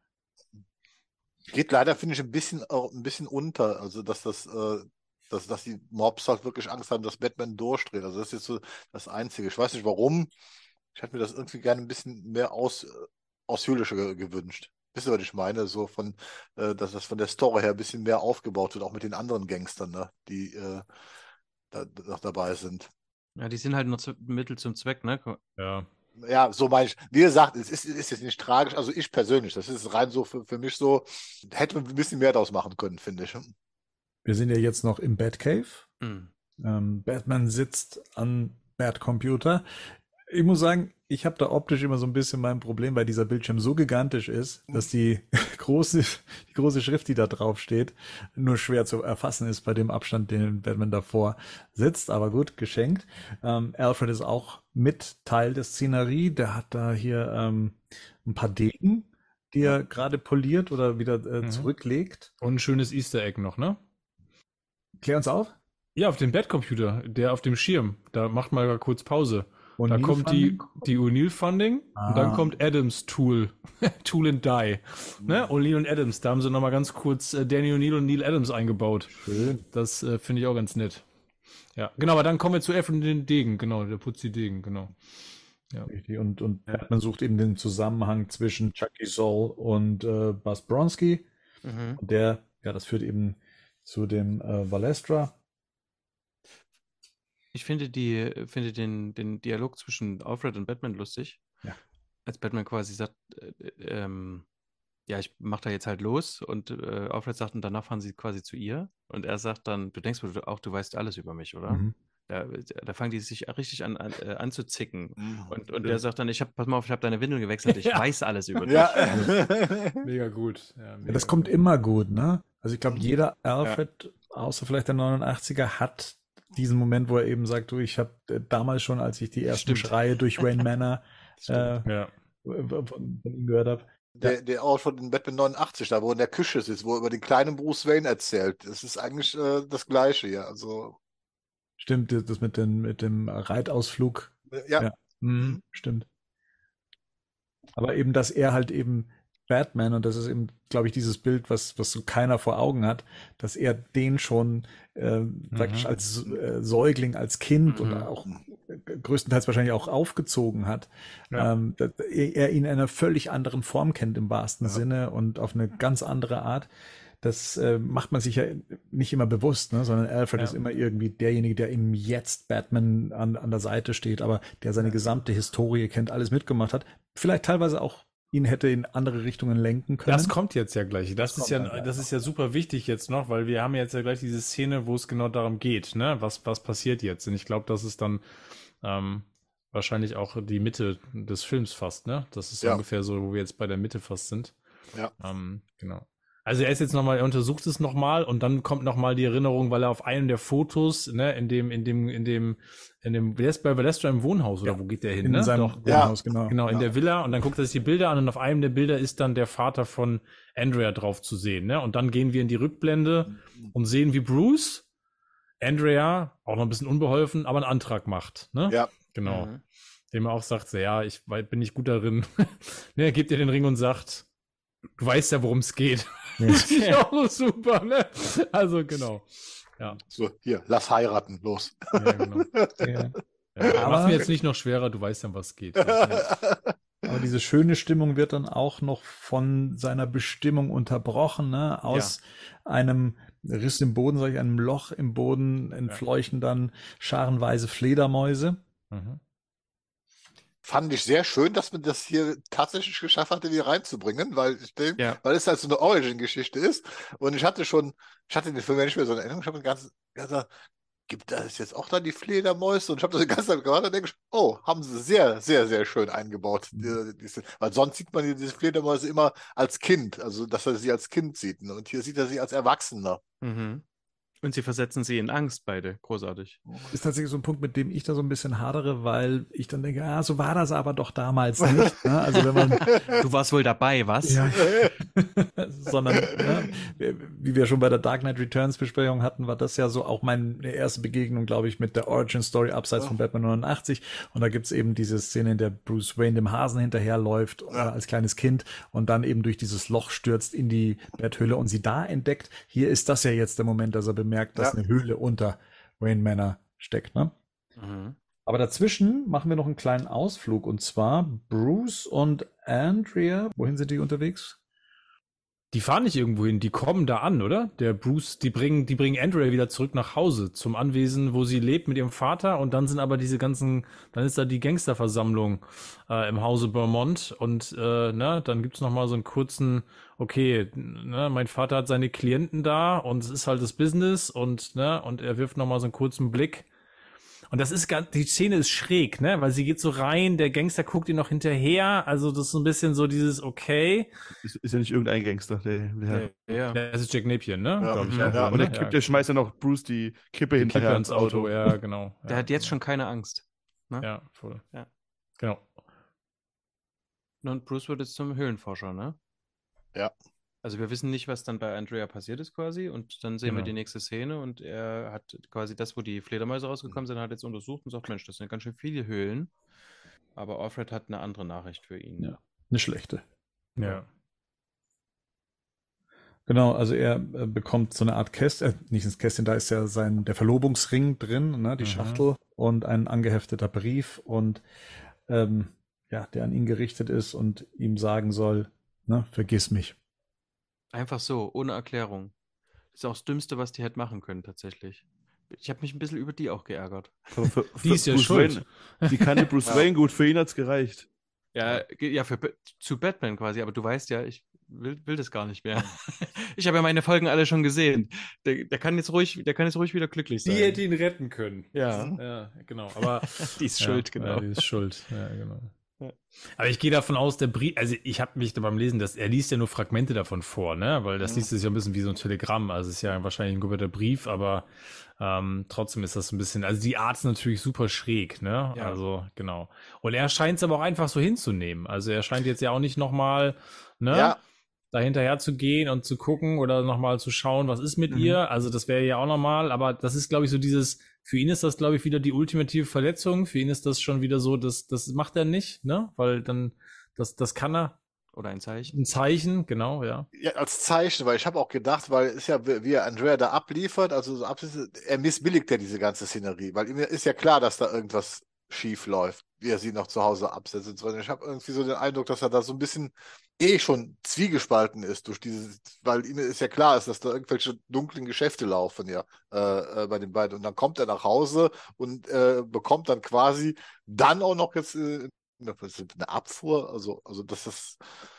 Geht leider, finde ich, ein bisschen, auch ein bisschen unter. Also, dass das, äh, dass, dass die Mobs halt wirklich Angst haben, dass Batman durchdreht. Also, das ist jetzt so das Einzige. Ich weiß nicht warum. Ich hätte mir das irgendwie gerne ein bisschen mehr aus, äh, ausführlicher ge- gewünscht. Wisst ihr, was ich meine? So von, äh, dass das von der Story her ein bisschen mehr aufgebaut wird, auch mit den anderen Gangstern, ne? Die äh, da, noch dabei sind. Ja, die sind halt nur zu, Mittel zum Zweck, ne? Ja. Ja, so meine ich. Wie gesagt, es ist, ist jetzt nicht tragisch. Also ich persönlich, das ist rein so für, für mich so, hätte man ein bisschen mehr daraus machen können, finde ich. Wir sind ja jetzt noch im Batcave. Mhm. Ähm, Batman sitzt an Batcomputer. Ich muss sagen, Ich habe da optisch immer so ein bisschen mein Problem, weil dieser Bildschirm so gigantisch ist, dass die große, die große Schrift, die da drauf steht, nur schwer zu erfassen ist bei dem Abstand, den Batman davor sitzt. Aber gut, geschenkt. Ähm, Alfred ist auch mit Teil der Szenerie. Der hat da hier ähm, ein paar Degen, die er gerade poliert oder wieder äh, Mhm. zurücklegt. Und ein schönes Easter Egg noch, ne? Klär uns auf. Ja, auf dem Batcomputer, der auf dem Schirm. Da macht mal kurz Pause. Da O'Neill kommt die, Funding? die O'Neill Funding und dann Ah. kommt Adams Tool. Tool and Die. Ne? O'Neill und Adams. Da haben sie nochmal ganz kurz äh, Danny O'Neill und Neil Adams eingebaut. Schön. Das äh, finde ich auch ganz nett. Ja, genau, aber dann kommen wir zu Alfred und den Degen. Genau, der putzt die Degen, genau. Richtig. Und, und Batman sucht eben den Zusammenhang zwischen Chucky Soul und äh, Buzz Bronski. Mhm. Und der, ja, das führt eben zu dem äh, Valestra. Ich finde die, finde den, den Dialog zwischen Alfred und Batman lustig. Ja. Als Batman quasi sagt, äh, ähm, ja, ich mach da jetzt halt los und äh, Alfred sagt, und danach fahren sie quasi zu ihr. Und er sagt dann, du denkst wohl auch, du weißt alles über mich, oder? Mhm. Da, da fangen die sich richtig an, an äh, anzuzicken. Mhm. Und, und der sagt dann, ich hab, pass mal auf, ich habe deine Windeln gewechselt, ich Ja. weiß alles über dich. Ja. Mega gut. Ja, Ja, mega das kommt gut. immer gut, ne? Also ich glaube, Mhm. jeder Alfred, außer vielleicht der neunundachtziger, hat diesen Moment, wo er eben sagt, du, ich habe äh, damals schon, als ich die ersten Stimmt. Schreie durch Wayne Manor äh, Stimmt. Ja. von, von ihm gehört habe. Der, der auch von den Batman neunundachtzig, da wo er in der Küche sitzt, wo er über den kleinen Bruce Wayne erzählt. Das ist eigentlich äh, das Gleiche, ja. Also, Stimmt, das das mit, den, mit dem Reitausflug. äh, ja. Ja. Mhm, stimmt. Aber eben, dass er halt eben Batman, und das ist eben, glaube ich, dieses Bild, was, was so keiner vor Augen hat, dass er den schon äh, praktisch als äh, Säugling, als Kind und Mhm. auch äh, größtenteils wahrscheinlich auch aufgezogen hat, Ja. ähm, dass er er ihn in einer völlig anderen Form kennt im wahrsten Ja. Sinne und auf eine ganz andere Art. Das äh, macht man sich ja nicht immer bewusst, ne? Sondern Alfred Ja. ist immer irgendwie derjenige, der ihm jetzt Batman an, an der Seite steht, aber der seine gesamte Historie kennt, alles mitgemacht hat. Vielleicht teilweise auch ihn hätte in andere Richtungen lenken können. Das kommt jetzt ja gleich. Das, Das ist kommt ja, dann gleich das ist ja super wichtig jetzt noch, weil wir haben jetzt ja gleich diese Szene, wo es genau darum geht, ne? Was, was passiert jetzt? Und ich glaube, das ist dann ähm, wahrscheinlich auch die Mitte des Films fast, ne? Das ist Ja. ungefähr so, wo wir jetzt bei der Mitte fast sind. Ja. Ähm, genau. Also er ist jetzt nochmal, er untersucht es nochmal und dann kommt nochmal die Erinnerung, weil er auf einem der Fotos, ne, in dem, in dem, in dem, in dem, der ist bei Valestra im Wohnhaus oder Ja. wo geht der hin, in ne? seinem Doch. Ja. Wohnhaus, genau. Genau, in Ja. der Villa und dann guckt er sich die Bilder an und auf einem der Bilder ist dann der Vater von Andrea drauf zu sehen, ne? Und dann gehen wir in die Rückblende und sehen, wie Bruce Andrea, auch noch ein bisschen unbeholfen, aber einen Antrag macht, ne? Ja. Genau. Mhm. Dem er auch sagt, so, ja, ich wei- bin nicht gut darin. Ne, er gibt ihr den Ring und sagt, du weißt ja, worum es geht. Ja. Das finde ich auch super, ne? Also, genau. Ja, So, hier, lass heiraten, los. ja genau. Ja. Ja, Aber- mach mir jetzt nicht noch schwerer, du weißt ja, was geht. Ja. Aber diese schöne Stimmung wird dann auch noch von seiner Bestimmung unterbrochen, ne? Aus einem Riss im Boden, sag ich, einem Loch im Boden entfleuchen dann scharenweise Fledermäuse. Mhm. Fand ich sehr schön, dass man das hier tatsächlich geschafft hatte, die reinzubringen, weil ich denke, Ja. weil es halt so eine Origin-Geschichte ist. Und ich hatte schon, ich hatte den Film ja nicht mehr so in Erinnerung, ich habe den ganzen, ganzen gibt es jetzt auch dann die Fledermäuse? Und ich habe das die ganze Zeit gehört und denke, ich, oh, haben sie sehr, sehr, sehr schön eingebaut. Die, diese, weil sonst sieht man diese Fledermäuse immer als Kind, also dass er sie als Kind sieht. Ne? Und hier sieht er sie als Erwachsener. Mhm. Und sie versetzen sie in Angst, beide. Großartig. Ist tatsächlich so ein Punkt, mit dem ich da so ein bisschen hadere, weil ich dann denke, ah, so war das aber doch damals nicht. Ne? Also wenn man Du warst wohl dabei, was? Ja, sondern ne, wie wir schon bei der Dark Knight Returns Besprechung hatten, war das ja so auch meine erste Begegnung, glaube ich, mit der Origin Story abseits von Batman neunundachtzig. Und da gibt's eben diese Szene, in der Bruce Wayne dem Hasen hinterherläuft äh, als kleines Kind und dann eben durch dieses Loch stürzt in die Betthöhle und sie da entdeckt. Hier ist das ja jetzt der Moment, dass er bemerkt, dass Ja. eine Höhle unter Wayne Manor steckt. Ne? Mhm. Aber dazwischen machen wir noch einen kleinen Ausflug und zwar Bruce und Andrea. Wohin sind die unterwegs? Die fahren nicht irgendwo hin, die kommen da an, oder? Der Bruce, die bringen, die bringen Andrea wieder zurück nach Hause, zum Anwesen, wo sie lebt mit ihrem Vater und dann sind aber diese ganzen, dann ist da die Gangsterversammlung äh, im Hause Beaumont und äh, ne, dann gibt's noch mal so einen kurzen, okay, ne, mein Vater hat seine Klienten da und es ist halt das Business und ne, und er wirft noch mal so einen kurzen Blick Und das ist ganz, die Szene ist schräg, ne? Weil sie geht so rein, der Gangster guckt ihr noch hinterher. Also das ist so ein bisschen so dieses, okay. Ist, ist ja nicht irgendein Gangster. Der, der, Ja, ja. Das ist Jack Napier, ne? Ja, Glaube ich. ja, auch, ja. ne? Und der, Kipp, der schmeißt ja noch Bruce die Kippe die hinterher Kippe ins Auto. Ja, genau. Der ja, hat jetzt genau. schon keine Angst. Ne? Ja, voll. Ja. Genau. Und Bruce wird jetzt zum Höhlenforscher, ne? Ja. Also wir wissen nicht, was dann bei Andrea passiert ist quasi und dann sehen Genau. wir die nächste Szene und er hat quasi das, wo die Fledermäuse rausgekommen sind, hat jetzt untersucht und sagt, Mensch, das sind ganz schön viele Höhlen, aber Alfred hat eine andere Nachricht für ihn. Ja, eine schlechte. Ja. Genau, also er äh, bekommt so eine Art Kästchen, äh, nicht ins Kästchen, da ist ja sein, der Verlobungsring drin, ne, die Mhm. Schachtel und ein angehefteter Brief und ähm, ja, der an ihn gerichtet ist und ihm sagen soll, ne, vergiss mich. Einfach so, ohne Erklärung. Das ist auch das Dümmste, was die hätte machen können, tatsächlich. Ich habe mich ein bisschen über die auch geärgert. Aber für, Die für ist ja Bruce schuld. Wayne, die kannte Bruce Ja. Wayne gut, für ihn hat's gereicht. Ja, ge- ja für, Ba- zu Batman quasi, aber du weißt ja, ich will, will das gar nicht mehr. Ich habe ja meine Folgen alle schon gesehen. Der, der kann jetzt ruhig, der kann jetzt ruhig wieder glücklich sein. Die hätte ihn retten können. Ja, Ja, genau. Aber die ist ja, schuld, genau. Ja, die ist schuld. Ja, genau. Ja. Aber ich gehe davon aus, der Brief, also ich habe mich da beim Lesen, dass er liest ja nur Fragmente davon vor, ne? Weil das Mhm. liest sich ja ein bisschen wie so ein Telegramm. Also es ist ja wahrscheinlich ein kompletter Brief, aber ähm, trotzdem ist das ein bisschen, also die Art ist natürlich super schräg, ne? Ja. Also genau. Und er scheint es aber auch einfach so hinzunehmen. Also er scheint jetzt ja auch nicht nochmal, ne? Ja. Da hinterher zu gehen und zu gucken oder nochmal zu schauen, was ist mit Mhm. ihr. Also das wäre ja auch normal, aber das ist, glaube ich, so dieses, für ihn ist das, glaube ich, wieder die ultimative Verletzung. Für ihn ist das schon wieder so, das, das macht er nicht, ne? Weil dann, das, das kann er. Oder ein Zeichen. Ein Zeichen, genau, ja. Ja, als Zeichen, weil ich habe auch gedacht, weil es ist ja, wie wie er Andrea da abliefert, also so abs- er missbilligt ja diese ganze Szenerie, weil ihm ist ja klar, dass da irgendwas schief läuft, wie er sie noch zu Hause absetzt und so weiter. Ich habe irgendwie so den Eindruck, dass er da so ein bisschen eh schon zwiegespalten ist durch dieses, weil ihm ist ja klar ist, dass da irgendwelche dunklen Geschäfte laufen ja äh, äh, bei den beiden. Und dann kommt er nach Hause und äh, bekommt dann quasi dann auch noch jetzt äh, eine Abfuhr, also, also das ist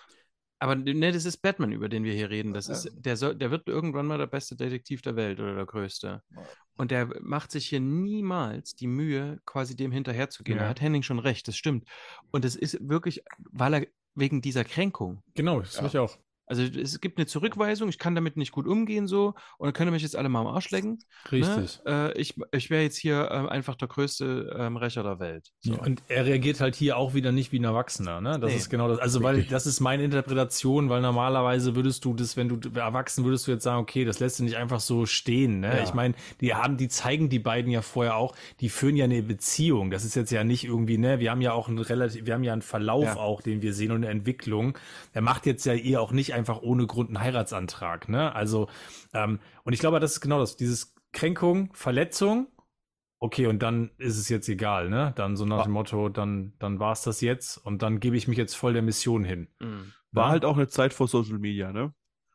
Aber ne, das ist Batman, über den wir hier reden. Das Ja. ist, der, soll, der wird irgendwann mal der beste Detektiv der Welt oder der größte. Und der macht sich hier niemals die Mühe, quasi dem hinterherzugehen. Ja. Da hat Henning schon recht, das stimmt. Und es ist wirklich, weil er wegen dieser Kränkung. Genau, das Ja. ja. ich auch. Also es gibt eine Zurückweisung, ich kann damit nicht gut umgehen so und dann könnt ihr mich jetzt alle mal am Arsch lecken. Richtig. Ne? Äh, ich ich wäre jetzt hier ähm, einfach der größte ähm, Rächer der Welt. So. Ja, und er reagiert halt hier auch wieder nicht wie ein Erwachsener, ne? Das Nee. ist genau das. Also, weil Richtig. das ist meine Interpretation, weil normalerweise würdest du das, wenn du erwachsen würdest du jetzt sagen, okay, das lässt du nicht einfach so stehen, ne? Ja. Ich meine, die haben, die zeigen die beiden ja vorher auch, die führen ja eine Beziehung. Das ist jetzt ja nicht irgendwie, ne? Wir haben ja auch einen relativ, wir haben ja einen Verlauf Ja. auch, den wir sehen und eine Entwicklung. Er macht jetzt ja ihr auch nicht einfach ohne Grund einen Heiratsantrag, ne? Also, ähm, und ich glaube, das ist genau das, dieses Kränkung, Verletzung. Okay, und dann ist es jetzt egal, ne? Dann so nach War- dem Motto, dann, dann war es das jetzt und dann gebe ich mich jetzt voll der Mission hin. Mhm. War Ja. halt auch eine Zeit vor Social Media, ne?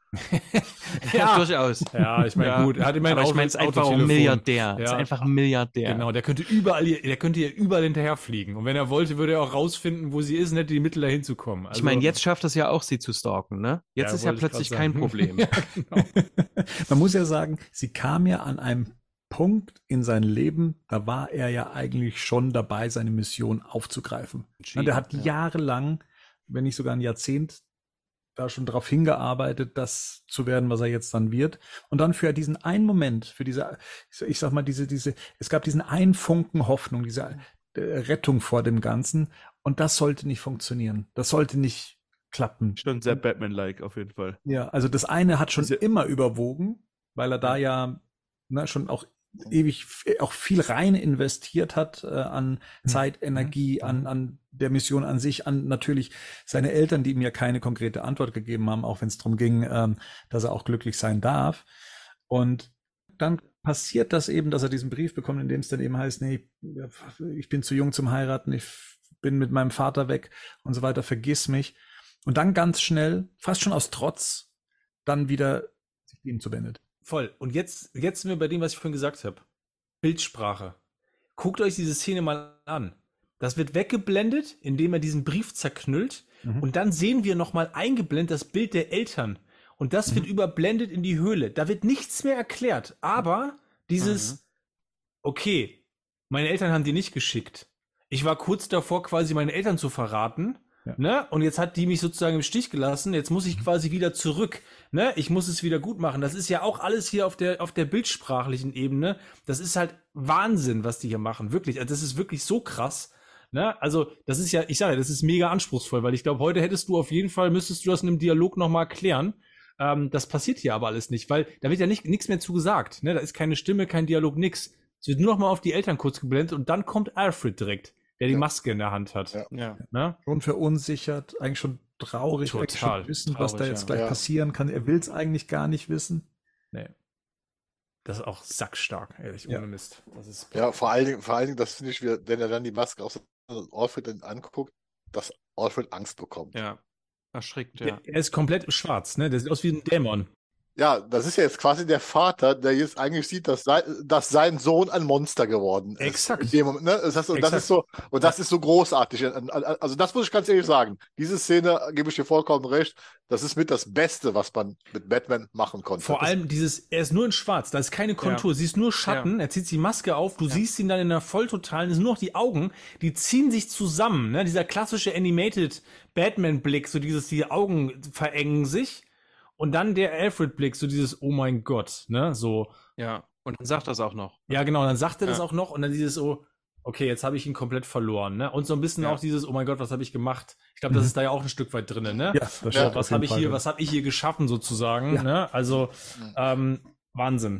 Ja, durchaus. Ja, ich meine, Ja. gut, er hat immerhin Aber ich Auto- meine, es ist einfach ein Autotelefon. Milliardär. Es ist Ja. einfach ein Milliardär. Genau, der könnte überall, hier- der könnte hier überall hinterherfliegen. Und wenn er wollte, würde er auch rausfinden, wo sie ist und hätte die Mittel dahin zu kommen. Also, Ich meine, jetzt schafft es ja auch, sie zu stalken, ne? Jetzt Ja, ist ja wollte ich plötzlich grad kein sagen. Problem. Ja, genau. Man muss ja sagen, sie kam ja an einem Punkt in sein Leben, da war er ja eigentlich schon dabei, seine Mission aufzugreifen. Na, der hat ja. jahrelang, wenn nicht sogar ein Jahrzehnt, da schon darauf hingearbeitet, das zu werden, was er jetzt dann wird. Und dann für diesen einen Moment, für diese, ich sag mal, diese, diese, es gab diesen einen Funken Hoffnung, diese äh, Rettung vor dem Ganzen. Und das sollte nicht funktionieren. Das sollte nicht klappen. Schon sehr Batman-like auf jeden Fall. Ja, also das eine hat schon Diese- immer überwogen, weil er da ja ne, schon auch ewig auch viel rein investiert hat äh, an Zeit, Energie, an, an der Mission an sich, an natürlich seine Eltern, die ihm ja keine konkrete Antwort gegeben haben, auch wenn es darum ging, ähm, dass er auch glücklich sein darf. Und dann passiert das eben, dass er diesen Brief bekommt, in dem es dann eben heißt, nee, ich bin zu jung zum Heiraten, ich bin mit meinem Vater weg und so weiter, vergiss mich. Und dann ganz schnell, fast schon aus Trotz, dann wieder sich ihm zuwendet. Voll. Und jetzt, jetzt sind wir bei dem, was ich vorhin gesagt habe. Bildsprache. Guckt euch diese Szene mal an. Das wird weggeblendet, indem er diesen Brief zerknüllt. Mhm. Und dann sehen wir nochmal eingeblendet das Bild der Eltern. Und das wird überblendet in die Höhle. Da wird nichts mehr erklärt. Aber dieses, okay, Meine Eltern haben die nicht geschickt. Ich war kurz davor, quasi meine Eltern zu verraten. Ja. Ne? Und jetzt hat die mich sozusagen im Stich gelassen. Jetzt muss ich quasi wieder zurück. Ne? Ich muss es wieder gut machen. Das ist ja auch alles hier auf der, auf der bildsprachlichen Ebene. Das ist halt Wahnsinn, was die hier machen. Wirklich. Also das ist wirklich so krass. Ne? Also, das ist ja, ich sage ja, das ist mega anspruchsvoll, weil ich glaube, heute hättest du auf jeden Fall, müsstest du das in einem Dialog nochmal klären. Ähm, das passiert hier aber alles nicht, weil da wird ja nicht nichts mehr zu gesagt. Ne? Da ist keine Stimme, kein Dialog, nix. Es wird nur noch mal auf die Eltern kurz geblendet und dann kommt Alfred direkt, der die Ja. Maske in der Hand hat. Ja. Ja. Ne? Schon verunsichert, eigentlich schon traurig, Total eigentlich schon wissen, was da traurig, jetzt ja. gleich Ja. passieren kann. Er will es eigentlich gar nicht wissen. Nee. Das ist auch sackstark, ehrlich, Ja. ohne Mist. Das ist Ja, vor allen Dingen, vor allen Dingen, das finde ich, wie- wenn er dann die Maske auf Alfred dann anguckt, dass Alfred Angst bekommt. Ja. Erschrickt, ja. Der, er ist komplett schwarz, ne? Der sieht aus wie ein Dämon. Ja, das ist ja jetzt quasi der Vater, der jetzt eigentlich sieht, dass sein, dass sein Sohn ein Monster geworden ist. Exakt. In dem Moment, ne? Das heißt, und das Exakt. ist so, und das ist so großartig. Also das muss ich ganz ehrlich sagen. Diese Szene, gebe ich dir vollkommen recht, das ist mit das Beste, was man mit Batman machen konnte. Vor Das- allem dieses, er ist nur in schwarz, da ist keine Kontur, Ja. sie ist nur Schatten, er zieht die Maske auf, du siehst ihn dann in der volltotalen, es sind nur noch die Augen, die ziehen sich zusammen, ne? Dieser klassische Animated Batman-Blick, so dieses, die Augen verengen sich und dann der Alfred-Blick, so dieses, oh mein Gott, ne? So, Ja. Und dann sagt er es auch noch. ja genau, und dann sagt er das Ja. auch noch und dann dieses so, okay, jetzt habe ich ihn komplett verloren, ne? Und so ein bisschen Ja. auch dieses, oh mein Gott, was habe ich gemacht? Ich glaube, das ist da ja auch ein Stück weit drin, ne? Ja, das Ja, steht auf Was jeden habe ich Fall hier, drin. was habe ich hier geschaffen sozusagen, Ja. ne? Also, Mhm. ähm, Wahnsinn.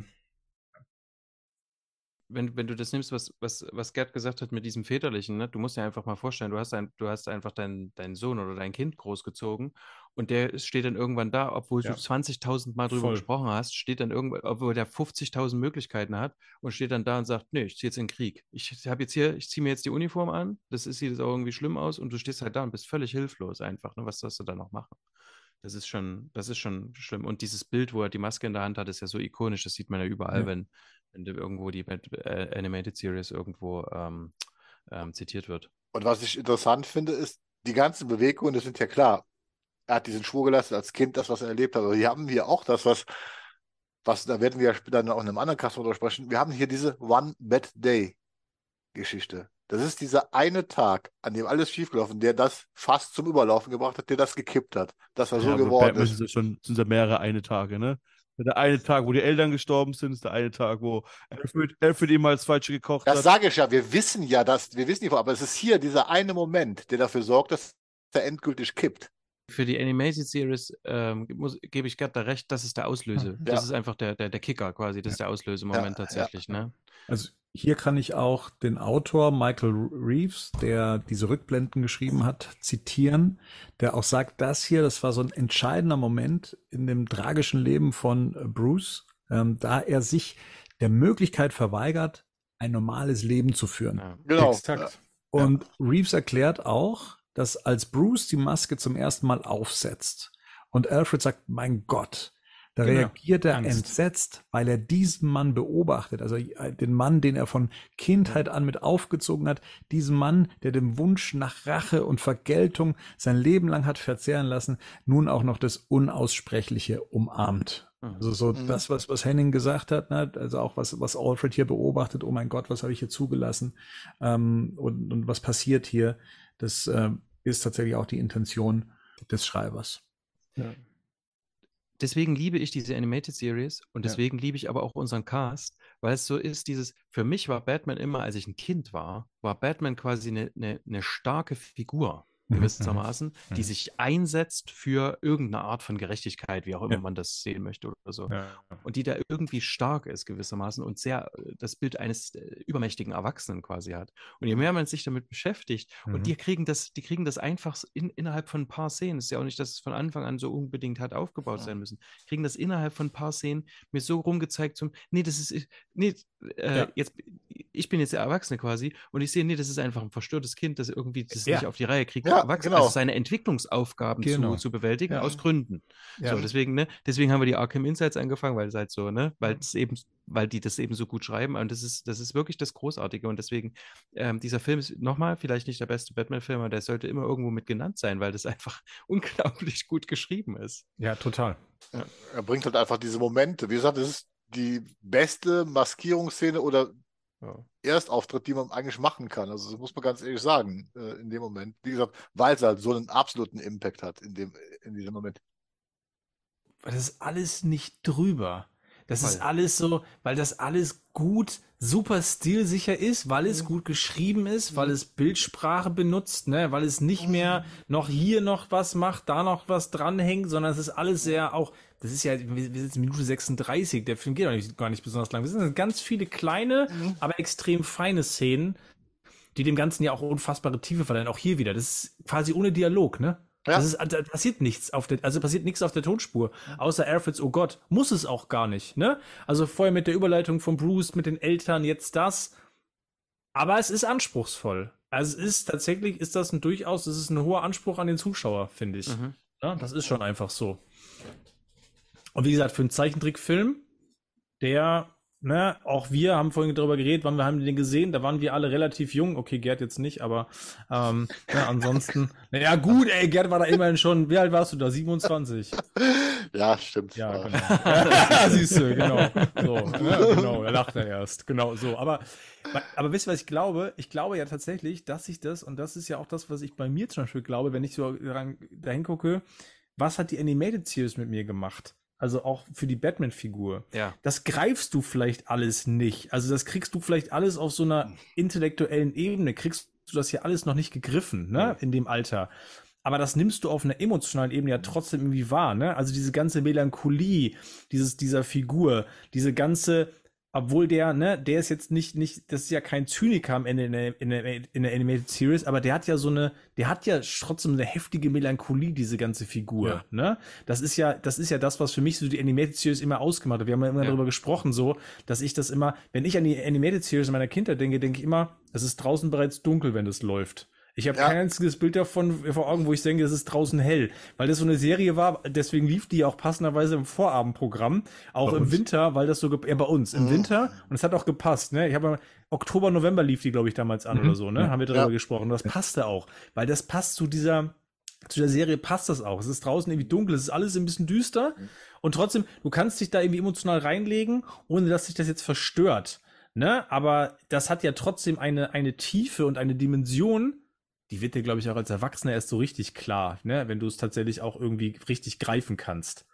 Wenn, wenn du das nimmst, was, was, was Gerd gesagt hat mit diesem Väterlichen, ne? Du musst dir einfach mal vorstellen, du hast, ein, du hast einfach deinen deinen Sohn oder dein Kind großgezogen und der steht dann irgendwann da, obwohl Ja. du zwanzigtausend Mal drüber Voll. gesprochen hast, steht dann irgendwann, obwohl der fünfzigtausend Möglichkeiten hat und steht dann da und sagt, nee, ich ziehe jetzt in den Krieg. Ich habe jetzt hier, ich ziehe mir jetzt die Uniform an, das ist, sieht jetzt auch irgendwie schlimm aus und du stehst halt da und bist völlig hilflos einfach, ne? Was sollst du da noch machen? Das ist schon, das ist schon schlimm. Und dieses Bild, wo er die Maske in der Hand hat, ist ja so ikonisch, das sieht man ja überall, Ja. wenn, wenn irgendwo die äh, Animated Series irgendwo ähm, ähm, zitiert wird. Und was ich interessant finde, ist, die ganzen Bewegungen, das sind ja klar. Er hat diesen Schwur gelassen als Kind, das, was er erlebt hat. Aber hier haben wir auch das, was, was, da werden wir ja später dann auch in einem anderen Cast drüber sprechen. Wir haben hier diese One-Bad-Day-Geschichte. Das ist dieser eine Tag, an dem alles schiefgelaufen, der das fast zum Überlaufen gebracht hat, der das gekippt hat, dass er so Ja, aber geworden Batman ist. sind schon sind ja mehrere eine Tage, ne? Der eine Tag, wo die Eltern gestorben sind, ist der eine Tag, wo Alfred, Alfred ihm mal das Falsche gekocht Das hat. sage ich ja, wir wissen ja, dass, wir wissen nicht, aber es ist hier dieser eine Moment, der dafür sorgt, dass er endgültig kippt. Für die Animated Series ähm, muss, gebe ich Gerd da recht, das ist der Auslöse. Ja. Das ist einfach der, der, der Kicker quasi, das ist der Auslösemoment Ja, tatsächlich, ne? Also hier kann ich auch den Autor Michael Reeves, der diese Rückblenden geschrieben hat, zitieren, der auch sagt, das hier, das war so ein entscheidender Moment in dem tragischen Leben von Bruce, ähm, da er sich der Möglichkeit verweigert, ein normales Leben zu führen. Ja. Genau. Exakt. Und Reeves erklärt auch, dass als Bruce die Maske zum ersten Mal aufsetzt und Alfred sagt, mein Gott, da Genau. reagiert er Angst. entsetzt, weil er diesen Mann beobachtet, also den Mann, den er von Kindheit an mit aufgezogen hat, diesen Mann, der dem Wunsch nach Rache und Vergeltung sein Leben lang hat verzehren lassen, nun auch noch das Unaussprechliche umarmt. Mhm. Also so Mhm. das, was, was Henning gesagt hat, ne? Also auch was, was Alfred hier beobachtet, oh mein Gott, was habe ich hier zugelassen, ähm, und, und was passiert hier, das äh, ist tatsächlich auch die Intention des Schreibers. Ja. Deswegen liebe ich diese Animated Series und Ja. deswegen liebe ich aber auch unseren Cast, weil es so ist, dieses, für mich war Batman immer, als ich ein Kind war, war Batman quasi eine, eine, eine starke Figur, Mhm. gewissermaßen, die Mhm. sich einsetzt für irgendeine Art von Gerechtigkeit, wie auch immer Ja. man das sehen möchte oder so. Ja. Und die da irgendwie stark ist gewissermaßen und sehr äh, das Bild eines äh, übermächtigen Erwachsenen quasi hat. Und je mehr man sich damit beschäftigt, Mhm. und die kriegen das, die kriegen das einfach in, innerhalb von ein paar Szenen, es ist ja auch nicht, dass es von Anfang an so unbedingt hat aufgebaut sein müssen, kriegen das innerhalb von ein paar Szenen mir so rumgezeigt zum, nee, das ist, nee, äh, Ja. jetzt, ich bin jetzt der Erwachsene quasi und ich sehe, nee, das ist einfach ein verstörtes Kind, das irgendwie das Ja. nicht auf die Reihe kriegt, Ja, erwachsen, genau. also seine Entwicklungsaufgaben Genau. zu, zu bewältigen, Ja. aus Gründen. Ja. So, deswegen, ne, deswegen haben wir die Arkham Insights angefangen, weil es halt so, ne, weil es eben, weil die das eben so gut schreiben und das ist, das ist wirklich das Großartige und deswegen, ähm, dieser Film ist nochmal vielleicht nicht der beste Batman-Film, aber der sollte immer irgendwo mit genannt sein, weil das einfach unglaublich gut geschrieben ist. Ja, total. Er bringt halt einfach diese Momente. Wie gesagt, es ist die beste Maskierungsszene oder Ja. Erstauftritt, die man eigentlich machen kann. Also das muss man ganz ehrlich sagen, äh, in dem Moment. Wie gesagt, weil es halt so einen absoluten Impact hat in dem, in diesem Moment. Weil das ist alles nicht drüber. Das Voll. ist alles so, weil das alles gut, super stilsicher ist, weil es gut geschrieben ist, weil es Bildsprache benutzt, ne, weil es nicht mehr noch hier noch was macht, da noch was dranhängt, sondern es ist alles sehr auch, das ist ja, wir wir sind Minute sechsunddreißig, der Film geht auch nicht, gar nicht besonders lang. Das sind ganz viele kleine, aber extrem feine Szenen, die dem Ganzen ja auch unfassbare Tiefe verleihen. Auch hier wieder, das ist quasi ohne Dialog, ne? Ja. Das ist, da passiert nichts auf der, also passiert nichts auf der Tonspur, außer Alfreds Oh Gott, muss es auch gar nicht, ne? Also vorher mit der Überleitung von Bruce, mit den Eltern, jetzt das. Aber es ist anspruchsvoll. Also es ist tatsächlich, ist das ein durchaus, das ist ein hoher Anspruch an den Zuschauer, finde ich. Mhm. Ja, das ist schon einfach so. Und wie gesagt, für einen Zeichentrickfilm, der, ne, auch wir haben vorhin darüber geredet, wann wir haben den gesehen, da waren wir alle relativ jung. Okay, Gerd jetzt nicht, aber ähm, ja, ansonsten, naja, gut, ey, Gerd war da immerhin schon, wie alt warst du da? siebenundzwanzig. Ja, stimmt. Ja, Ja. genau. Ja, siehst du, genau. So, ja, genau, da lacht er erst. Genau, so. Aber, aber wisst ihr, was ich glaube? Ich glaube ja tatsächlich, dass ich das, und das ist ja auch das, was ich bei mir zum Beispiel glaube, wenn ich so daran, dahin gucke, was hat die Animated Series mit mir gemacht? Also auch für die Batman-Figur. Ja. Das greifst du vielleicht alles nicht. Also das kriegst du vielleicht alles auf so einer intellektuellen Ebene, kriegst du das hier alles noch nicht gegriffen, ne, in dem Alter. Aber das nimmst du auf einer emotionalen Ebene ja trotzdem irgendwie wahr, ne? Also diese ganze Melancholie, dieses, dieser Figur, diese ganze, obwohl der, ne, der ist jetzt nicht, nicht, das ist ja kein Zyniker am Ende in der, in der, in der Animated Series, aber der hat ja so eine, der hat ja trotzdem eine heftige Melancholie, diese ganze Figur, Ja. ne? Das ist ja, das ist ja das, was für mich so die Animated Series immer ausgemacht hat. Wir haben ja immer Ja. darüber gesprochen, so, dass ich das immer, wenn ich an die Animated Series in meiner Kindheit denke, denke ich immer, es ist draußen bereits dunkel, wenn das läuft. Ich habe Ja. kein einziges Bild davon vor Augen, wo ich denke, es ist draußen hell. Weil das so eine Serie war, deswegen lief die auch passenderweise im Vorabendprogramm, auch Bei im uns? Winter, weil das so, ge- ja, bei uns, im Mhm. Winter, und es hat auch gepasst, ne? Ich habe Oktober, November lief die, glaube ich, damals an Mhm. oder so, ne? Ja. Haben wir darüber Ja. gesprochen. Und das passte auch, weil das passt zu dieser, zu der Serie passt das auch. Es ist draußen irgendwie dunkel, es ist alles ein bisschen düster und trotzdem, du kannst dich da irgendwie emotional reinlegen, ohne dass sich das jetzt verstört, ne? Aber das hat ja trotzdem eine, eine Tiefe und eine Dimension, die wird dir, glaube ich, auch als Erwachsener erst so richtig klar, ne? Wenn du es tatsächlich auch irgendwie richtig greifen kannst.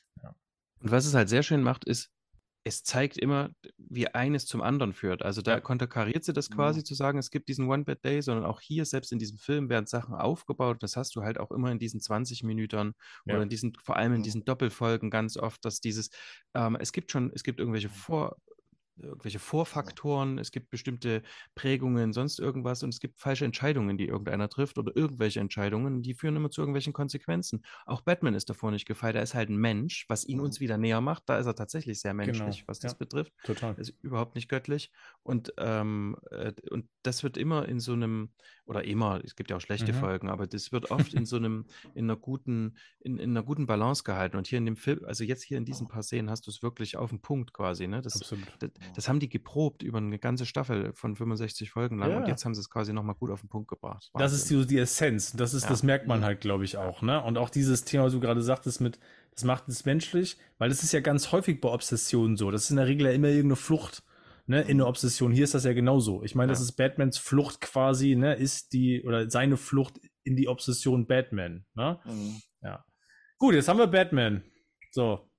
Und was es halt sehr schön macht, ist, es zeigt immer, wie eines zum anderen führt. Also da Ja. konterkariert sie das quasi zu sagen, es gibt diesen One-Bad-Day, sondern auch hier, selbst in diesem Film, werden Sachen aufgebaut. Das hast du halt auch immer in diesen zwanzig Minütern Ja. oder in diesen, vor allem in Mhm. diesen Doppelfolgen ganz oft, dass dieses, ähm, es gibt schon, es gibt irgendwelche Vor, irgendwelche Vorfaktoren, es gibt bestimmte Prägungen, sonst irgendwas und es gibt falsche Entscheidungen, die irgendeiner trifft oder irgendwelche Entscheidungen, die führen immer zu irgendwelchen Konsequenzen. Auch Batman ist davor nicht gefeit, er ist halt ein Mensch, was ihn uns wieder näher macht, da ist er tatsächlich sehr menschlich, Genau, was das ja. betrifft. Total. Er ist überhaupt nicht göttlich und, ähm, äh, und das wird immer in so einem, oder immer, es gibt ja auch schlechte Mhm. Folgen, aber das wird oft in so einem, in einer guten, in, in einer guten Balance gehalten und hier in dem Film, also jetzt hier in diesen paar Szenen hast du es wirklich auf den Punkt quasi, ne? Das, Absolut. das, das haben die geprobt über eine ganze Staffel von fünfundsechzig Folgen lang Ja. und jetzt haben sie es quasi nochmal gut auf den Punkt gebracht. Das ist die, die Essenz. Das ist, Ja. das merkt man halt, glaube ich, auch, ne? Und auch dieses Thema, was du gerade sagtest, mit, das macht es menschlich, weil das ist ja ganz häufig bei Obsessionen so. Das ist in der Regel ja immer irgendeine Flucht, ne? In der Obsession. Hier ist das ja genauso. Ich meine, das Ja. ist Batmans Flucht quasi, ne? Ist die, oder seine Flucht in die Obsession Batman, ne? Mhm. Ja. Gut, jetzt haben wir Batman. So.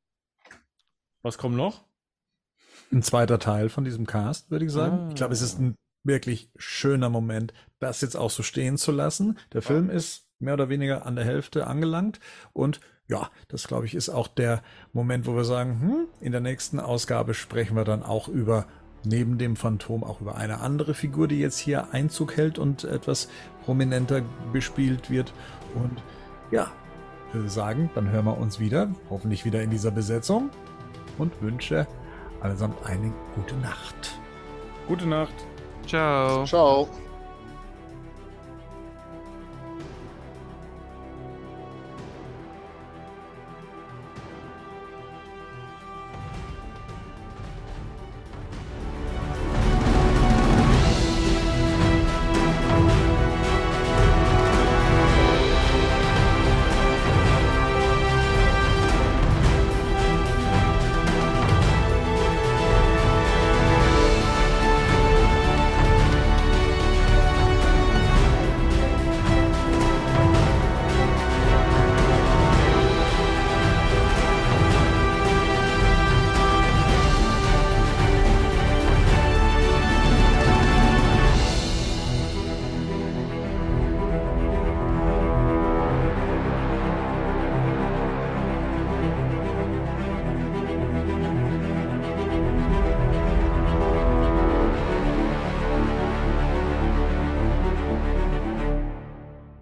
Was kommt noch? Ein zweiter Teil von diesem Cast, würde ich sagen. Ah. Ich glaube, es ist ein wirklich schöner Moment, das jetzt auch so stehen zu lassen. Der Film ist mehr oder weniger an der Hälfte angelangt und ja, das glaube ich ist auch der Moment, wo wir sagen, hm, in der nächsten Ausgabe sprechen wir dann auch über, neben dem Phantom, auch über eine andere Figur, die jetzt hier Einzug hält und etwas prominenter bespielt wird. Und ja, ich würde sagen, dann hören wir uns wieder, hoffentlich wieder in dieser Besetzung und wünsche allesamt eine gute Nacht. Gute Nacht. Ciao. Ciao.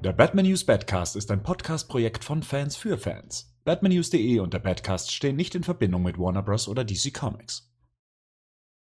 Der Batman News Badcast ist ein Podcast-Projekt von Fans für Fans. Batman News punkt de und der Badcast stehen nicht in Verbindung mit Warner Bros. Oder D C Comics.